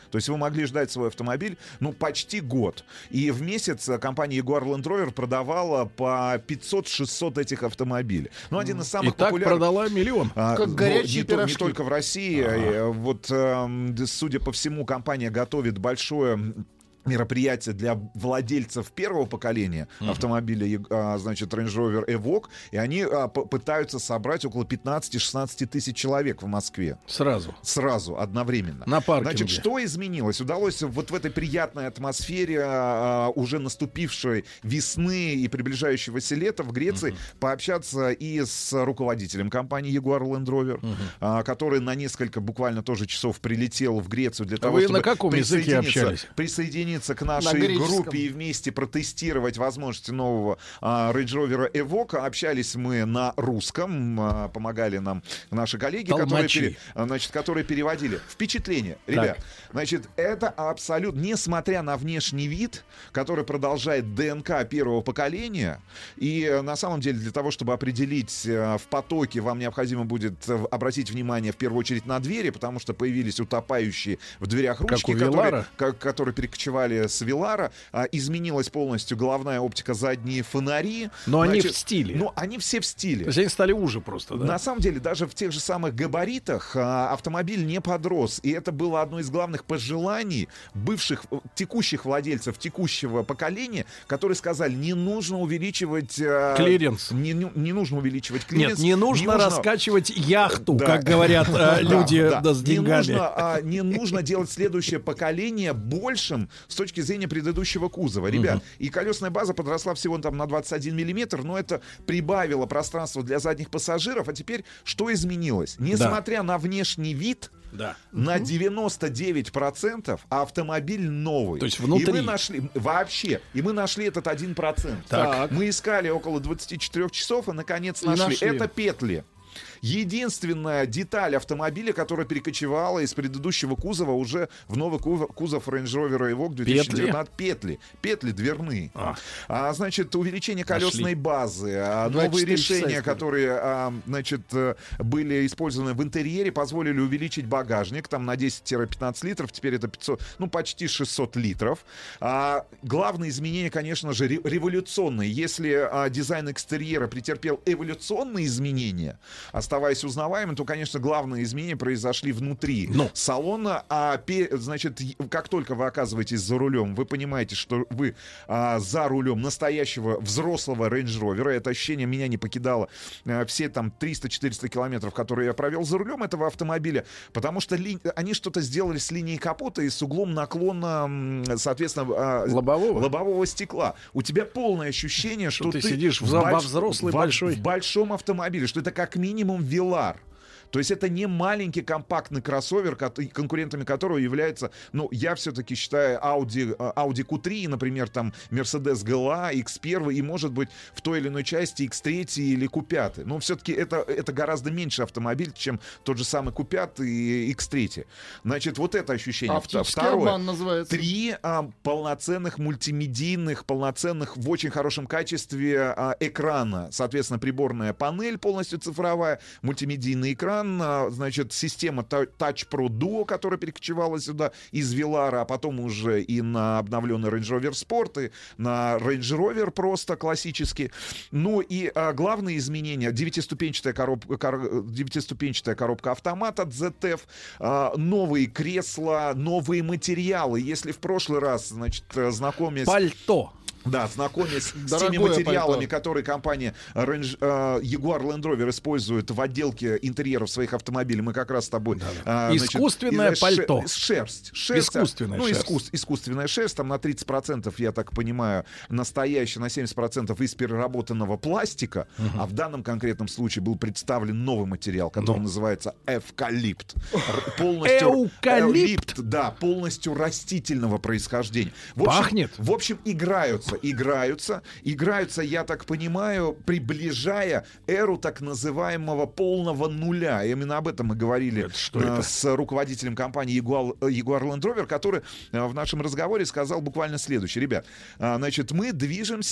То есть вы могли ждать свой автомобиль, ну, почти год. И в месяц компания Jaguar Land Rover продавала по пятьсот-шестьсот этих автомобилей. Ну, один из самых и так популярных... продала миллион. А, как горячие не, пирожки. не только в России. А-а-а. Вот, э, судя по всему, компания готовит большое мероприятие для владельцев первого поколения mm-hmm. автомобиля, а, значит, Range Rover Evoque, и они а, п- пытаются собрать около пятнадцать-шестнадцать тысяч человек в Москве. Сразу. Сразу, одновременно. На паркинге. Значит, что изменилось? Удалось вот в этой приятной атмосфере а, уже наступившей весны и приближающегося лета в Греции mm-hmm. пообщаться и с руководителем компании Jaguar Land Rover, mm-hmm. а, который на несколько буквально тоже часов прилетел в Грецию для того, Вы чтобы на каком языке общались? Присоединиться к нашей группе и вместе протестировать возможности нового а, Range Rover Evoque. Общались мы на русском, а, помогали нам наши коллеги, которые, пере, значит, которые переводили. Впечатление, ребят. Так. Значит, это абсолютно, несмотря на внешний вид, который продолжает ДНК первого поколения, и на самом деле для того, чтобы определить а, в потоке, вам необходимо будет обратить внимание в первую очередь на двери, потому что появились утопающие в дверях ручки, которые, которые перекочевали с Велара, а, изменилась полностью головная оптика, задние фонари. Но Значит, они в стиле. Ну, они все в стиле. То есть они стали уже просто, да? На самом деле, даже в тех же самых габаритах а, автомобиль не подрос. И это было одно из главных пожеланий бывших, текущих владельцев текущего поколения, которые сказали, не нужно увеличивать... А, клиренс. Не, не, не нужно увеличивать клиренс. Нет, не нужно, не нужно... раскачивать яхту, да. как говорят а, люди да, да. с деньгами. Не нужно, а, не нужно делать следующее поколение большим с точки зрения предыдущего кузова. Ребят, uh-huh. и колесная база подросла всего там на двадцать один миллиметр, но это прибавило пространство для задних пассажиров. А теперь что изменилось? Несмотря да. на внешний вид, да. на девяносто девять процентов автомобиль новый. То есть внутри. И мы нашли, вообще, и мы нашли этот один процент. Так. Мы искали около двадцать четыре часов и, наконец, нашли. нашли. Это петли. Единственная деталь автомобиля, которая перекочевала из предыдущего кузова уже в новый кузов Range Rover Evoque две тысячи девятнадцать. Петли. Петли дверные. А. А, значит, увеличение колесной Нашли. базы, а, новые решения, которые а, значит, были использованы в интерьере, позволили увеличить багажник там на десять-пятнадцать литров. Теперь это пятьсот, ну, почти шестьсот литров. А, главное изменение, конечно же, революционное. Если а, дизайн экстерьера претерпел эволюционные изменения, оставаясь узнаваемым, то, конечно, главные изменения произошли внутри Но. салона. А, значит, как только вы оказываетесь за рулем, вы понимаете, что вы а, за рулем настоящего взрослого Range Rover. Это ощущение меня не покидало а, все там триста-четыреста километров, которые я провел за рулем этого автомобиля, потому что ли, они что-то сделали с линией капота и с углом наклона, соответственно, а, лобового. лобового стекла. У тебя полное ощущение, что, что ты, ты сидишь в, больш... во взрослый в, большой. в большом автомобиле, что это как минимум Велар. То есть это не маленький компактный кроссовер, конкурентами которого является, ну, я все-таки считаю Audi, Audi кью три, например, там Mercedes джи эл эй, икс один и, может быть, в той или иной части икс три или кью пять. Но все-таки это, это гораздо меньше автомобиль, чем тот же самый кью пять и икс три. Значит, вот это ощущение. Оптический обман называется. Три а, полноценных мультимедийных, полноценных в очень хорошем качестве а, экрана. Соответственно, приборная панель полностью цифровая, мультимедийный экран, значит, система Touch Pro Duo, которая перекочевала сюда из Велара, а потом уже и на обновленный Range Rover Sport, и на Range Rover просто классический. Ну и а, главное изменение — девятиступенчатая коробка, кор, девятиступенчатая коробка автомат от зет эф, а, новые кресла, новые материалы. Если в прошлый раз, значит, знакомясь... Пальто. Да, знакомясь с теми материалами, пальто. которые компания Range, uh, Jaguar Land Rover использует в отделке интерьеров своих автомобилей, мы как раз с тобой... Да, да. Uh, искусственное значит, пальто. Шерсть. шерсть искусственная ну, шерсть. Искус, искусственная шерсть, там на тридцать процентов, я так понимаю, настоящая, на семьдесят процентов из переработанного пластика, uh-huh. а в данном конкретном случае был представлен новый материал, который uh-huh. называется эвкалипт. Полностью... Эукалипт? Да, полностью растительного происхождения. В общем, Пахнет? В общем, играются. Играются, играются, я так понимаю, приближая эру так называемого полного нуля. Именно об этом мы говорили э, с руководителем компании Jaguar, Jaguar Land Rover, который э, в нашем разговоре сказал буквально следующее. Ребят, э, значит, мы движемся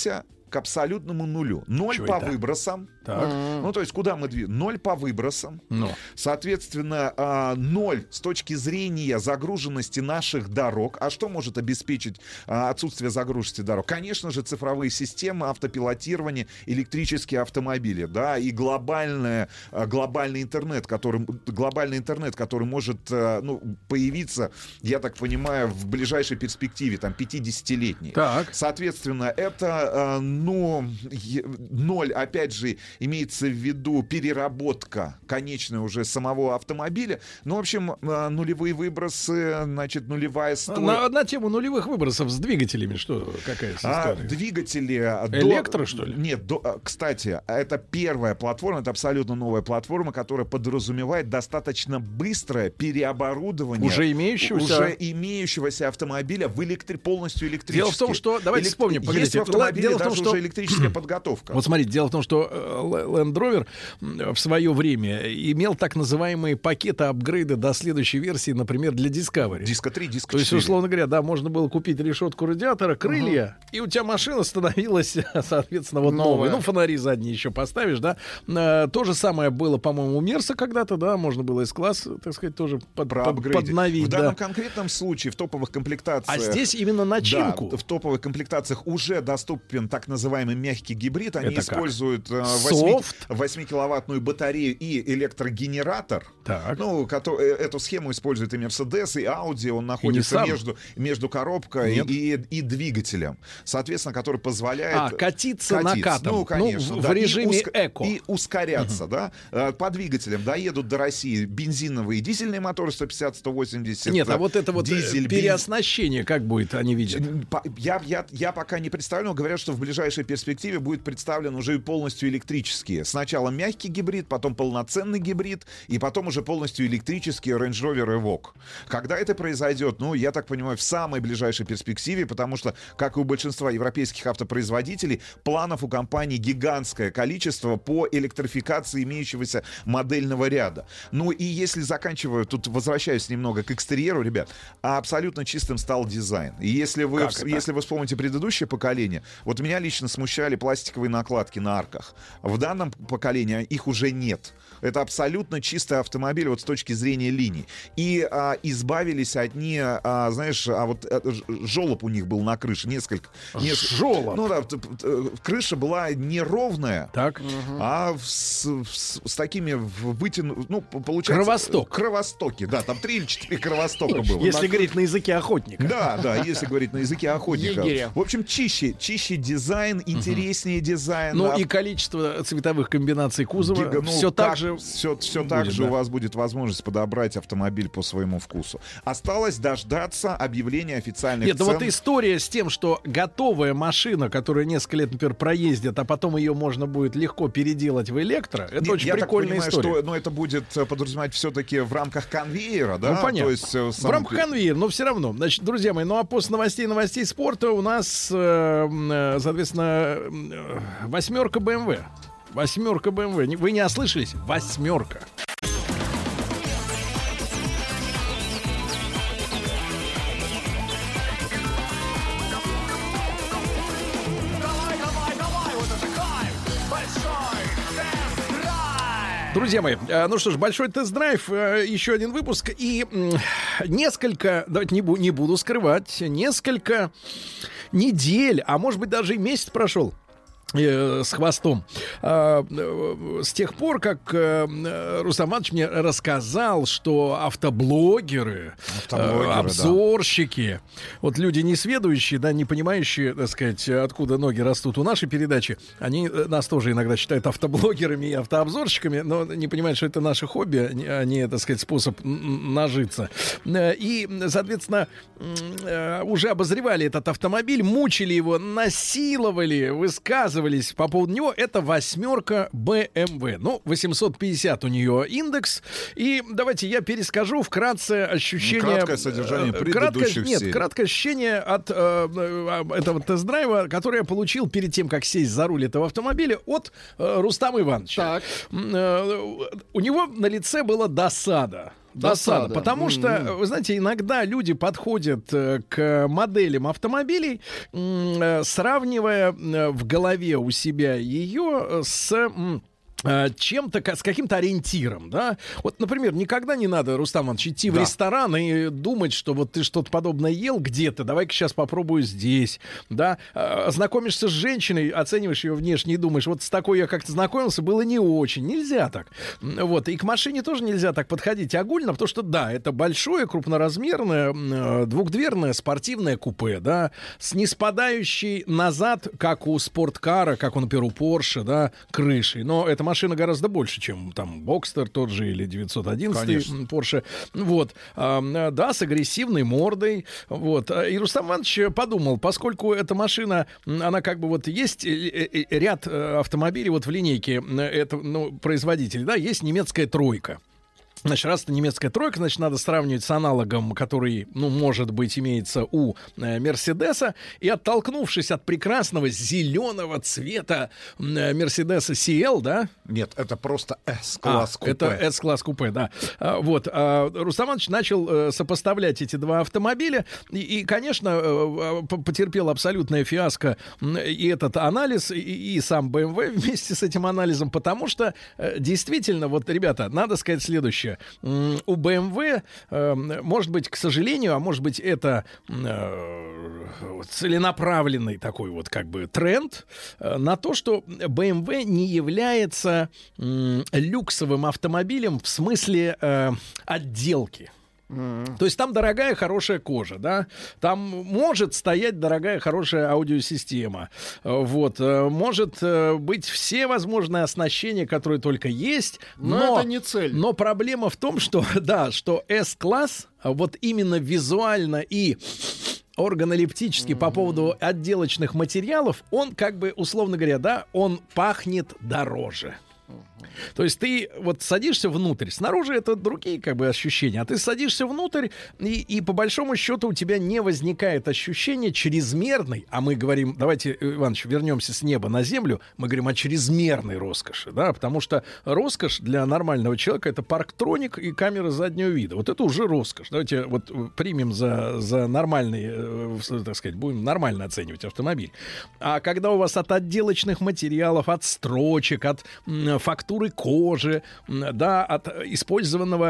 к абсолютному нулю. Ноль Чё по это? выбросам. Так. Ну, то есть, куда мы двигаем? Ноль по выбросам. Ну. Соответственно, а, ноль с точки зрения загруженности наших дорог. А что может обеспечить а, отсутствие загруженности дорог? Конечно же, цифровые системы, автопилотирование, электрические автомобили, да, и глобальная, а, глобальный интернет, который, глобальный интернет, который может а, ну, появиться, я так понимаю, в ближайшей перспективе, там, пятидесятилетней. Так. Соответственно, это, а, ну, ноль, опять же, имеется в виду переработка конечная уже самого автомобиля. Ну, в общем, нулевые выбросы, значит, нулевая стоимость. На, на тему нулевых выбросов с двигателями, что какая история? А, двигатели... Электро, до, что ли? Нет, до, кстати, это первая платформа, это абсолютно новая платформа, которая подразумевает достаточно быстрое переоборудование уже имеющегося, уже имеющегося автомобиля в электри... полностью электрически. Дело в том, что... Давайте Элек... вспомним. Погодите. Есть в автомобиле дело даже в том, что... уже электрическая подготовка. Вот смотрите, дело в том, что Land Rover в свое время имел так называемые пакеты апгрейда до следующей версии, например, для Discovery. Диско три, диско четыре. То есть, условно говоря, да, можно было купить решетку радиатора, крылья, uh-huh. и у тебя машина становилась, соответственно, вот новая. Ну, фонари задние еще поставишь, да. То же самое было, по-моему, у Мерса когда-то, да, можно было S-класс, так сказать, тоже под, под, подновить. В данном да. конкретном случае в топовых комплектациях... А здесь именно начинку. Да, в топовых комплектациях уже доступен так называемый мягкий гибрид. Они Это используют восьмикиловаттную батарею и электрогенератор. Так. Ну, который, эту схему используют и Mercedes, и Audi. Он находится между, между коробкой и, и двигателем. Соответственно, который позволяет... А, катиться, катиться. накатом. Ну, конечно. Ну, да, в режиме и уск... эко. И ускоряться, угу. да. По двигателям доедут до России бензиновые и дизельные моторы сто пятьдесят сто восемьдесят. Нет, а вот это вот дизель, переоснащение, как будет, они видят? Я, я, я пока не представляю, но говорят, что в ближайшей перспективе будет представлен уже полностью электрические. Сначала мягкий гибрид, потом полноценный гибрид, и потом уже полностью электрический Range Rover Evoque. Когда это произойдет, ну, я так понимаю, в самой ближайшей перспективе, потому что, как и у большинства европейских автопроизводителей, планов у компании гигантское количество по электрификации имеющегося модельного ряда. Ну и если заканчиваю, тут возвращаюсь немного к экстерьеру, ребят, абсолютно чистым стал дизайн. И если вы, если вы вспомните предыдущее поколение, вот меня лично смущали пластиковые накладки на арках. В данном поколении их уже нет. Это абсолютно чистый автомобиль вот с точки зрения линий. И а, избавились одни, а, знаешь, а вот а, жолоб у них был на крыше, несколько. несколько Жолоб? Ну да, крыша была неровная, так. а с, с, с такими вытянутыми, ну, получается... Кровосток. Кровостоки, да, там три или четыре кровостока было. Если на... говорить на языке охотника. Да, да, если говорить на языке охотника. Егеря. В общем, чище, чище дизайн, интереснее дизайн. Ну и количество цветовых комбинаций кузова Гига, ну, все так, так же все, все так будет, же да. у вас будет возможность подобрать автомобиль по своему вкусу. Осталось дождаться объявления официальных Нет, цен. ну вот история с тем, что готовая машина, которая несколько лет, например, проездит, а потом ее можно будет легко переделать в электро, это Нет, очень я прикольная так понимаю, история. Что, но это будет подразумевать все-таки в рамках конвейера, да? Ну, понятно. То есть, сам... В рамках конвейера, но все равно. Значит, друзья мои, ну а после новостей новостей спорта у нас, э, соответственно, восьмерка бэ эм вэ. Восьмерка бэ эм вэ. Вы не ослышались? Восьмерка. Друзья мои, ну что ж, большой тест-драйв, еще один выпуск и несколько, давайте не, бу- не буду скрывать, несколько недель, а может быть даже и месяц прошел с хвостом. С тех пор, как Рустам Иванович мне рассказал, что автоблогеры, автоблогеры обзорщики, да. вот люди несведущие, да, не понимающие, так сказать, откуда ноги растут у нашей передачи, они нас тоже иногда считают автоблогерами и автообзорщиками, но не понимают, что это наше хобби, а не, так сказать, способ нажиться. И, соответственно, уже обозревали этот автомобиль, мучили его, насиловали, высказывали по поводу него. Это восьмерка бэ эм вэ. Ну, восемьсот пятьдесят у нее индекс. И давайте я перескажу вкратце ощущение... Ну, краткое содержание предыдущих краткое, Нет, серий. краткое ощущение от э, этого тест-драйва, который я получил перед тем, как сесть за руль этого автомобиля, от э, Рустама Ивановича. Так. Э, у него на лице была досада. Досада. Досада. Потому mm-hmm. что, вы знаете, иногда люди подходят к моделям автомобилей, сравнивая в голове у себя ее с... чем-то, с каким-то ориентиром, да. Вот, например, никогда не надо, Рустам Иванович, идти да. в ресторан и думать, что вот ты что-то подобное ел где-то, давай-ка сейчас попробую здесь, да. Знакомишься с женщиной, оцениваешь ее внешне и думаешь, вот с такой я как-то знакомился, было не очень. Нельзя так. Вот. И к машине тоже нельзя так подходить огульно, потому что, да, это большое, крупноразмерное, двухдверное спортивное купе, да, с неспадающей назад, как у спорткара, как у, например, у Porsche, да, крышей. Но это машина гораздо больше, чем там Бокстер тот же или девятьсот одиннадцать Porsche. Вот. А, да, с агрессивной мордой. Вот. И Рустам Иванович подумал, поскольку эта машина, она как бы вот есть ряд автомобилей вот в линейке это, ну, производителей, да, есть немецкая тройка. Значит, раз это немецкая тройка, значит, надо сравнивать с аналогом, который, ну, может быть, имеется у э, Мерседеса. И оттолкнувшись от прекрасного зеленого цвета э, Мерседеса си эл, да? Нет, это просто S-класс а, купе. Это S-класс купе, да. А, вот. А, Рустам Иванович начал э, сопоставлять эти два автомобиля. И, и конечно, э, потерпел абсолютное фиаско и этот анализ, и, и сам бэ эм вэ вместе с этим анализом, потому что э, действительно, вот, ребята, надо сказать следующее. У бэ эм вэ, э, может быть, к сожалению, а может быть, это э, целенаправленный такой вот как бы тренд э, на то, что бэ эм вэ не является э, люксовым автомобилем в смысле э, отделки. Mm. То есть там дорогая, хорошая кожа, да, там может стоять дорогая, хорошая аудиосистема, вот, может быть все возможные оснащения, которые только есть, но, но это не цель. Но проблема в том, что, да, что S-класс вот именно визуально и органолептически mm-hmm. по поводу отделочных материалов, он как бы, условно говоря, да, он пахнет дороже. То есть ты вот садишься внутрь, снаружи это другие как бы ощущения, а ты садишься внутрь, и, и по большому счету у тебя не возникает ощущения чрезмерной, а мы говорим, давайте, Иванович, вернемся с неба на землю, мы говорим о чрезмерной роскоши, да, потому что роскошь для нормального человека — это парктроник и камера заднего вида. Вот это уже роскошь. Давайте вот примем за, за нормальный, так сказать, будем нормально оценивать автомобиль. А когда у вас от отделочных материалов, от строчек, от фактуры кожи, да, от использованного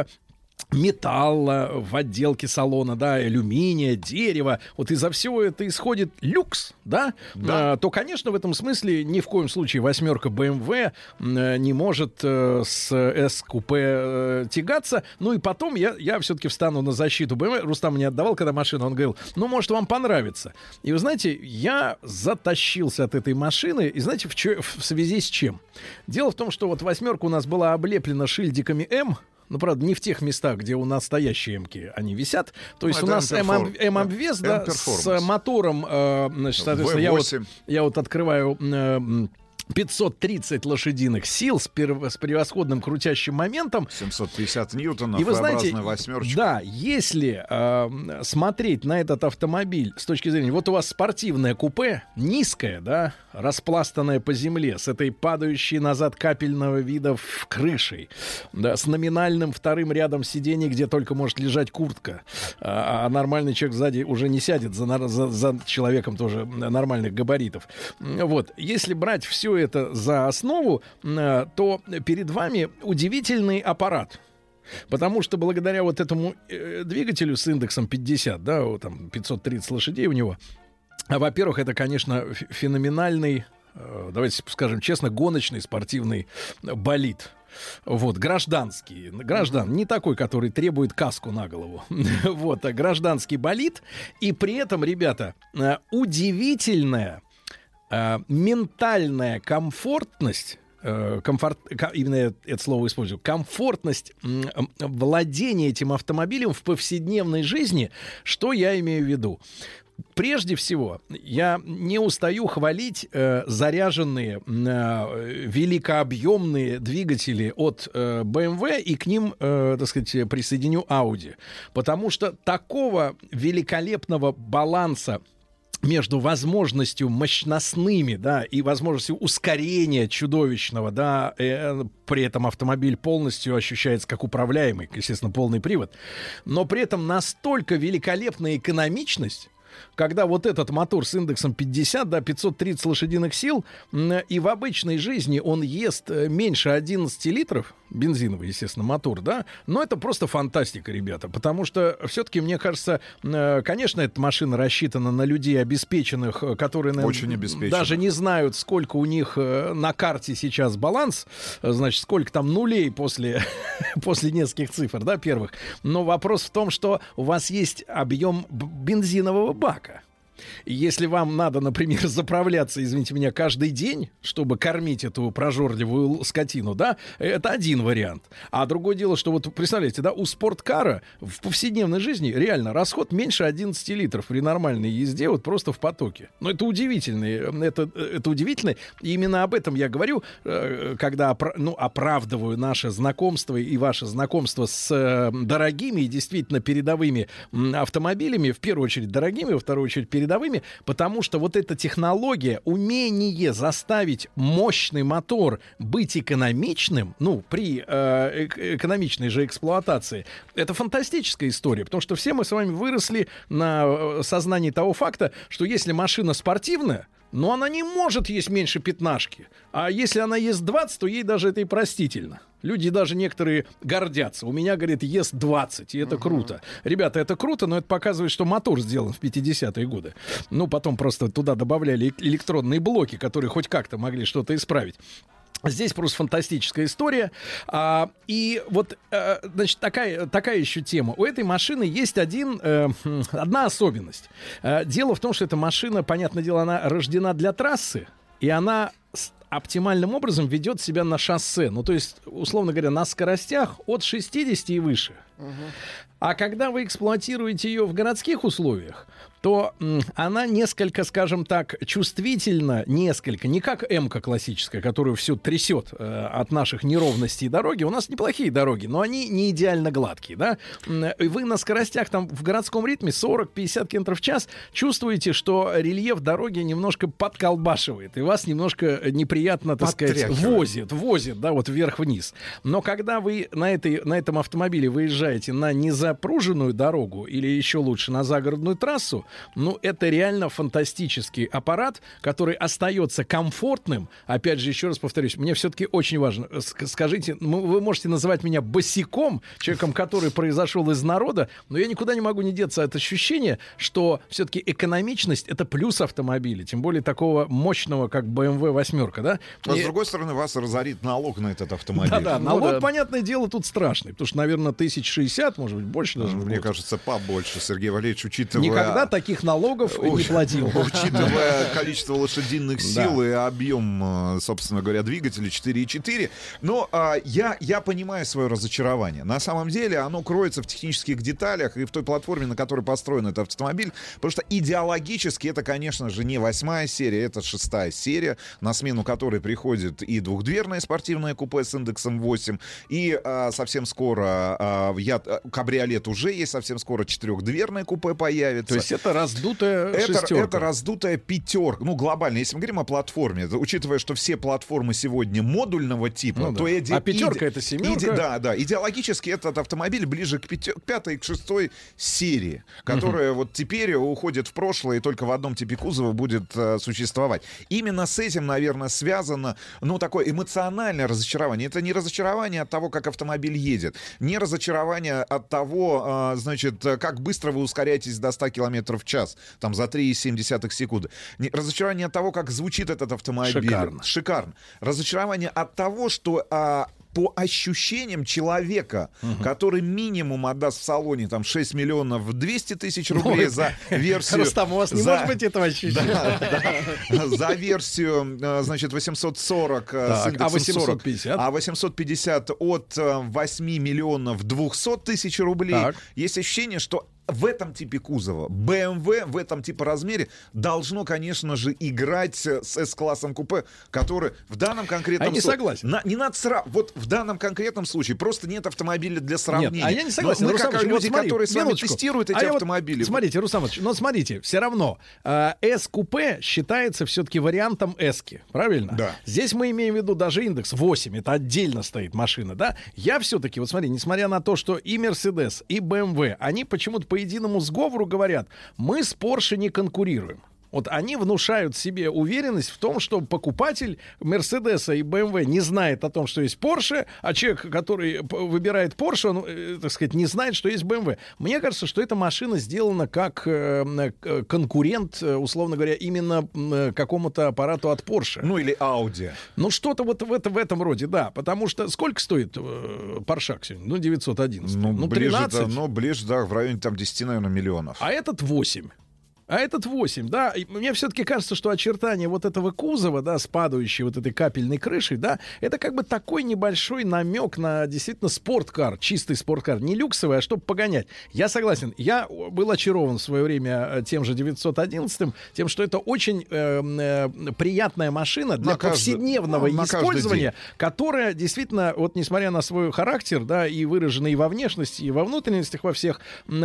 металла в отделке салона, да, алюминия, дерева, вот из-за всего это исходит люкс, да, да. А, то, конечно, в этом смысле ни в коем случае восьмерка бэ эм вэ а, не может а, с S-купе а, тягаться. Ну и потом я, я все-таки встану на защиту бэ эм вэ. Рустам мне отдавал, когда машина, он говорил, ну, может, вам понравится. И вы знаете, я затащился от этой машины, и знаете, в, чё, в связи с чем? Дело в том, что вот восьмерка у нас была облеплена шильдиками М. Ну, правда, не в тех местах, где у нас настоящие М-ки они висят. То есть ну, у нас М-обвес, да, с мотором, э, значит, соответственно, я вот, я вот открываю... Э, пятьсот тридцать лошадиных сил с, пер... с превосходным крутящим моментом. семьсот пятьдесят ньютонов, и вы знаете, восьмерочка. Да, если э, смотреть на этот автомобиль с точки зрения, вот у вас спортивное купе, низкое, да, распластанное по земле, с этой падающей назад капельного вида в крышей, да, с номинальным вторым рядом сидений, где только может лежать куртка, а, а нормальный человек сзади уже не сядет за, за, за человеком тоже нормальных габаритов. Вот, если брать все это за основу, то перед вами удивительный аппарат. Потому что благодаря вот этому э, двигателю с индексом пятьдесят, да, вот там пятьсот тридцать лошадей у него, а, во-первых, это, конечно, феноменальный, э, давайте скажем честно, гоночный спортивный болид. Вот, гражданский, граждан, не такой, который требует каску на голову. Вот, а гражданский болид. И при этом, ребята, э, удивительная Uh, ментальная комфортность, uh, комфорт, именно это слово использую, комфортность uh, владения этим автомобилем в повседневной жизни, что я имею в виду? Прежде всего, я не устаю хвалить э, заряженные э, великообъемные двигатели от э, бэ эм вэ, и к ним, э, так сказать, присоединю Audi. Потому что такого великолепного баланса между возможностью мощностными, да, и возможностью ускорения чудовищного, да, э, при этом автомобиль полностью ощущается как управляемый, естественно, полный привод, но при этом настолько великолепная экономичность, когда вот этот мотор с индексом пятьдесят, да, пятьсот тридцать лошадиных сил, и в обычной жизни он ест меньше одиннадцати литров, бензиновый, естественно, мотор, да, но это просто фантастика, ребята, потому что все-таки, мне кажется, конечно, эта машина рассчитана на людей обеспеченных, которые, наверное, очень обеспеченных, даже не знают, сколько у них на карте сейчас баланс, значит, сколько там нулей после, после нескольких цифр, да, первых, но вопрос в том, что у вас есть объем бензинового бака. И если вам надо, например, заправляться, извините меня, каждый день, чтобы кормить эту прожорливую скотину, да, это один вариант. А другое дело, что вот, представляете, да, у спорткара в повседневной жизни реально расход меньше одиннадцати литров при нормальной езде, вот просто в потоке. Но это удивительно, это, это удивительно. И именно об этом я говорю, когда ну, оправдываю наше знакомство и ваше знакомство с дорогими и действительно передовыми автомобилями, в первую очередь дорогими, во вторую очередь передовыми, потому что вот эта технология, умение заставить мощный мотор быть экономичным, ну, при э, экономичной же эксплуатации, это фантастическая история, потому что все мы с вами выросли на сознании того факта, что если машина спортивная, но она не может есть меньше пятнашки. А если она ест двадцать, то ей даже это и простительно. Люди даже некоторые гордятся. У меня, говорит, ест двадцать, и это uh-huh. круто. Ребята, это круто, но это показывает, что мотор сделан в пятидесятые годы. Ну, потом просто туда добавляли электронные блоки, которые хоть как-то могли что-то исправить. Здесь просто фантастическая история. А, и вот, а, значит, такая, такая еще тема. У этой машины есть один, э, одна особенность. А, дело в том, что эта машина, понятное дело, она рождена для трассы, и она оптимальным образом ведет себя на шоссе. Ну, то есть, условно говоря, на скоростях от шестидесяти и выше. Uh-huh. А когда вы эксплуатируете ее в городских условиях, то м, она несколько, скажем так, чувствительна, несколько, не как М-ка классическая, которую все трясет э, от наших неровностей дороги. У нас неплохие дороги, но они не идеально гладкие, да. И вы на скоростях там в городском ритме сорок-пятьдесят километров в час чувствуете, что рельеф дороги немножко подколбашивает, и вас немножко неприятно, так сказать, возит, возит, да, вот вверх-вниз. Но когда вы на, этой, на этом автомобиле выезжаете на незапруженную дорогу или еще лучше на загородную трассу, ну, это реально фантастический аппарат, который остается комфортным. Опять же, еще раз повторюсь, мне все-таки очень важно. Скажите, вы можете называть меня босиком, человеком, который произошел из народа, но я никуда не могу не деться от ощущения, что все-таки экономичность — это плюс автомобиля, тем более такого мощного, как бэ эм вэ восьмерка, да? А И... с другой стороны, вас разорит налог на этот автомобиль. Да-да, налог, ну, да. понятное дело, тут страшный, потому что, наверное, тысяч шестьдесят, может быть, больше даже. Мне кажется, побольше, Сергей Валерьевич, учитывая... Никогда таких налогов не платил. Учитывая количество лошадиных сил и объем, собственно говоря, двигателя четыре и четыре. Но а, я, я понимаю свое разочарование. На самом деле оно кроется в технических деталях и в той платформе, на которой построен этот автомобиль. Потому что идеологически это, конечно же, не восьмая серия, это шестая серия, на смену которой приходит и двухдверное спортивное купе с индексом восемь, и а, совсем скоро а, я, кабриолет уже есть, совсем скоро четырехдверное купе появится. То есть это раздутая это, шестерка. Это раздутая пятерка. Ну, глобально, если мы говорим о платформе, учитывая, что все платформы сегодня модульного типа, ну, то да. иде... А пятерка иде... это семерка. Иде... Да, да. Идеологически этот автомобиль ближе к, пяти... к пятой и к шестой серии, которая uh-huh. вот теперь уходит в прошлое и только в одном типе кузова будет uh, существовать. Именно с этим, наверное, связано, ну, такое эмоциональное разочарование. Это не разочарование от того, как автомобиль едет, не разочарование от того, uh, значит, как быстро вы ускоряетесь до ста километров в час, там, за три целых семь десятых секунды. Не, разочарование от того, как звучит этот автомобиль. Шикарно. Шикарно. Разочарование от того, что... А, по ощущениям человека, uh-huh. который минимум отдаст в салоне там шесть миллионов двести тысяч рублей ну, за версию... Рустам, у вас не за, может быть этого ощущения. Да, да, за версию, значит, восемьсот сорок так, с индексом а восемьсот пятьдесят? сорок, а восемьсот пятьдесят от восемь миллионов двести тысяч рублей. Так. Есть ощущение, что в этом типе кузова бэ эм вэ в этом типе размере должно, конечно же, играть с С-классом купе, который в данном конкретном а не случае... согласен. На, не надо сра... Вот в данном конкретном случае просто нет автомобиля для сравнения. Нет, а я не согласен. Но мы, Руслан как Ильич, люди, вот смотри, которые с вами минуточку. тестируют эти а автомобили... Вот, смотрите, Руслан Ильич, но смотрите, все равно э, С-купе считается все-таки вариантом С-ки, правильно? Да. Здесь мы имеем в виду даже индекс восемь, это отдельно стоит машина, да? Я все-таки, вот смотри, несмотря на то, что и Mercedes, и бэ эм вэ, они почему-то по единому сговору говорят, мы с Porsche не конкурируем. Вот они внушают себе уверенность в том, что покупатель Мерседеса и бэ эм вэ не знает о том, что есть Porsche, а человек, который выбирает Porsche, он, э, так сказать, не знает, что есть бэ эм вэ. Мне кажется, что эта машина сделана как э, конкурент, условно говоря, именно э, какому-то аппарату от Porsche. Ну или Audi. Ну что-то вот в, это, в этом роде, да. Потому что сколько стоит э, Porsche сегодня? Ну девятьсот одиннадцать. Ну, ну ближе, тринадцать. да, ну, ближе, да, в районе там десять, наверное, миллионов. А этот восемь. А этот восемь, да, и мне все-таки кажется, что очертания вот этого кузова, да, с падающей вот этой капельной крышей, да, это как бы такой небольшой намек на действительно спорткар, чистый спорткар, не люксовый, а чтобы погонять. Я согласен, я был очарован в свое время тем же девятьсот одиннадцатым, тем, что это очень э, э, приятная машина для на повседневного каждый, ну, использования, которая действительно, вот несмотря на свой характер, да, и выраженный и во внешности, и во внутренностях во всех,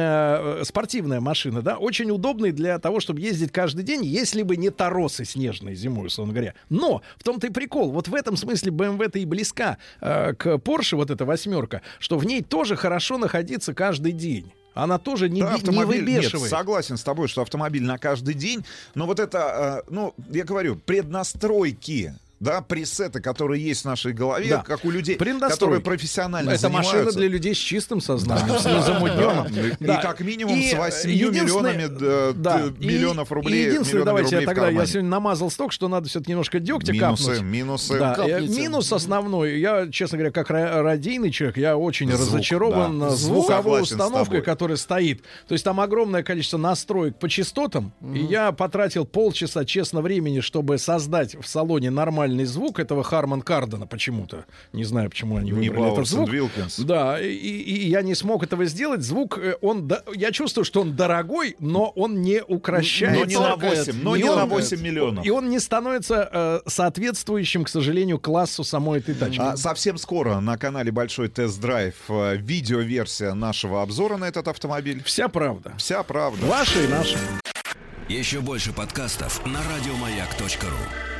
э, спортивная машина, да, очень удобный для того, чтобы ездить каждый день, если бы не торосы снежные зимой, условно говоря. Но в том-то и прикол. Вот в этом смысле бэ эм вэ-то и близка э, к Porsche, вот эта восьмерка, что в ней тоже хорошо находиться каждый день. Она тоже не, да, ви- не выбешивает. Нет, согласен с тобой, что автомобиль на каждый день. Но вот это, э, ну, я говорю, преднастройки, да, пресеты, которые есть в нашей голове, да. как у людей, которые профессионально это занимаются. Это машина для людей с чистым сознанием, с незамутненным. И как минимум с восемью миллионами миллионов рублей. Единственное, давайте я тогда, я сегодня намазал столько, что надо все-таки немножко дегтя капнуть. Минусы, минусы. Минус основной. Я, честно говоря, как радийный человек, я очень разочарован звуковой установкой, которая стоит. То есть там огромное количество настроек по частотам, и я потратил полчаса, честно, времени, чтобы создать в салоне нормальный звук этого Харман Кардона почему-то. Не знаю, почему они выбрали этот звук. Да, и, и я не смог этого сделать. Звук, он, я чувствую, что он дорогой, но он не укращает. Но не на восемь, но не на восемь миллионов. И он не становится э, соответствующим, к сожалению, классу самой этой тачки. А, совсем скоро на канале Большой Тест-драйв э, видеоверсия нашего обзора на этот автомобиль. Вся правда. Вся правда. Ваша и наша. Еще больше подкастов на радиомаяк точка ру.